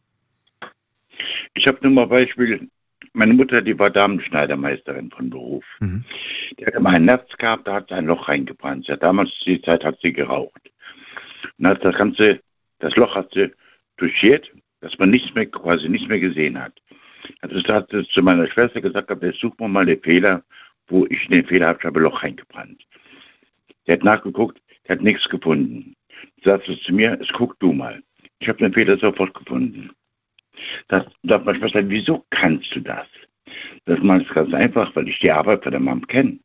Ich habe nur mal Beispiel, meine Mutter, die war Damenschneidermeisterin von Beruf. Mhm. Die hatte mal ein Netz gehabt, da hat sie ein Loch reingebrannt. Ja, damals, die Zeit, hat sie geraucht. Und hat das ganze, das Loch hat sie touchiert, dass man nichts mehr, quasi nichts mehr gesehen hat. Also da hat sie zu meiner Schwester gesagt, jetzt suchen wir mal den Fehler, wo ich den Fehler habe, ich habe ein Loch reingebrannt. Die hat nachgeguckt, die hat nichts gefunden. Da sagt sie zu mir, es guck du mal. Ich habe den Fehler sofort gefunden. Da sagt meine Schwester, wieso kannst du das? Das ist ganz einfach, weil ich die Arbeit von der Mom kenne.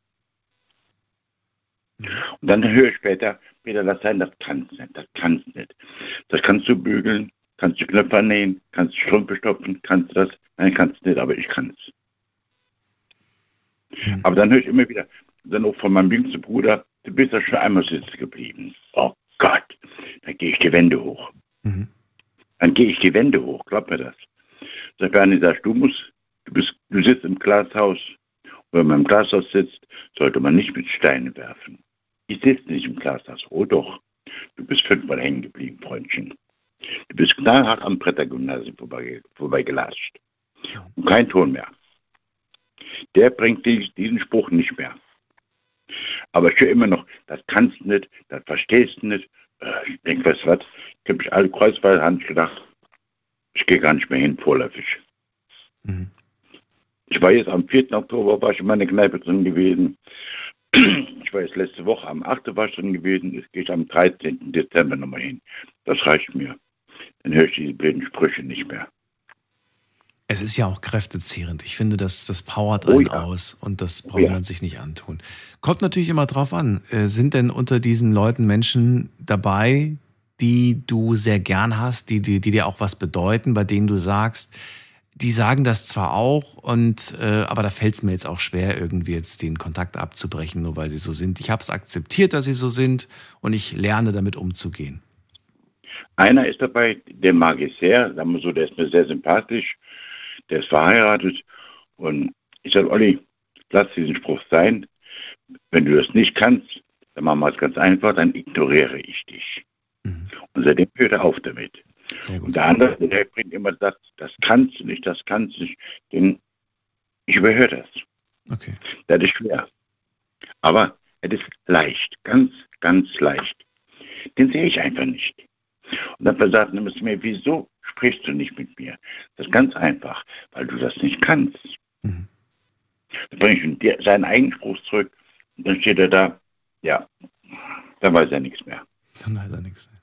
Und dann höre ich später, Peter, das sein, das kannst du nicht, das kannst du nicht. Das kannst du bügeln, kannst du Knöpfe nähen, kannst du Strümpfe stopfen, kannst du das? Nein, kannst du nicht, aber ich kann es. Mhm. Aber dann höre ich immer wieder, dann auch von meinem jüngsten Bruder, du bist ja schon einmal sitzen geblieben. Oh Gott, dann gehe ich die Wände hoch. Mhm. Dann gehe ich die Wände hoch, glaub mir das. Sag Bernie, sagst du musst, du bist, du sitzt im Glashaus. Und wenn man im Glashaus sitzt, sollte man nicht mit Steinen werfen. Ich sitze nicht im Glashaus. Oh doch, du bist fünfmal hängen geblieben, Freundchen. Du bist knallhart am Brettergymnasium vorbei, vorbeigelatscht. Und kein Ton mehr. Der bringt diesen Spruch nicht mehr. Aber ich höre immer noch, das kannst du nicht, das verstehst du nicht. Ich denke, weißt du was, ich habe mich alle Kreuzfeuerhand gedacht, ich gehe gar nicht mehr hin, vorläufig. Mhm. Ich war jetzt am vierten Oktober, war ich in meiner Kneipe drin gewesen. Ich war jetzt letzte Woche am achten war ich drin gewesen, jetzt gehe ich am dreizehnten Dezember nochmal hin. Das reicht mir. Dann höre ich diese blöden Sprüche nicht mehr. Es ist ja auch kräftezehrend. Ich finde, das, das powert Oh einen ja. aus und das Oh braucht ja. man sich nicht antun. Kommt natürlich immer drauf an. Äh, sind denn unter diesen Leuten Menschen dabei, die du sehr gern hast, die, die, die dir auch was bedeuten, bei denen du sagst, die sagen das zwar auch, und, äh, aber da fällt es mir jetzt auch schwer, irgendwie jetzt den Kontakt abzubrechen, nur weil sie so sind. Ich habe es akzeptiert, dass sie so sind, und ich lerne damit umzugehen. Einer ist dabei, den mag ich sehr, sagen wir so, der ist mir sehr sympathisch, der ist verheiratet, und ich sage, Olli, lass diesen Spruch sein, wenn du das nicht kannst, dann machen wir es ganz einfach, dann ignoriere ich dich. Mhm. Und seitdem hört er auf damit. Sehr gut. Und der andere, der bringt immer das, das kannst du nicht, das kannst du nicht, denn ich überhöre das. Okay. Das ist schwer. Aber es ist leicht, ganz, ganz leicht. Den sehe ich einfach nicht. Und dann sagt er mir, wieso sprichst du nicht mit mir? Das ist ganz einfach, weil du das nicht kannst. Mhm. Dann bringe ich ihm dir- seinen eigenen Spruch zurück, und dann steht er da, ja, dann weiß er nichts mehr. Dann weiß er nichts mehr.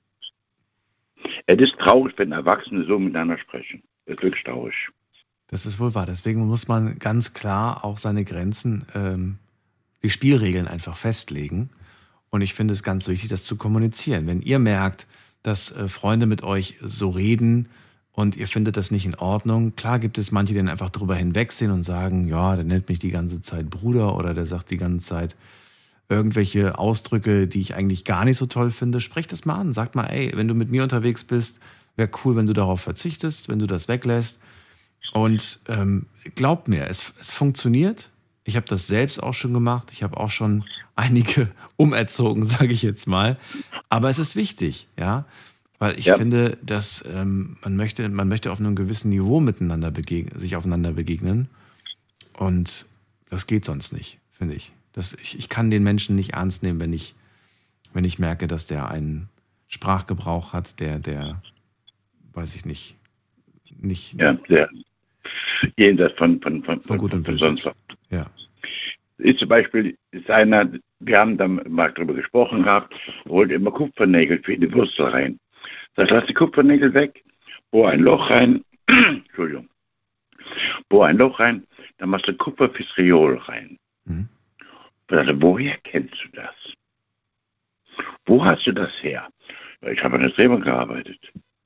Es ist traurig, wenn Erwachsene so miteinander sprechen. Das ist wirklich traurig. Das ist wohl wahr. Deswegen muss man ganz klar auch seine Grenzen, ähm, die Spielregeln einfach festlegen. Und ich finde es ganz wichtig, das zu kommunizieren. Wenn ihr merkt, dass äh, Freunde mit euch so reden und ihr findet das nicht in Ordnung, klar gibt es manche, die dann einfach drüber hinwegsehen und sagen, ja, der nennt mich die ganze Zeit Bruder, oder der sagt die ganze Zeit irgendwelche Ausdrücke, die ich eigentlich gar nicht so toll finde. Sprecht das mal an. Sagt mal, ey, wenn du mit mir unterwegs bist, wäre cool, wenn du darauf verzichtest, wenn du das weglässt. Und ähm, glaubt mir, es, es funktioniert. Ich habe das selbst auch schon gemacht. Ich habe auch schon einige umerzogen, sage ich jetzt mal. Aber es ist wichtig, ja, weil ich Ja. finde, dass ähm, man möchte, man möchte auf einem gewissen Niveau miteinander begegnen, sich aufeinander begegnen. Und das geht sonst nicht, finde ich. Das, ich. Ich kann den Menschen nicht ernst nehmen, wenn ich, wenn ich merke, dass der einen Sprachgebrauch hat, der, der, weiß ich nicht, nicht Ja, sehr jenseits von, von, von, von gut und von böse sonst ist. was. Ja. Ist zum Beispiel, ist einer, wir haben da mal drüber gesprochen gehabt, holt immer Kupfernägel für die Wurzel rein. Sagt, lass die Kupfernägel weg, bohr ein Loch rein, Entschuldigung, bohr ein Loch rein, dann machst du Kupferfisriol rein. Mhm. Ich dachte, woher kennst du das? Wo hast du das her? Ja, ich habe an der Streber gearbeitet.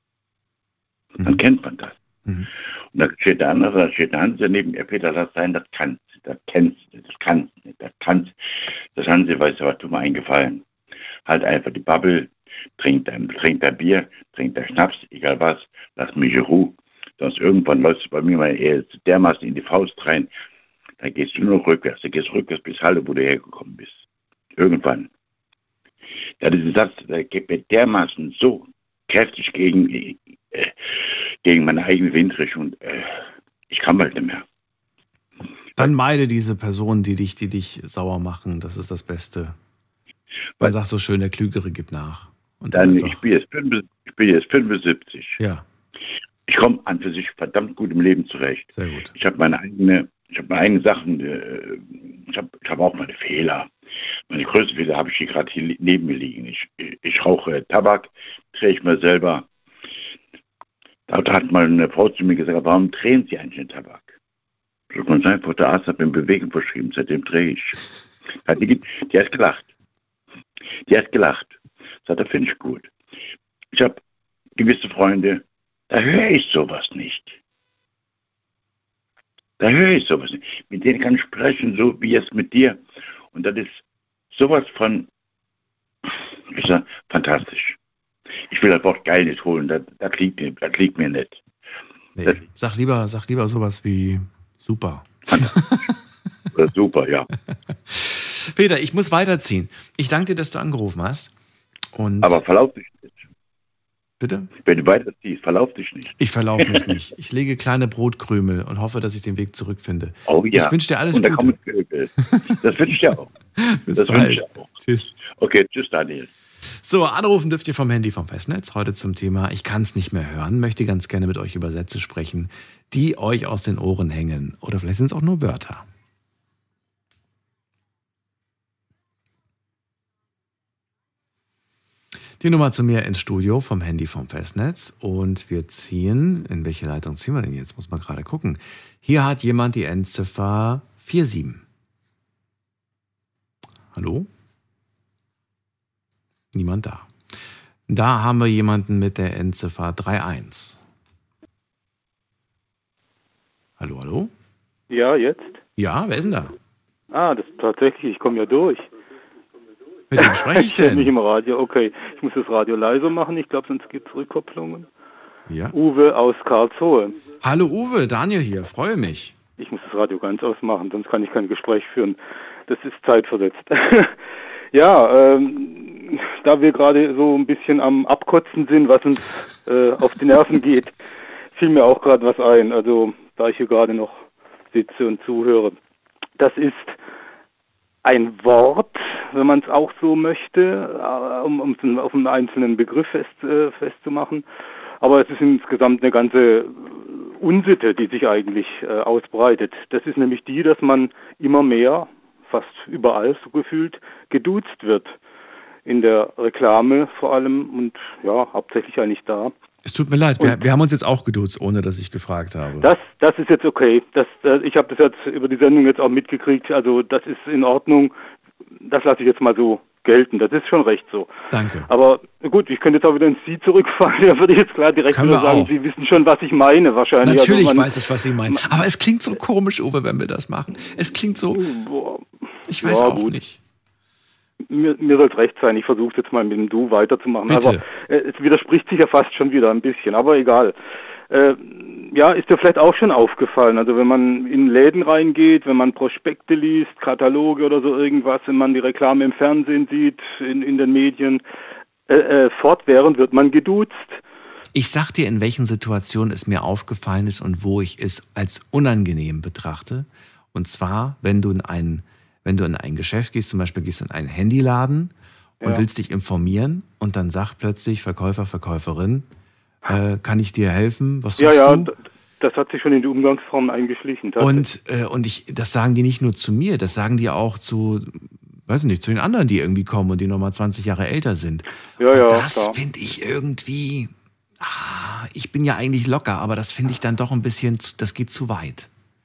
Dann Mhm. kennt man das. Mhm. Und da steht der andere, da steht der Hanse neben ihr, Peter, lass sein, das kannst du, das kennst du, das kannst du nicht, das kannst Das Hanse, weißt du, was tut mir eingefallen? Halt einfach die Bubble, trink dein, trink dein Bier, trink dein Schnaps, egal was, lass mich in Ruhe. Sonst irgendwann läufst du bei mir mal eher dermaßen in die Faust rein, dann gehst du nur noch rückwärts, dann gehst du rückwärts bis Halle, wo du hergekommen bist. Irgendwann. Da dieser Satz, der geht mir dermaßen so kräftig gegen, äh, gegen meine eigene Windrichtung, und äh, ich kann bald nicht mehr. Dann meide diese Personen, die dich, die dich sauer machen. Das ist das Beste. Man Weil- sagt so schön, der Klügere gibt nach. Und dann Dann, einfach, ich bin jetzt, fünf- ich bin jetzt fünfundsiebzig. ja, Ich komme an für sich verdammt gut im Leben zurecht. sehr gut. Ich habe meine eigene, ich habe meine eigenen Sachen, äh, ich habe ich hab auch meine Fehler. Meine größten Fehler habe ich hier gerade hier li- neben mir liegen. Ich, ich, ich rauche äh, Tabak, drehe ich mir selber. Da hat mal eine Frau zu mir gesagt, warum drehen Sie eigentlich den Tabak? So ganz einfach, der Arzt hat mir Bewegung verschrieben, seitdem drehe ich. Hat die, die hat gelacht. Die hat gelacht. Sagt, das finde ich gut. Ich habe gewisse Freunde, da höre ich sowas nicht. Da höre ich sowas nicht. Mit denen kann ich sprechen, so wie jetzt mit dir. Und das ist sowas von, ich sag, fantastisch. Ich will das Wort geil nicht holen, das, das, liegt, mir- das liegt mir nicht. Nee, Das- sag lieber, sag lieber sowas wie super. Das ist super, ja. Peter, ich muss weiterziehen. Ich danke dir, dass du angerufen hast. Und Aber verlauf dich nicht. bitte? Wenn du weiterziehst, verlauf dich nicht. Ich verlaufe mich nicht. Ich lege kleine Brotkrümel und hoffe, dass ich den Weg zurückfinde. Oh ja. Ich wünsche dir alles Und da Gute. kommen Vögel. Das wünsche ich dir auch. Bis das wünsche ich bald. dir auch. Tschüss. Okay, tschüss Daniel. So, anrufen dürft ihr vom Handy vom Festnetz. Heute zum Thema Ich kann es nicht mehr hören. Möchte ganz gerne mit euch über Sätze sprechen, die euch aus den Ohren hängen. Oder vielleicht sind es auch nur Wörter. Die Nummer zu mir ins Studio vom Handy vom Festnetz. Und wir ziehen, in welche Leitung ziehen wir denn jetzt? Muss man gerade gucken. Hier hat jemand die Endziffer vier sieben. Hallo? Niemand da. Da haben wir jemanden mit der Endziffer drei eins. Hallo, hallo? Ja, jetzt? Ja, wer ist denn da? Ah, das tatsächlich, ich komme ja durch. Mit wem spreche ich Ich höre denn? mich im Radio, okay. Ich muss das Radio leiser machen, ich glaube, sonst gibt es Rückkopplungen. Ja. Uwe aus Karlsruhe. Hallo Uwe, Daniel hier, freue mich. Ich muss das Radio ganz ausmachen, sonst kann ich kein Gespräch führen. Das ist zeitversetzt. Ja, ähm, da wir gerade so ein bisschen am Abkotzen sind, was uns äh, auf die Nerven geht, fiel mir auch gerade was ein. Also, da ich hier gerade noch sitze und zuhöre. Das ist ein Wort, wenn man es auch so möchte, äh, um, um es auf einen einzelnen Begriff fest, äh, festzumachen. Aber es ist insgesamt eine ganze Unsitte, die sich eigentlich äh, ausbreitet. Das ist nämlich die, dass man immer mehr, fast überall so gefühlt, geduzt wird. In der Reklame vor allem und ja, hauptsächlich eigentlich da. Es tut mir leid, wir, wir haben uns jetzt auch geduzt, ohne dass ich gefragt habe. Das, das ist jetzt okay. Das, äh, ich habe das jetzt über die Sendung jetzt auch mitgekriegt. Also das ist in Ordnung. Das lasse ich jetzt mal so gelten. Das ist schon recht so. Danke. Aber gut, ich könnte jetzt auch wieder ins Sie zurückfallen. Da würde ich jetzt klar direkt Können wieder wir sagen, auch. Sie wissen schon, was ich meine wahrscheinlich. Natürlich also man, weiß ich, was Sie meinen. Aber es klingt so komisch, Uwe, wenn wir das machen. Es klingt so, ich weiß ja, auch gut. nicht. Mir, mir soll es recht sein. Ich versuche jetzt mal mit dem Du weiterzumachen. Bitte. Aber äh, es widerspricht sich ja fast schon wieder ein bisschen. Aber egal. Äh, ja, ist dir vielleicht auch schon aufgefallen. Also wenn man in Läden reingeht, wenn man Prospekte liest, Kataloge oder so irgendwas, wenn man die Reklame im Fernsehen sieht, in, in den Medien, äh, äh, fortwährend wird man geduzt. Ich sag dir, in welchen Situationen es mir aufgefallen ist und wo ich es als unangenehm betrachte. Und zwar, wenn du in ein, wenn du in ein Geschäft gehst, zum Beispiel gehst du in einen Handyladen und Ja. willst dich informieren und dann sagt plötzlich Verkäufer, Verkäuferin, äh, kann ich dir helfen? Was Ja, suchst ja, du? d- das hat sich schon in die Umgangsformen eingeschlichen. Und, äh, und ich, das sagen die nicht nur zu mir, das sagen die auch zu, weiß nicht, zu den anderen, die irgendwie kommen und die nochmal zwanzig Jahre älter sind. Ja, und ja, das klar. finde ich irgendwie, ah, ich bin ja eigentlich locker, aber das finde ich dann doch ein bisschen, zu, das geht zu weit.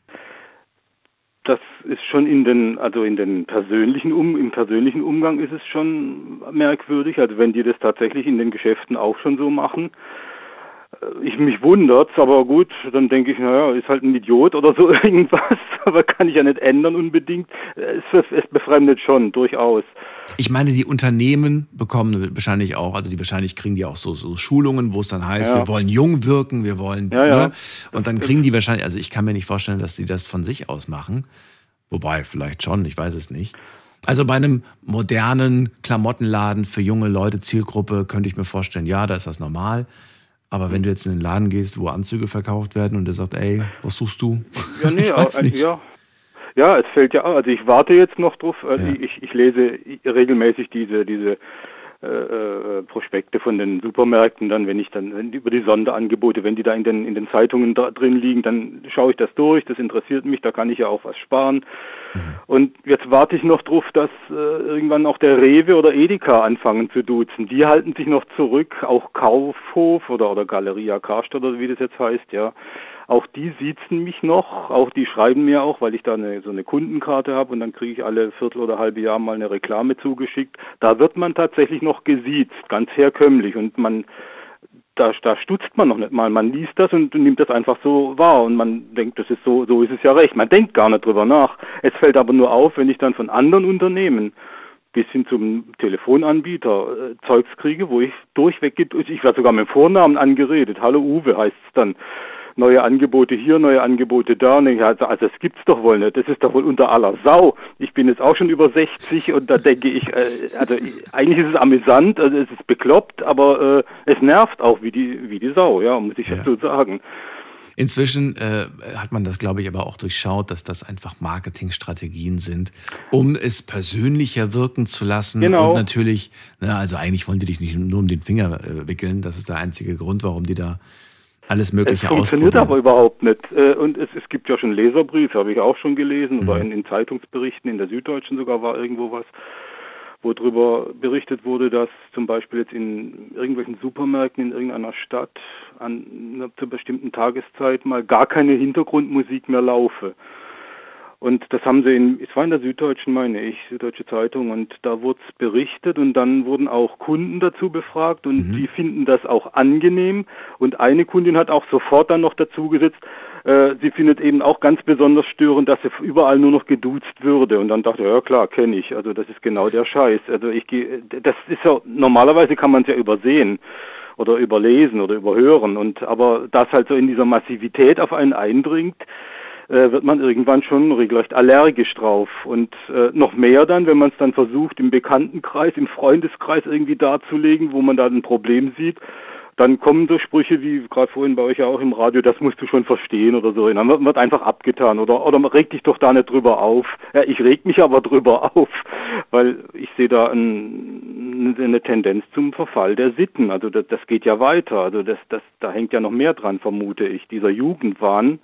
Das ist schon in den, also in den persönlichen um, im persönlichen Umgang ist es schon merkwürdig. Also wenn die das tatsächlich in den Geschäften auch schon so machen, äh, ich mich wundert's, aber gut, dann denke ich, naja, ist halt ein Idiot oder so irgendwas, aber kann ich ja nicht ändern unbedingt. Es, es befremdet schon, durchaus. Ich meine, die Unternehmen bekommen wahrscheinlich auch, also die wahrscheinlich kriegen die auch so, so Schulungen, wo es dann heißt, Ja. wir wollen jung wirken, wir wollen, Ja, ja. ne? Und dann kriegen die wahrscheinlich, also ich kann mir nicht vorstellen, dass die das von sich aus machen. Wobei, vielleicht schon, ich weiß es nicht. Also bei einem modernen Klamottenladen für junge Leute, Zielgruppe, könnte ich mir vorstellen, ja, da ist das normal. Aber wenn du jetzt in den Laden gehst, wo Anzüge verkauft werden und der sagt, ey, was suchst du? Ja, nee, ich weiß äh, nicht. ja. Ja, es fällt ja, also ich warte jetzt noch drauf, also Ja. ich, ich lese regelmäßig diese, diese äh, äh, Prospekte von den Supermärkten, dann wenn ich dann wenn die, über die Sonderangebote, wenn die da in den in den Zeitungen da drin liegen, dann schaue ich das durch, das interessiert mich, da kann ich ja auch was sparen. Und jetzt warte ich noch drauf, dass äh, irgendwann auch der Rewe oder Edeka anfangen zu duzen. Die halten sich noch zurück, auch Kaufhof oder, oder Galeria Karstadt oder wie das jetzt heißt, ja. Auch die siezen mich noch, auch die schreiben mir auch, weil ich da eine, so eine Kundenkarte habe und dann kriege ich alle Viertel oder halbe Jahr mal eine Reklame zugeschickt. Da wird man tatsächlich noch gesiezt, ganz herkömmlich und man Da, da stutzt man noch nicht mal. Man liest das und nimmt das einfach so wahr und man denkt, das ist so, so ist es ja recht. Man denkt gar nicht drüber nach. Es fällt aber nur auf, wenn ich dann von anderen Unternehmen bis hin zum Telefonanbieter äh, Zeugs kriege, wo ich durchweg, ich werde sogar mit dem Vornamen angeredet. Hallo Uwe heißt es dann. Neue Angebote hier, neue Angebote da. Und ich, also, also das gibt's doch wohl nicht. Das ist doch wohl unter aller Sau. Ich bin jetzt auch schon über sechzig und da denke ich, äh, also eigentlich ist es amüsant, also es ist bekloppt, aber äh, es nervt auch wie die wie die Sau, ja, muss ich Ja. dazu sagen. Inzwischen äh, hat man das, glaube ich, aber auch durchschaut, dass das einfach Marketingstrategien sind, um es persönlicher wirken zu lassen. Genau. Und natürlich, ne, also eigentlich wollen die dich nicht nur um den Finger äh, wickeln. Das ist der einzige Grund, warum die da alles Es Mögliche funktioniert ausprobieren. aber überhaupt nicht. Äh, Und es, es gibt ja schon Leserbriefe, habe ich auch schon gelesen, Mhm. oder in, in Zeitungsberichten, in der Süddeutschen sogar war irgendwo was, wo darüber berichtet wurde, dass zum Beispiel jetzt in irgendwelchen Supermärkten in irgendeiner Stadt an einer zu bestimmten Tageszeit mal gar keine Hintergrundmusik mehr laufe. Und das haben sie in, es war in der Süddeutschen, meine ich, Süddeutsche Zeitung, und da wurde es berichtet und dann wurden auch Kunden dazu befragt und mhm. die finden das auch angenehm. Und eine Kundin hat auch sofort dann noch dazu gesetzt, äh, sie findet eben auch ganz besonders störend, dass sie überall nur noch geduzt würde. Und dann dachte ich, ja klar, kenne ich, also das ist genau der Scheiß. Also ich gehe, das ist ja, normalerweise kann man es ja übersehen oder überlesen oder überhören. Und aber das halt so in dieser Massivität auf einen eindringt, wird man irgendwann schon regelrecht allergisch drauf. Und äh, noch mehr dann, wenn man es dann versucht, im Bekanntenkreis, im Freundeskreis irgendwie darzulegen, wo man da ein Problem sieht, dann kommen so Sprüche wie gerade vorhin bei euch ja auch im Radio, das musst du schon verstehen oder so. Dann wird, wird einfach abgetan oder, oder reg dich doch da nicht drüber auf. Ja, ich reg mich aber drüber auf, weil ich sehe da ein, eine Tendenz zum Verfall der Sitten. Also das, das geht ja weiter. Also das, das, da hängt ja noch mehr dran, vermute ich. Dieser Jugendwahn,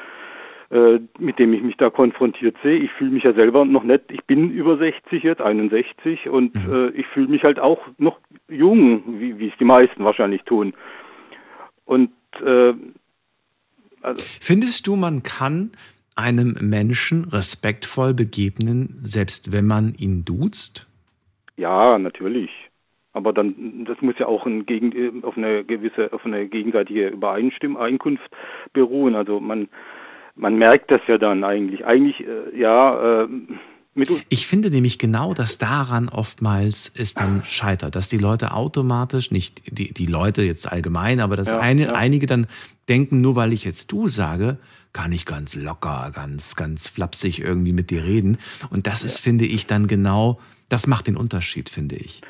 mit dem ich mich da konfrontiert sehe. Ich fühle mich ja selber noch nicht, ich bin über sechzig jetzt, einundsechzig, und mhm. äh, ich fühle mich halt auch noch jung, wie, wie es die meisten wahrscheinlich tun. Und äh, also findest du, man kann einem Menschen respektvoll begegnen, selbst wenn man ihn duzt? Ja, natürlich. Aber dann, das muss ja auch ein, gegen, auf eine gewisse, auf eine gegenseitige Übereinkunft beruhen. Also man Man merkt das ja dann eigentlich. Eigentlich, äh, ja, äh, mit uns. Ich finde nämlich genau, dass daran oftmals es dann scheitert, dass die Leute automatisch, nicht die, die Leute jetzt allgemein, aber dass Ja, eine, ja. einige dann denken, nur weil ich jetzt du sage, kann ich ganz locker, ganz, ganz flapsig irgendwie mit dir reden. Und das ist, finde ich, dann genau, das macht den Unterschied, finde ich.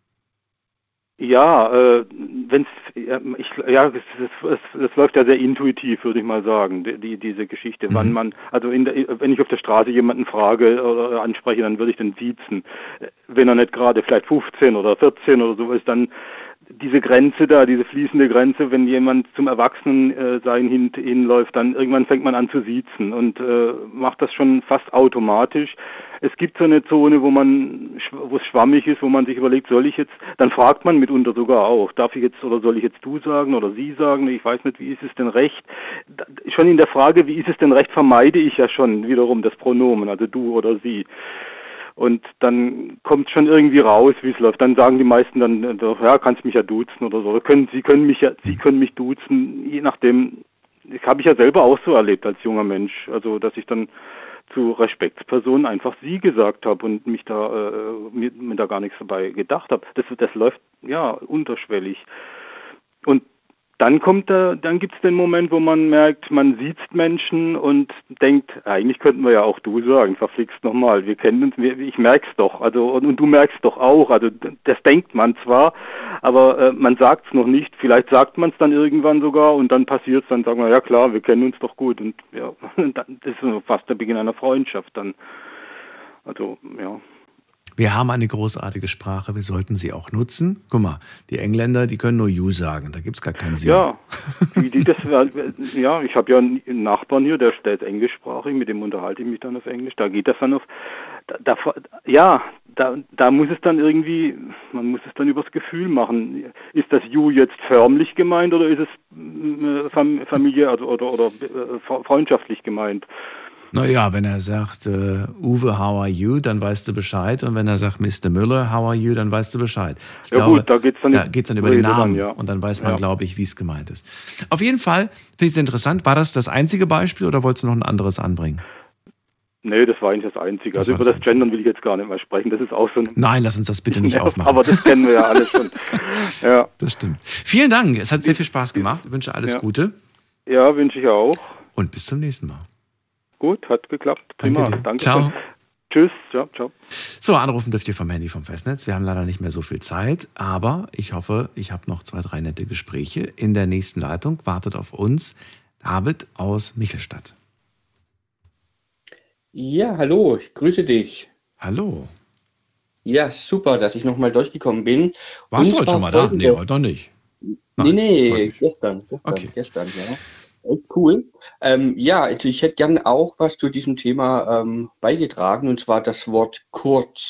Ja, äh, wenn's, ja, ich, ja, das, das, das läuft ja sehr intuitiv, würde ich mal sagen, die, die, diese Geschichte. Mhm. Wann man, also in der, wenn ich auf der Straße jemanden frage oder anspreche, dann würde ich den siezen. Wenn er nicht gerade vielleicht fünfzehn oder vierzehn oder so ist, dann diese Grenze da, diese fließende Grenze, wenn jemand zum Erwachsenensein hin, hinläuft, dann irgendwann fängt man an zu siezen und äh, macht das schon fast automatisch. Es gibt so eine Zone, wo man, wo es schwammig ist, wo man sich überlegt, soll ich jetzt, dann fragt man mitunter sogar auch, darf ich jetzt oder soll ich jetzt du sagen oder sie sagen, ich weiß nicht, wie ist es denn recht? Da, schon in der Frage, wie ist es denn recht, vermeide ich ja schon wiederum das Pronomen, also du oder sie. Und dann kommt schon irgendwie raus, wie es läuft. Dann sagen die meisten dann, ja, kannst mich ja duzen oder so. Können, sie können mich ja, sie können mich duzen, je nachdem. Das habe ich ja selber auch so erlebt als junger Mensch. Also, dass ich dann zu Respektspersonen einfach sie gesagt habe und mich da, äh, mir, mir da gar nichts dabei gedacht habe. Das, das läuft, ja, unterschwellig. Und dann kommt da, dann gibt es den Moment, wo man merkt, man sieht Menschen und denkt, eigentlich könnten wir ja auch du sagen, verflixt nochmal, wir kennen uns, wir, ich merk's doch, also und, und du merkst doch auch, also das denkt man zwar, aber äh, man sagt es noch nicht, vielleicht sagt man es dann irgendwann sogar und dann passiert es, dann sagen wir, ja klar, wir kennen uns doch gut und ja, das ist so fast der Beginn einer Freundschaft dann, also ja. Wir haben eine großartige Sprache, wir sollten sie auch nutzen. Guck mal, die Engländer, die können nur you sagen, da gibt es gar keinen Sie. Ja, die, die, das, ja, ich habe ja einen Nachbarn hier, der, der ist englischsprachig, mit dem unterhalte ich mich dann auf Englisch, da geht das dann auf, da, da, ja, da, da muss es dann irgendwie, man muss es dann übers Gefühl machen. Ist das you jetzt förmlich gemeint oder ist es äh, Familie also, oder, oder äh, freundschaftlich gemeint? Naja, wenn er sagt, äh, Uwe, how are you, dann weißt du Bescheid. Und wenn er sagt, Mister Müller, how are you, dann weißt du Bescheid. Ich ja glaube, gut, da geht's dann, da geht's dann über den Namen. Dann, ja. Und dann weiß man, ja. glaube ich, wie es gemeint ist. Auf jeden Fall finde ich es interessant. War das das einzige Beispiel oder wolltest du noch ein anderes anbringen? Nee, das war eigentlich das Einzige. Das also über das, das Gendern will ich jetzt gar nicht mehr sprechen. Das ist auch so ein... Nein, lass uns das bitte nicht ja, aufmachen. Aber das kennen wir ja alle schon. Ja. Das stimmt. Vielen Dank. Es hat sehr viel Spaß gemacht. Ich wünsche alles ja. Gute. Ja, wünsche ich auch. Und bis zum nächsten Mal. Gut, hat geklappt. Prima. Danke dir. Danke. Ciao. Tschüss. Ciao, ciao. So, anrufen dürft ihr vom Handy vom Festnetz. Wir haben leider nicht mehr so viel Zeit, aber ich hoffe, ich habe noch zwei, drei nette Gespräche. In der nächsten Leitung wartet auf uns David aus Michelstadt. Ja, hallo, ich grüße dich. Hallo. Ja, super, dass ich nochmal durchgekommen bin. Warst Und du heute zwar schon mal da? folgende- Nee, heute noch nicht. Nee, Nein, nee, heute nicht. gestern, gestern, Okay. gestern, ja. Echt cool. Ähm, ja, also ich hätte gern auch was zu diesem Thema ähm, beigetragen, und zwar das Wort kurz.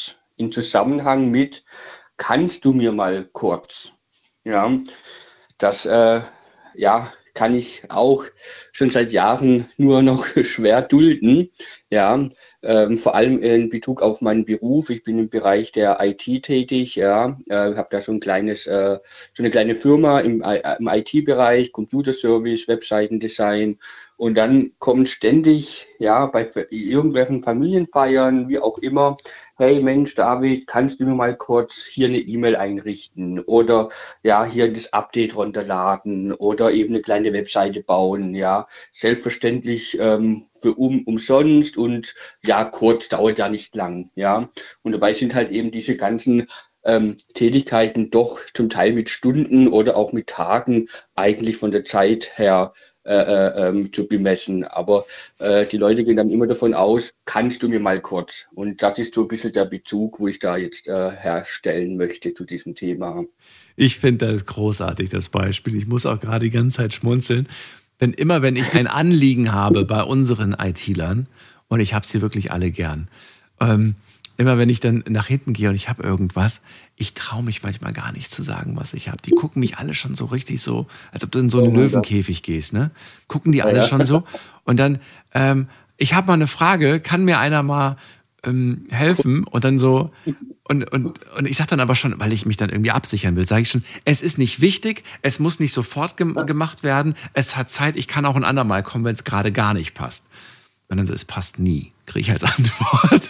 in Zusammenhang mit, kannst du mir mal kurz, ja, das, äh, ja, kann ich auch schon seit Jahren nur noch schwer dulden, ja, ähm, vor allem in Bezug auf meinen Beruf. Ich bin im Bereich der I T tätig, ja, äh, habe da so ein kleines, äh, so eine kleine Firma im, äh, im I T-Bereich, Computerservice, Webseitendesign. Und dann kommen ständig, ja, bei irgendwelchen Familienfeiern, wie auch immer, hey Mensch, David, kannst du mir mal kurz hier eine E-Mail einrichten oder ja, hier das Update runterladen oder eben eine kleine Webseite bauen, ja, selbstverständlich ähm, für um, umsonst und ja, kurz dauert ja nicht lang, ja. Und dabei sind halt eben diese ganzen ähm, Tätigkeiten doch zum Teil mit Stunden oder auch mit Tagen eigentlich von der Zeit her Äh, äh, ähm, zu bemessen. Aber äh, die Leute gehen dann immer davon aus, kannst du mir mal kurz. Und das ist so ein bisschen der Bezug, wo ich da jetzt äh, herstellen möchte zu diesem Thema. Ich finde das großartig, das Beispiel. Ich muss auch gerade die ganze Zeit schmunzeln. Denn immer, wenn ich ein Anliegen habe bei unseren I T-Lern, und ich habe sie wirklich alle gern, ähm, immer wenn ich dann nach hinten gehe und ich habe irgendwas, ich traue mich manchmal gar nicht zu sagen, was ich habe. Die gucken mich alle schon so richtig so, als ob du in so einen oh Löwenkäfig gehst, ne? Gucken die alle ja, ja. schon so. Und dann, ähm, ich habe mal eine Frage, kann mir einer mal ähm, helfen? Und dann so, und, und, und ich sage dann aber schon, weil ich mich dann irgendwie absichern will, sage ich schon, es ist nicht wichtig, es muss nicht sofort gem- gemacht werden, es hat Zeit, ich kann auch ein andermal kommen, wenn es gerade gar nicht passt. Und dann so, es passt nie, kriege ich als Antwort.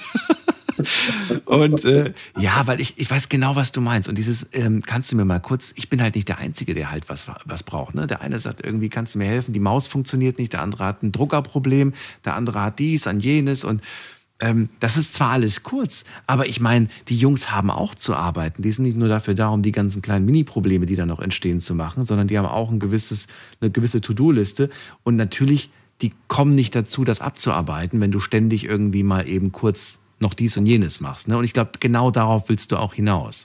Und äh, ja, weil ich, ich weiß genau, was du meinst. Und dieses, ähm, kannst du mir mal kurz, ich bin halt nicht der Einzige, der halt was, was braucht. Ne? Der eine sagt irgendwie, kannst du mir helfen, die Maus funktioniert nicht, der andere hat ein Druckerproblem, der andere hat dies, an jenes. Und ähm, das ist zwar alles kurz, aber ich meine, die Jungs haben auch zu arbeiten. Die sind nicht nur dafür da, um die ganzen kleinen Mini-Probleme, die da noch entstehen, zu machen, sondern die haben auch ein gewisses, eine gewisse To-Do-Liste. Und natürlich, die kommen nicht dazu, das abzuarbeiten, wenn du ständig irgendwie mal eben kurz noch dies und jenes machst. Ne? Und ich glaube, genau darauf willst du auch hinaus.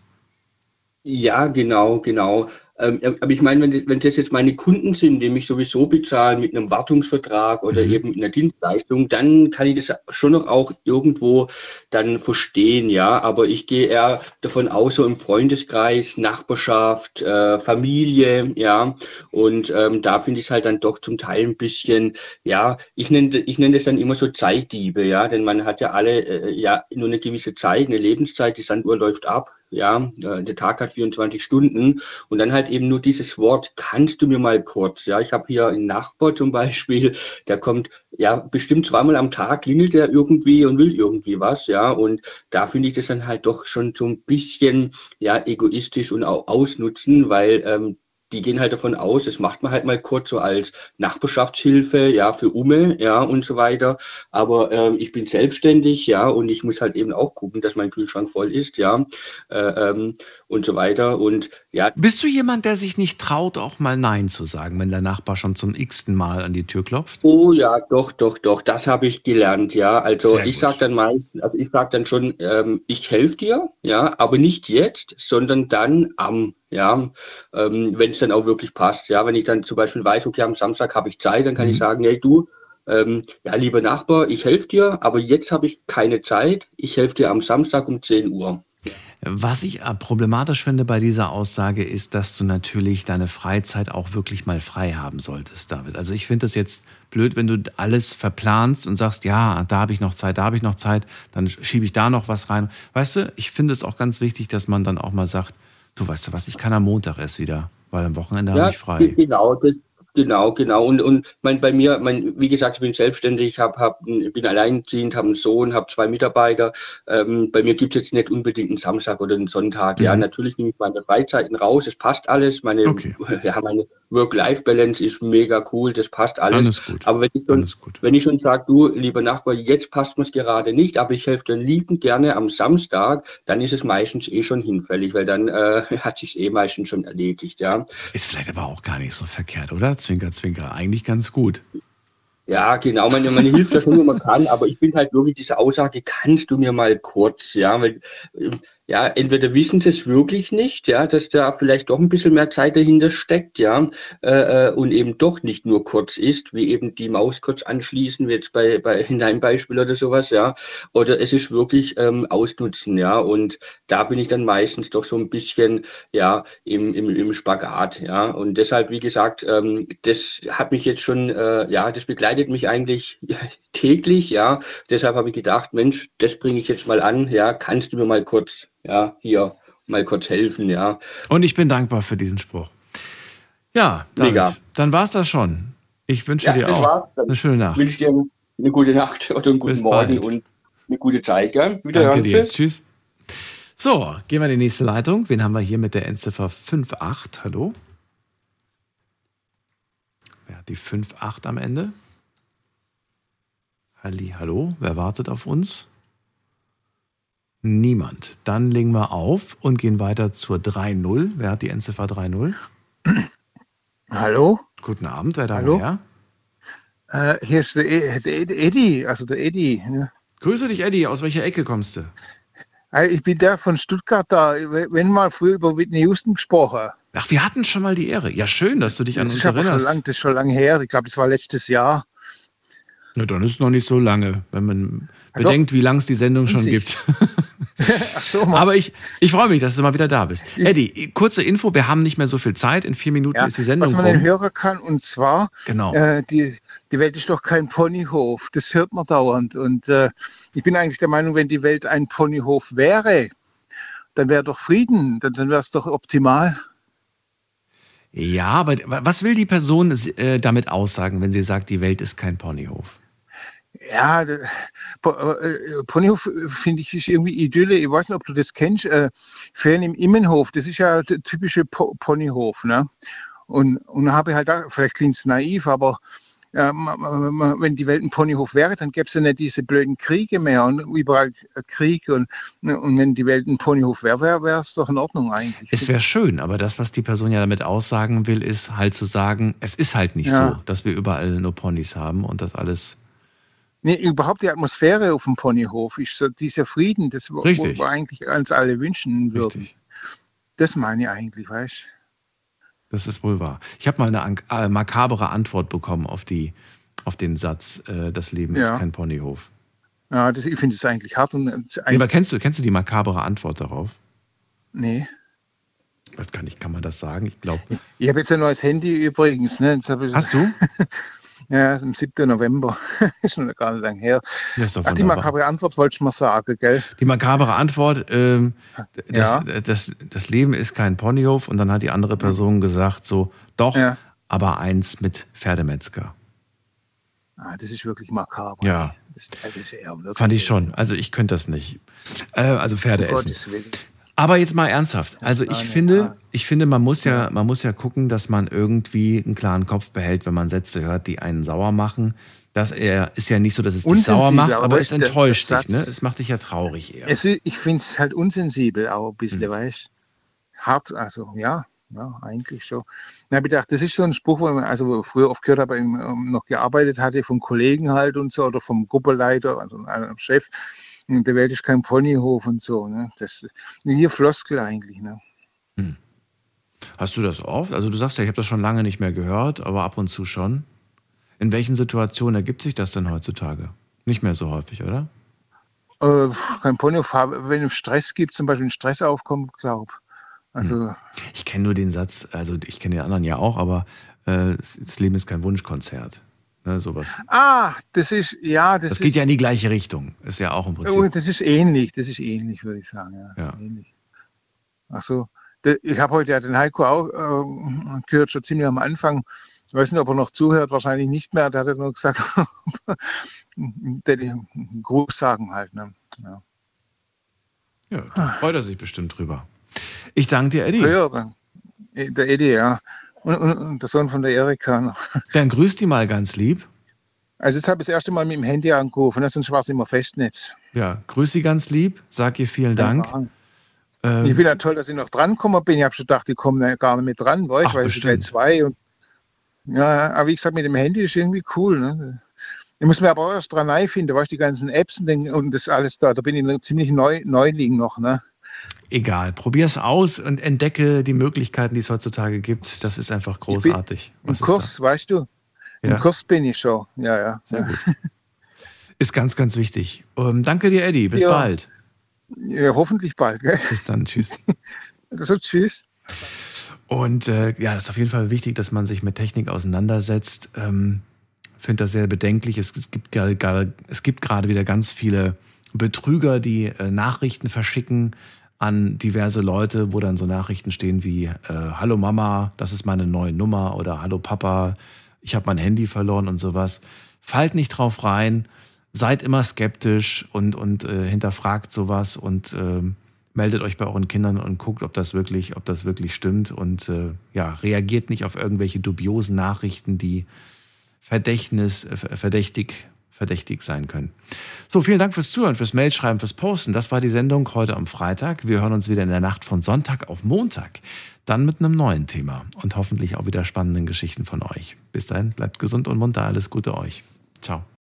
Ja, genau, genau. Ähm, aber ich meine, wenn, wenn das jetzt meine Kunden sind, die mich sowieso bezahlen mit einem Wartungsvertrag oder mhm. eben einer Dienstleistung, dann kann ich das schon noch auch irgendwo dann verstehen, ja. Aber ich gehe eher davon aus, so im Freundeskreis, Nachbarschaft, äh, Familie, ja. Und ähm, da finde ich es halt dann doch zum Teil ein bisschen, ja, ich nenne ich nenne das dann immer so Zeitdiebe, ja. Denn man hat ja alle äh, ja nur eine gewisse Zeit, eine Lebenszeit, die Sanduhr läuft ab. Ja, der Tag hat vierundzwanzig Stunden und dann halt eben nur dieses Wort, kannst du mir mal kurz, ja, ich habe hier einen Nachbar zum Beispiel, der kommt, ja, bestimmt zweimal am Tag klingelt er irgendwie und will irgendwie was, ja, und da finde ich das dann halt doch schon so ein bisschen, ja, egoistisch und auch ausnutzen, weil, ähm, die gehen halt davon aus, das macht man halt mal kurz so als Nachbarschaftshilfe, ja, für Umme, ja, und so weiter. Aber ähm, ich bin selbstständig, ja, und ich muss halt eben auch gucken, dass mein Kühlschrank voll ist, ja, äh, ähm, und so weiter. Und ja. Bist du jemand, der sich nicht traut, auch mal Nein zu sagen, wenn der Nachbar schon zum x-ten Mal an die Tür klopft? Oh ja, doch, doch, doch, das habe ich gelernt, ja. Also Sehr ich sage dann mal, also ich sage dann schon, ähm, ich helfe dir, ja, aber nicht jetzt, sondern dann am Ja, ähm, wenn es dann auch wirklich passt. Ja, wenn ich dann zum Beispiel weiß, okay, am Samstag habe ich Zeit, dann kann mhm. ich sagen, hey du, ähm, ja, lieber Nachbar, ich helfe dir, aber jetzt habe ich keine Zeit. Ich helfe dir am Samstag um zehn Uhr. Was ich problematisch finde bei dieser Aussage ist, dass du natürlich deine Freizeit auch wirklich mal frei haben solltest, David. Also ich finde das jetzt blöd, wenn du alles verplanst und sagst, ja, da habe ich noch Zeit, da habe ich noch Zeit, dann schiebe ich da noch was rein. Weißt du, ich finde es auch ganz wichtig, dass man dann auch mal sagt, du weißt du was, ich kann am Montag erst wieder, weil am Wochenende ja, habe ich frei. Genau, das, genau, genau. Und, und mein, bei mir, mein, wie gesagt, ich bin selbstständig, ich hab, hab, bin alleinziehend, habe einen Sohn, habe zwei Mitarbeiter. Ähm, bei mir gibt es jetzt nicht unbedingt einen Samstag oder einen Sonntag. Mhm. Ja, natürlich nehme ich meine Freizeiten raus, es passt alles. Meine, okay. ja, meine Work-Life-Balance ist mega cool, das passt alles. Dann ist gut. Aber wenn ich schon, wenn ich schon sage, du, lieber Nachbar, jetzt passt mir es gerade nicht, aber ich helfe dir liebend gerne am Samstag, dann ist es meistens eh schon hinfällig, weil dann äh, hat sich eh meistens schon erledigt, ja. Ist vielleicht aber auch gar nicht so verkehrt, oder? Zwinker, zwinker, eigentlich ganz gut. Ja, genau, man, man hilft ja schon, wo man kann, aber ich bin halt wirklich diese Aussage, kannst du mir mal kurz, ja, weil ja, entweder wissen sie es wirklich nicht, ja, dass da vielleicht doch ein bisschen mehr Zeit dahinter steckt, ja, äh, und eben doch nicht nur kurz ist, wie eben die Maus kurz anschließen, wie jetzt bei, bei in deinem Beispiel oder sowas, ja, oder es ist wirklich ähm, ausnutzen, ja, und da bin ich dann meistens doch so ein bisschen, ja, im, im, im Spagat, ja, und deshalb, wie gesagt, ähm, das hat mich jetzt schon, äh, ja, das begleitet mich eigentlich täglich, ja, deshalb habe ich gedacht, Mensch, das bringe ich jetzt mal an, ja, kannst du mir mal kurz, ja, hier mal kurz helfen, ja. Und ich bin dankbar für diesen Spruch. Ja, David, Mega. Dann war es das schon. Ich wünsche Ja, dir das auch war's. Dann eine schöne Nacht. wünsche dir eine gute Nacht oder einen guten Bis Morgen bald. und eine gute Zeit, gell? Danke Wiederhören, dir. tschüss. Tschüss. So, gehen wir in die nächste Leitung. Wen haben wir hier mit der Endziffer fünf acht? Hallo? Wer hat die fünf acht am Ende? Halli, hallo? Wer wartet auf uns? Niemand. Dann legen wir auf und gehen weiter zur drei null. Wer hat die Endziffer drei null? Hallo? Guten Abend, wer da Hallo? her? Äh, hier ist der, E- der Ed- Eddie, also der Eddie. Ne? Grüße dich, Eddie. Aus welcher Ecke kommst du? Äh, Ich bin der von Stuttgart da. Wenn mal früher über Whitney Houston gesprochen. Ach, wir hatten schon mal die Ehre. Ja, schön, dass du dich an Das uns ist aber schon erinnerst. lang, das ist schon lange her. Ich glaube, das war letztes Jahr. Na, dann ist es noch nicht so lange, wenn man Ja, bedenkt, wie lange es die Sendung schon sich. gibt. Ach so, Mann. Aber ich, ich freue mich, dass du mal wieder da bist. Eddie, kurze Info, wir haben nicht mehr so viel Zeit. In vier Minuten Ja, ist die Sendung was man rum. den hören kann, und zwar, Genau. äh, die, die Welt ist doch kein Ponyhof. Das hört man dauernd. Und äh, ich bin eigentlich der Meinung, wenn die Welt ein Ponyhof wäre, dann wäre doch Frieden. Dann, dann wäre es doch optimal. Ja, aber was will die Person äh, damit aussagen, wenn sie sagt, die Welt ist kein Ponyhof? Ja, der, Po- äh, Ponyhof, äh, finde ich, ist irgendwie Idylle. Ich weiß nicht, ob du das kennst. Äh, Ferien im Immenhof, das ist ja der typische Po- Ponyhof. Ne? Und, und da habe ich halt, auch, vielleicht klingt es naiv, aber äh, ma- ma- ma- wenn die Welt ein Ponyhof wäre, dann gäbe es ja nicht diese blöden Kriege mehr und überall äh, Krieg. Und, und wenn die Welt ein Ponyhof wäre, wäre wäre es doch in Ordnung eigentlich. Es wäre schön, aber das, was die Person ja damit aussagen will, ist halt zu sagen, es ist halt nicht Ja. so, dass wir überall nur Ponys haben und das alles. Nee, überhaupt die Atmosphäre auf dem Ponyhof ist so dieser Frieden, das wo, Richtig. wo wir eigentlich uns alle wünschen würden. Das meine ich eigentlich, weißt du? Das ist wohl wahr. Ich habe mal eine an- äh, makabere Antwort bekommen auf, die, auf den Satz, äh, das Leben Ja. ist kein Ponyhof. Ja, das, ich finde es eigentlich hart. Und, und Nee, aber kennst du, kennst du die makabere Antwort darauf? nee. Was kann ich, kann man das sagen? Ich glaube. Ich habe jetzt ein neues Handy übrigens. Ne? Jetzt hab ich, Hast du? Ja, am siebten November. Ist noch gar nicht lang her. Ja, ist doch Ach, die wunderbar. makabre Antwort wolltest du mal sagen, gell? Die makabere Antwort, ähm, das, Ja. das, das Leben ist kein Ponyhof. Und dann hat die andere Person gesagt, so, doch, Ja. aber eins mit Pferdemetzger. Ah, das ist wirklich makaber. Ja, Das, das ist eher wirklich, fand ich schon. Also ich könnte das nicht. Äh, also Pferde um essen. Gottes Willen. Aber jetzt mal ernsthaft. Also ich Nein, finde, ja. ich finde, man muss ja, man muss ja gucken, dass man irgendwie einen klaren Kopf behält, wenn man Sätze hört, die einen sauer machen. Das er ist ja nicht so, dass es dich Unsensibel, sauer macht, aber aber weißt es du, der- enttäuscht der dich. Ne? Satz- Es macht dich ja traurig eher. Es, ist- ich finde es halt unsensibel auch ein bisschen, Hm. weißt du? Hart, also ja, ja, eigentlich schon. Na, ich gedacht, das ist so ein Spruch, wo man also früher oft gehört habe, im, ähm, noch gearbeitet hatte, vom Kollegen halt und so, oder vom Gruppenleiter, also einem Chef. Und der Welt ist kein Ponyhof und so. Ne? Das ist hier Floskel eigentlich. Ne? Hast du das oft? Also du sagst ja, ich habe das schon lange nicht mehr gehört, aber ab und zu schon. In welchen Situationen ergibt sich das denn heutzutage? Nicht mehr so häufig, oder? Äh, kein Ponyhof, wenn es Stress gibt, zum Beispiel ein Stress aufkommt, glaube Also, Ich kenne nur den Satz, also ich kenne den anderen ja auch, aber äh, das Leben ist kein Wunschkonzert. Ne, sowas. ah, das ist, ja, das, Das ist, geht ja in die gleiche Richtung. Ist ja auch im oh, Prinzip. das ist ähnlich, das ist ähnlich, würde ich sagen. Ja. Ja. Ähnlich. Ach so. Der- Ich habe heute ja den Heiko auch äh, gehört, schon ziemlich am Anfang. Ich weiß nicht, ob er noch zuhört, wahrscheinlich nicht mehr. Der hat ja nur gesagt, der die einen Gruß sagen halt. Ne? Ja. Ja, da freut er sich bestimmt drüber. Ich danke dir, Eddie. Ja, dann, äh, der Eddie, ja. Und, und, und der Sohn von der Erika noch. Dann grüß die mal ganz lieb. Also jetzt habe ich das erste Mal mit dem Handy angerufen, ne? Sonst war es immer Festnetz. Ja, grüß sie ganz lieb. Sag ihr vielen Dank. Ja. Ähm, Ich finde ja toll, dass ich noch drangekommen bin. Ich habe schon gedacht, ich komme da gar nicht mehr dran, weißt, Ach, weil ich gleich bestimmt. zwei. Und, ja, aber wie gesagt, mit dem Handy ist irgendwie cool. Ne? Ich muss mir aber auch erst dran einfinden, weißt, die ganzen Apps und, den, und das alles da. Da bin ich noch ziemlich neu, Neuling noch. Ne? Egal, probier's aus und entdecke die Möglichkeiten, die es heutzutage gibt. Das ist einfach großartig. Im Kurs, weißt du? Im Ja. Kurs bin ich schon. Ja, ja. Sehr gut. Ist ganz, ganz wichtig. Ähm, danke dir, Eddie. Bis Ja. bald. Ja, hoffentlich bald. Gell? Bis dann. Tschüss. Also, tschüss. Und äh, ja, das ist auf jeden Fall wichtig, dass man sich mit Technik auseinandersetzt. Ähm, finde das sehr bedenklich. Es, es gibt gerade, gerade, es gibt gerade wieder ganz viele Betrüger, die äh, Nachrichten verschicken an diverse Leute, wo dann so Nachrichten stehen wie äh, Hallo Mama, das ist meine neue Nummer oder Hallo Papa, ich habe mein Handy verloren und sowas. Fallt nicht drauf rein, seid immer skeptisch und, und äh, hinterfragt sowas und äh, meldet euch bei euren Kindern und guckt, ob das wirklich, ob das wirklich stimmt und äh, ja, reagiert nicht auf irgendwelche dubiosen Nachrichten, die Verdächtnis, äh, verdächtig, verdächtig sein können. So, vielen Dank fürs Zuhören, fürs Mailschreiben, fürs Posten. Das war die Sendung heute am Freitag. Wir hören uns wieder in der Nacht von Sonntag auf Montag. Dann mit einem neuen Thema und hoffentlich auch wieder spannenden Geschichten von euch. Bis dahin, bleibt gesund und munter. Alles Gute euch. Ciao.